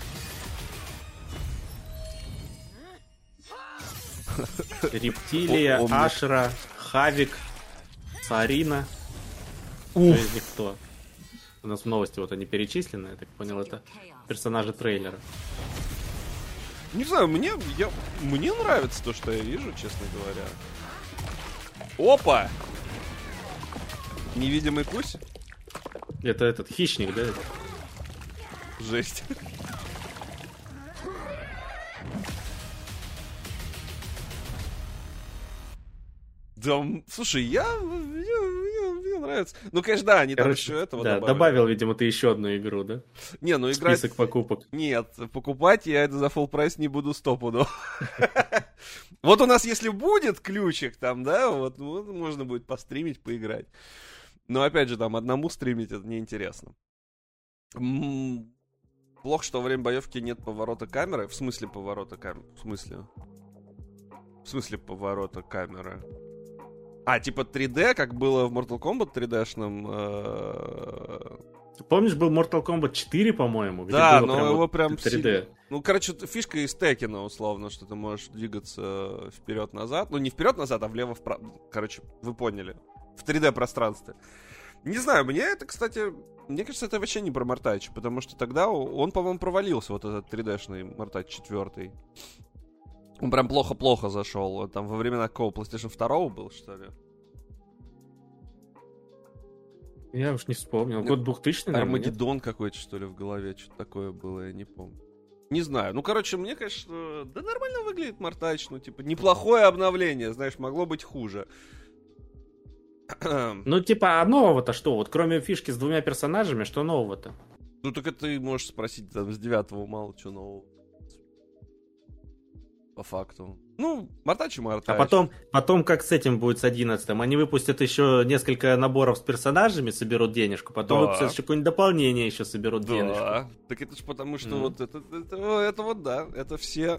Speaker 1: да.
Speaker 2: Рептилия,
Speaker 1: Омник.
Speaker 2: Ашера, Хавик, Сарина. Кто из них кто? У нас в новости вот они перечислены, я так понял, это персонажи трейлера.
Speaker 1: Не знаю, мне нравится то, что я вижу, честно говоря. Опа! Невидимый кусь?
Speaker 2: Это этот хищник, да?
Speaker 1: Жесть. Да, слушай, мне нравится. Ну, конечно, да, они там еще этого
Speaker 2: да,
Speaker 1: добавили.
Speaker 2: добавил, видимо, ты еще одну игру, да?
Speaker 1: Не, ну играть...
Speaker 2: Список покупок.
Speaker 1: Нет, покупать я это за full прайс не буду стопудово. Вот у нас, если будет ключик там, да, вот можно будет постримить, поиграть. Но опять же, там одному стримить это неинтересно. Плохо, что во время боевки нет поворота камеры. В смысле поворота камеры? В смысле поворота камеры? А, типа 3D, как было в Mortal Kombat 3D-шном.
Speaker 2: Ты помнишь, был Mortal Kombat 4, по-моему? Где
Speaker 1: Да,
Speaker 2: было
Speaker 1: но его прям
Speaker 2: 3D.
Speaker 1: сильно... Ну, короче, фишка из Текена, условно, что ты можешь двигаться вперед-назад. Ну, не вперед-назад, а влево-вправо. Короче, вы поняли. В 3D-пространстве. Не знаю, мне это, кстати... Мне кажется, это вообще не про Мортач, потому что тогда он, по-моему, провалился, вот этот 3D-шный Мортач 4. Он прям плохо-плохо зашел. Он там во времена какого PlayStation 2 был, что ли?
Speaker 2: Я уж не вспомнил. Год 2000, наверное, нет?
Speaker 1: Армагеддон какой-то, что ли, в голове. Что-то такое было, я не помню. Не знаю. Ну, короче, мне, конечно, да нормально выглядит Мортач. Ну, типа, неплохое обновление. Знаешь, могло быть хуже.
Speaker 2: Ну, типа, а нового-то что? Вот кроме фишки с двумя персонажами, что нового-то?
Speaker 1: Ну, только ты можешь спросить, там, с 9-го мало чего нового. По факту. Ну, Мортач и Мортач.
Speaker 2: А потом как с этим будет с 11-м? Они выпустят еще несколько наборов с персонажами, соберут денежку, потом
Speaker 1: Да.
Speaker 2: выпустят еще какое-нибудь дополнение, еще соберут денежку.
Speaker 1: Да. Так это ж потому, что вот это вот, да, это все...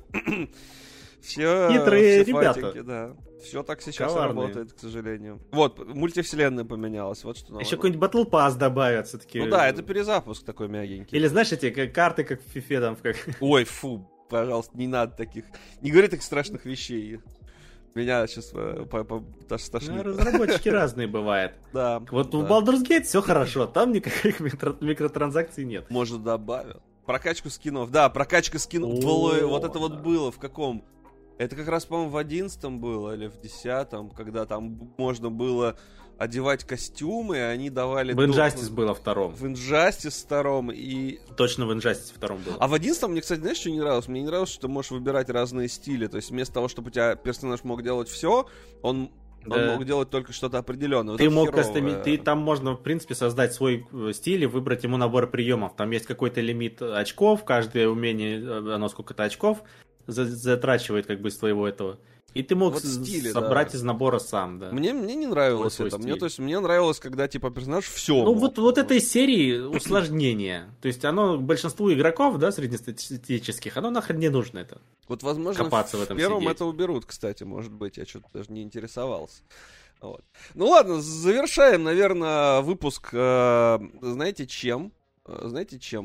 Speaker 1: Все
Speaker 2: Хитрые
Speaker 1: все
Speaker 2: ребята.
Speaker 1: фатики, да. Все так сейчас
Speaker 2: Коварные.
Speaker 1: работает, к сожалению. Вот, мультивселенная поменялась, вот что новое.
Speaker 2: Еще какой-нибудь Battle Pass добавят все-таки.
Speaker 1: Ну да, это перезапуск такой мягенький.
Speaker 2: Или знаешь, эти карты, как в FIFA, там, как...
Speaker 1: Ой, фу, пожалуйста, не надо таких... Не говори таких страшных вещей. Меня сейчас стошнит.
Speaker 2: Ну, разработчики разные бывают.
Speaker 1: Да.
Speaker 2: Вот
Speaker 1: да.
Speaker 2: в Baldur's Gate все хорошо, там никаких микротранзакций нет.
Speaker 1: Может, добавил. Прокачку скинов. Да, прокачка скинов. Вот это вот было в каком... Это как раз, по-моему, в 11-м было, или в 10-м, когда там можно было одевать костюмы, и они давали...
Speaker 2: В Injustice было втором.
Speaker 1: В Injustice втором, и...
Speaker 2: Точно в Injustice втором было.
Speaker 1: А в 11-м мне, кстати, знаешь, что не нравилось? Мне не нравилось, что ты можешь выбирать разные стили. То есть вместо того, чтобы у тебя персонаж мог делать все, он мог делать только что-то определенное.
Speaker 2: Ты мог ты там можно, в принципе, создать свой стиль и выбрать ему набор приемов. Там есть какой-то лимит очков, каждое умение, оно сколько-то очков затрачивает как бы из твоего этого. И ты мог
Speaker 1: вот стили,
Speaker 2: собрать
Speaker 1: да.
Speaker 2: из набора сам, да.
Speaker 1: Мне не нравилось
Speaker 2: свой
Speaker 1: это.
Speaker 2: стиль.
Speaker 1: Мне нравилось, когда типа персонаж все.
Speaker 2: Ну вот этой серии усложнения. То есть оно большинству игроков, да, среднестатистических, оно нахрен не нужно это.
Speaker 1: Вот, возможно,
Speaker 2: копаться в этом
Speaker 1: первом
Speaker 2: сидеть.
Speaker 1: это уберут, кстати, может быть. Я что-то даже не интересовался. Вот. Ну ладно, завершаем, наверное, выпуск. Знаете, чем? Знаете, чем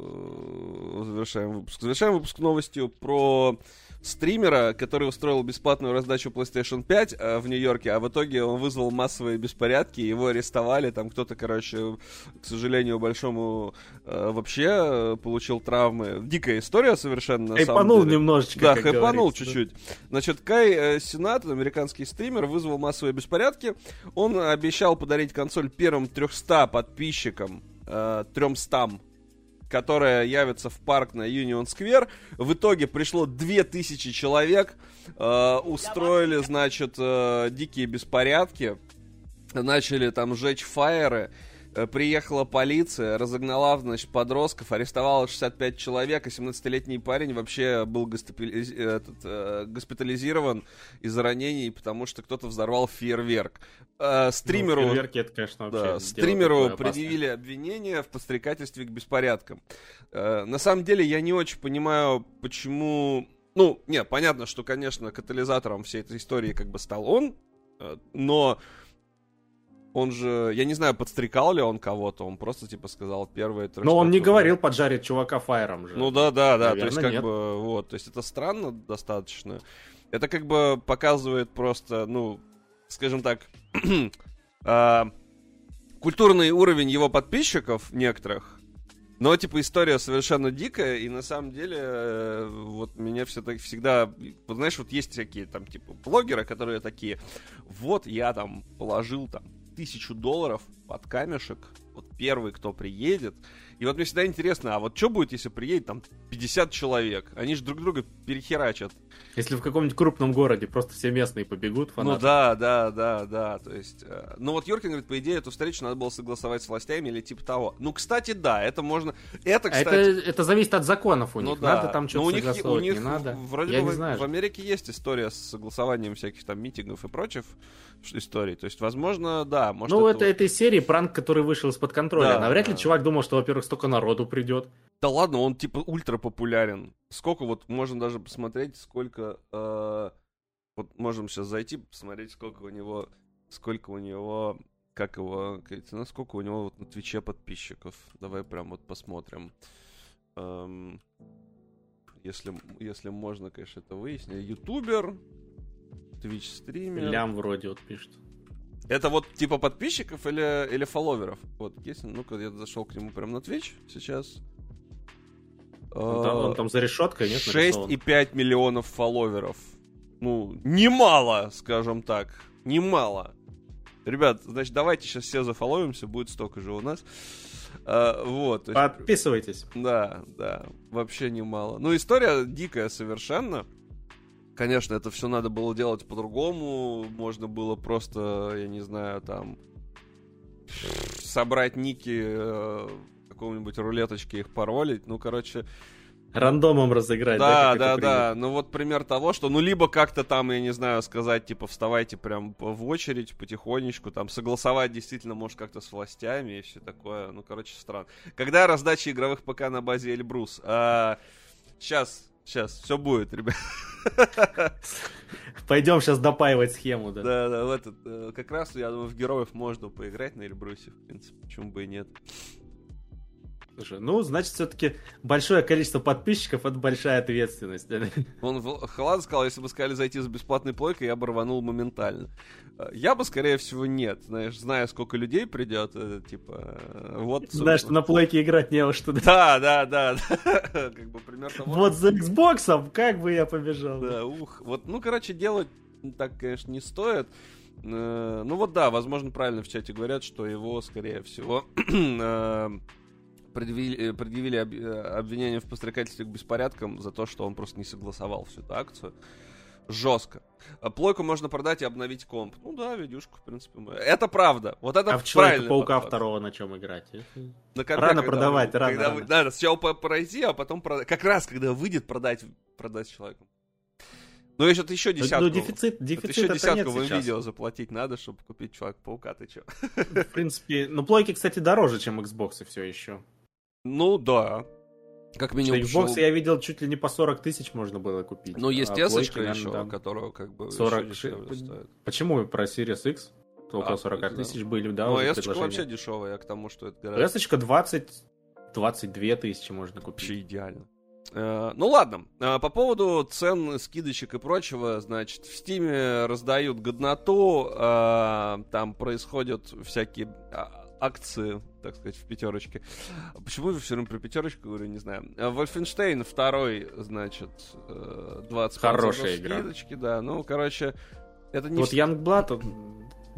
Speaker 1: мы завершаем выпуск? Завершаем выпуск новостью про стримера, который устроил бесплатную раздачу PlayStation 5 в Нью-Йорке, а в итоге он вызвал массовые беспорядки, его арестовали, там кто-то, короче, к сожалению, большому вообще получил травмы. Дикая история совершенно, на самом деле.
Speaker 2: Немножечко,
Speaker 1: Да,
Speaker 2: как
Speaker 1: хайпанул
Speaker 2: говорится,
Speaker 1: чуть-чуть. Значит, Кай Сенат, американский стример, вызвал массовые беспорядки. Он обещал подарить консоль первым 300 подписчикам 300, которая явится в парк на Union Square. В итоге пришло 2000 человек, устроили, значит, дикие беспорядки, начали там жечь фаеры. Приехала полиция, разогнала, значит, подростков, арестовала 65 человек, и 17-летний парень вообще был госпитализирован из-за ранений, потому что кто-то взорвал фейерверк. Стримеру,
Speaker 2: фейерверки, это, конечно, вообще
Speaker 1: стримеру предъявили обвинение в подстрекательстве к беспорядкам. На самом деле, я не очень понимаю, почему... Ну, нет, понятно, что, конечно, катализатором всей этой истории как бы стал он, но... Он же, я не знаю, подстрекал ли он кого-то, он просто, типа, сказал первые...
Speaker 2: Но он не говорил поджарить чувака фаером же.
Speaker 1: Ну да, наверное, то есть, как
Speaker 2: нет.
Speaker 1: бы, вот, то есть, это странно достаточно. Это, как бы, показывает просто, ну, скажем так, культурный уровень его подписчиков некоторых. Но, типа, история совершенно дикая, и на самом деле, вот меня всегда, вот знаешь, вот есть всякие там, типа, блогеры, которые такие, вот я там положил там $1000 под камешек, вот первый, кто приедет. И вот мне всегда интересно, а вот что будет, если приедет там 50 человек? Они же друг друга перехерачат.
Speaker 2: Если в каком-нибудь крупном городе просто все местные побегут, фанаты.
Speaker 1: Ну да, то есть... Ну вот Йоркин говорит, по идее, эту встречу надо было согласовать с властями или типа того. Ну, кстати, да, это можно... Это, кстати...
Speaker 2: Это зависит от законов у них.
Speaker 1: Ну, да.
Speaker 2: Надо там что-то согласовывать,
Speaker 1: у них
Speaker 2: не надо.
Speaker 1: Вроде
Speaker 2: Я
Speaker 1: бы
Speaker 2: не знаю.
Speaker 1: в Америке есть история с согласованием всяких там митингов и прочих историй. То есть, возможно, да. Может,
Speaker 2: Ну, это этой серии пранк, который вышел из-под контроля.
Speaker 1: Да,
Speaker 2: Навряд ли
Speaker 1: да.
Speaker 2: чувак думал, что, во-первых, столько народу придет.
Speaker 1: Да ладно, он типа ультра популярен. Сколько вот, можно даже посмотреть, сколько... вот можем сейчас зайти, посмотреть, сколько у него, как его, ну, сколько у него вот на Твиче подписчиков. Давай прям вот посмотрим. Если можно, конечно, это выяснить. Ютубер, Твич стример.
Speaker 2: Лям вроде вот пишет.
Speaker 1: Это вот типа подписчиков или фолловеров? Вот, если, ну-ка, я зашел к нему прям на Twitch сейчас.
Speaker 2: Он там за решеткой, нет?
Speaker 1: 6,5 миллионов фолловеров. Ну, немало, скажем так. Немало. Ребят, значит, давайте сейчас все зафолловимся, будет столько же у нас. Вот.
Speaker 2: Подписывайтесь.
Speaker 1: Да, вообще немало. Ну, история дикая совершенно. Конечно, это все надо было делать по-другому. Можно было просто, я не знаю, там... собрать ники какого-нибудь рулеточки, их паролить. Ну, короче...
Speaker 2: Рандомом разыграть.
Speaker 1: Да. Ну, вот пример того, что, ну, либо как-то там, я не знаю, сказать, типа, вставайте прям в очередь потихонечку, там, согласовать действительно, может, как-то с властями и все такое. Ну, короче, странно. Когда раздача игровых ПК на базе Эльбрус? Сейчас, все будет, ребят.
Speaker 2: Пойдем сейчас допаивать схему, да.
Speaker 1: Да, в этот, как раз, я думаю, в героев можно поиграть на Эльбрусе, в принципе, почему бы и нет.
Speaker 2: Слушай, ну, значит, все-таки большое количество подписчиков — это большая ответственность.
Speaker 1: Он Халат сказал, если бы сказали зайти за бесплатной плойкой, я бы рванул моментально. Я бы, скорее всего, нет. Знаешь, зная, сколько людей придет, типа, вот...
Speaker 2: Знаешь, что на плойке играть не во что. Да.
Speaker 1: Как бы пример того...
Speaker 2: Вот за Xbox'ом, как бы я побежал.
Speaker 1: Да, вот, ну, короче, делать так, конечно, не стоит. Ну, вот да, возможно, правильно в чате говорят, что его, скорее всего... предъявили обвинение в подстрекательстве к беспорядкам за то, что он просто не согласовал всю эту акцию. Жестко. Плойку можно продать и обновить комп. Ну да, видюшку, в принципе. Это правда. Вот это
Speaker 2: в Человека-паука второго на чем играть?
Speaker 1: На компе,
Speaker 2: рано продавать, рано.
Speaker 1: Надо сначала пройти, а потом продать. Как раз, когда выйдет, продать человеку. Ну, еще десятку.
Speaker 2: Ну, дефицит
Speaker 1: еще десятку в
Speaker 2: сейчас.
Speaker 1: видео заплатить надо, чтобы купить Человека-паука. Ты че?
Speaker 2: В принципе, ну, плойки, кстати, дороже, чем Xbox все еще.
Speaker 1: Ну, да. Как минимум.
Speaker 2: Xbox я видел, чуть ли не по 40 тысяч можно было купить.
Speaker 1: Ну, есть Tesla еще,
Speaker 2: да.
Speaker 1: которого как бы
Speaker 2: 40
Speaker 1: стоит.
Speaker 2: Почему про Series X? Около 40 тысяч были, да?
Speaker 1: Ну, S-очка вообще дешевая, к тому, что это
Speaker 2: гораздо... S-очка 20-22 тысячи можно купить.
Speaker 1: Вообще идеально. Ну ладно, по поводу цен, скидочек и прочего, значит, в Steam раздают годноту, там происходят всякие акции, так сказать, в пятерочке. Почему я все время про пятерочку говорю, не знаю. Wolfenstein 2, значит, 20%
Speaker 2: хорошая
Speaker 1: скидочки, игра. Да, ну, короче, это не...
Speaker 2: Вот Youngblood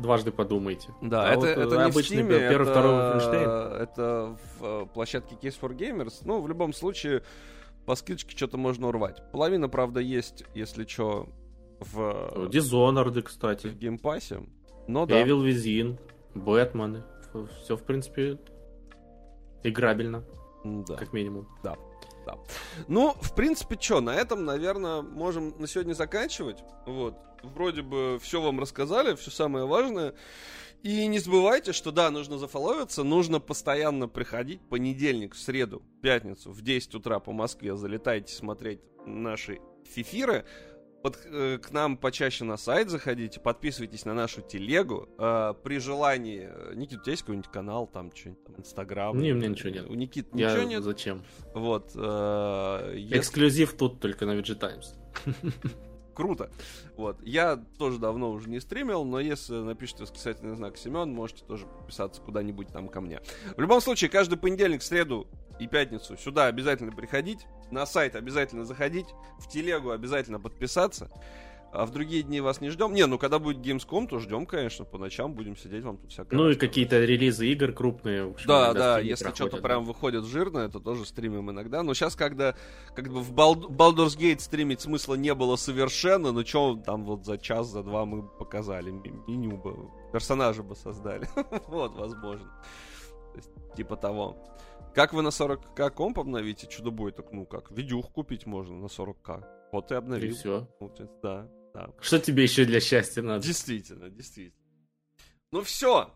Speaker 2: дважды подумайте.
Speaker 1: Да,
Speaker 2: А
Speaker 1: это
Speaker 2: вот
Speaker 1: не
Speaker 2: обычный
Speaker 1: в Steam,
Speaker 2: первый, второй Wolfenstein.
Speaker 1: это в площадке Case for Gamers. Ну, в любом случае, по скидочке что-то можно урвать. Половина, правда, есть, если что, в
Speaker 2: Dishonored, кстати.
Speaker 1: в геймпассе. Но да.
Speaker 2: Evil Within, Бэтмены. Все, в принципе, играбельно,
Speaker 1: Да.
Speaker 2: как минимум.
Speaker 1: Да. Ну, в принципе, что, на этом, наверное, можем на сегодня заканчивать. Вот. Вроде бы все вам рассказали, все самое важное. И не забывайте, что да, нужно зафоловиться, нужно постоянно приходить понедельник, в среду, пятницу в 10 утра по Москве. Залетайте смотреть наши фифиры. К нам почаще на сайт заходите, подписывайтесь на нашу телегу. При желании, Никит, у тебя есть какой-нибудь канал, там что-нибудь, там, Инстаграм?
Speaker 2: Не, у меня ничего нет.
Speaker 1: У Никиты ничего нет?
Speaker 2: Зачем?
Speaker 1: Вот.
Speaker 2: Эксклюзив тут только на VG Times.
Speaker 1: Круто. Вот. Я тоже давно уже не стримил, но если напишите восклицательный знак Семен, можете тоже подписаться куда-нибудь там ко мне. В любом случае, каждый понедельник, среду и пятницу сюда обязательно приходить, на сайт обязательно заходить, в телегу обязательно подписаться. А в другие дни вас не ждем. Не, ну когда будет Gamescom, то ждем, конечно, по ночам будем сидеть, вам тут всякое.
Speaker 2: Ну и какие-то релизы игр крупные. В общем,
Speaker 1: да, если что-то прям выходит жирное, то тоже стримим иногда. Но сейчас, когда как бы в Baldur's Gate стримить смысла не было совершенно, ну что там вот за час, за два мы показали. Меню бы, персонажа бы создали. Вот, возможно. То есть, типа того. Как вы на 40к комп обновите? Чудо-бой, так ну как, видюх купить можно на 40к. Вот и обновил.
Speaker 2: И все.
Speaker 1: Да.
Speaker 2: Что тебе еще для счастья надо?
Speaker 1: Действительно. Ну все.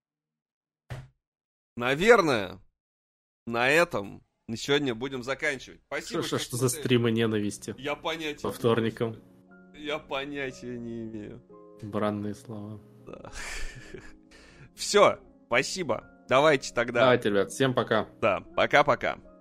Speaker 1: Наверное, на этом на сегодня будем заканчивать. Спасибо.
Speaker 2: Что за стримы ненависти?
Speaker 1: Я понятия.
Speaker 2: По вторникам.
Speaker 1: Я понятия не имею.
Speaker 2: Бранные слова.
Speaker 1: Да. Все, спасибо. Давайте тогда.
Speaker 2: Давайте, ребят, всем пока.
Speaker 1: Да, пока-пока.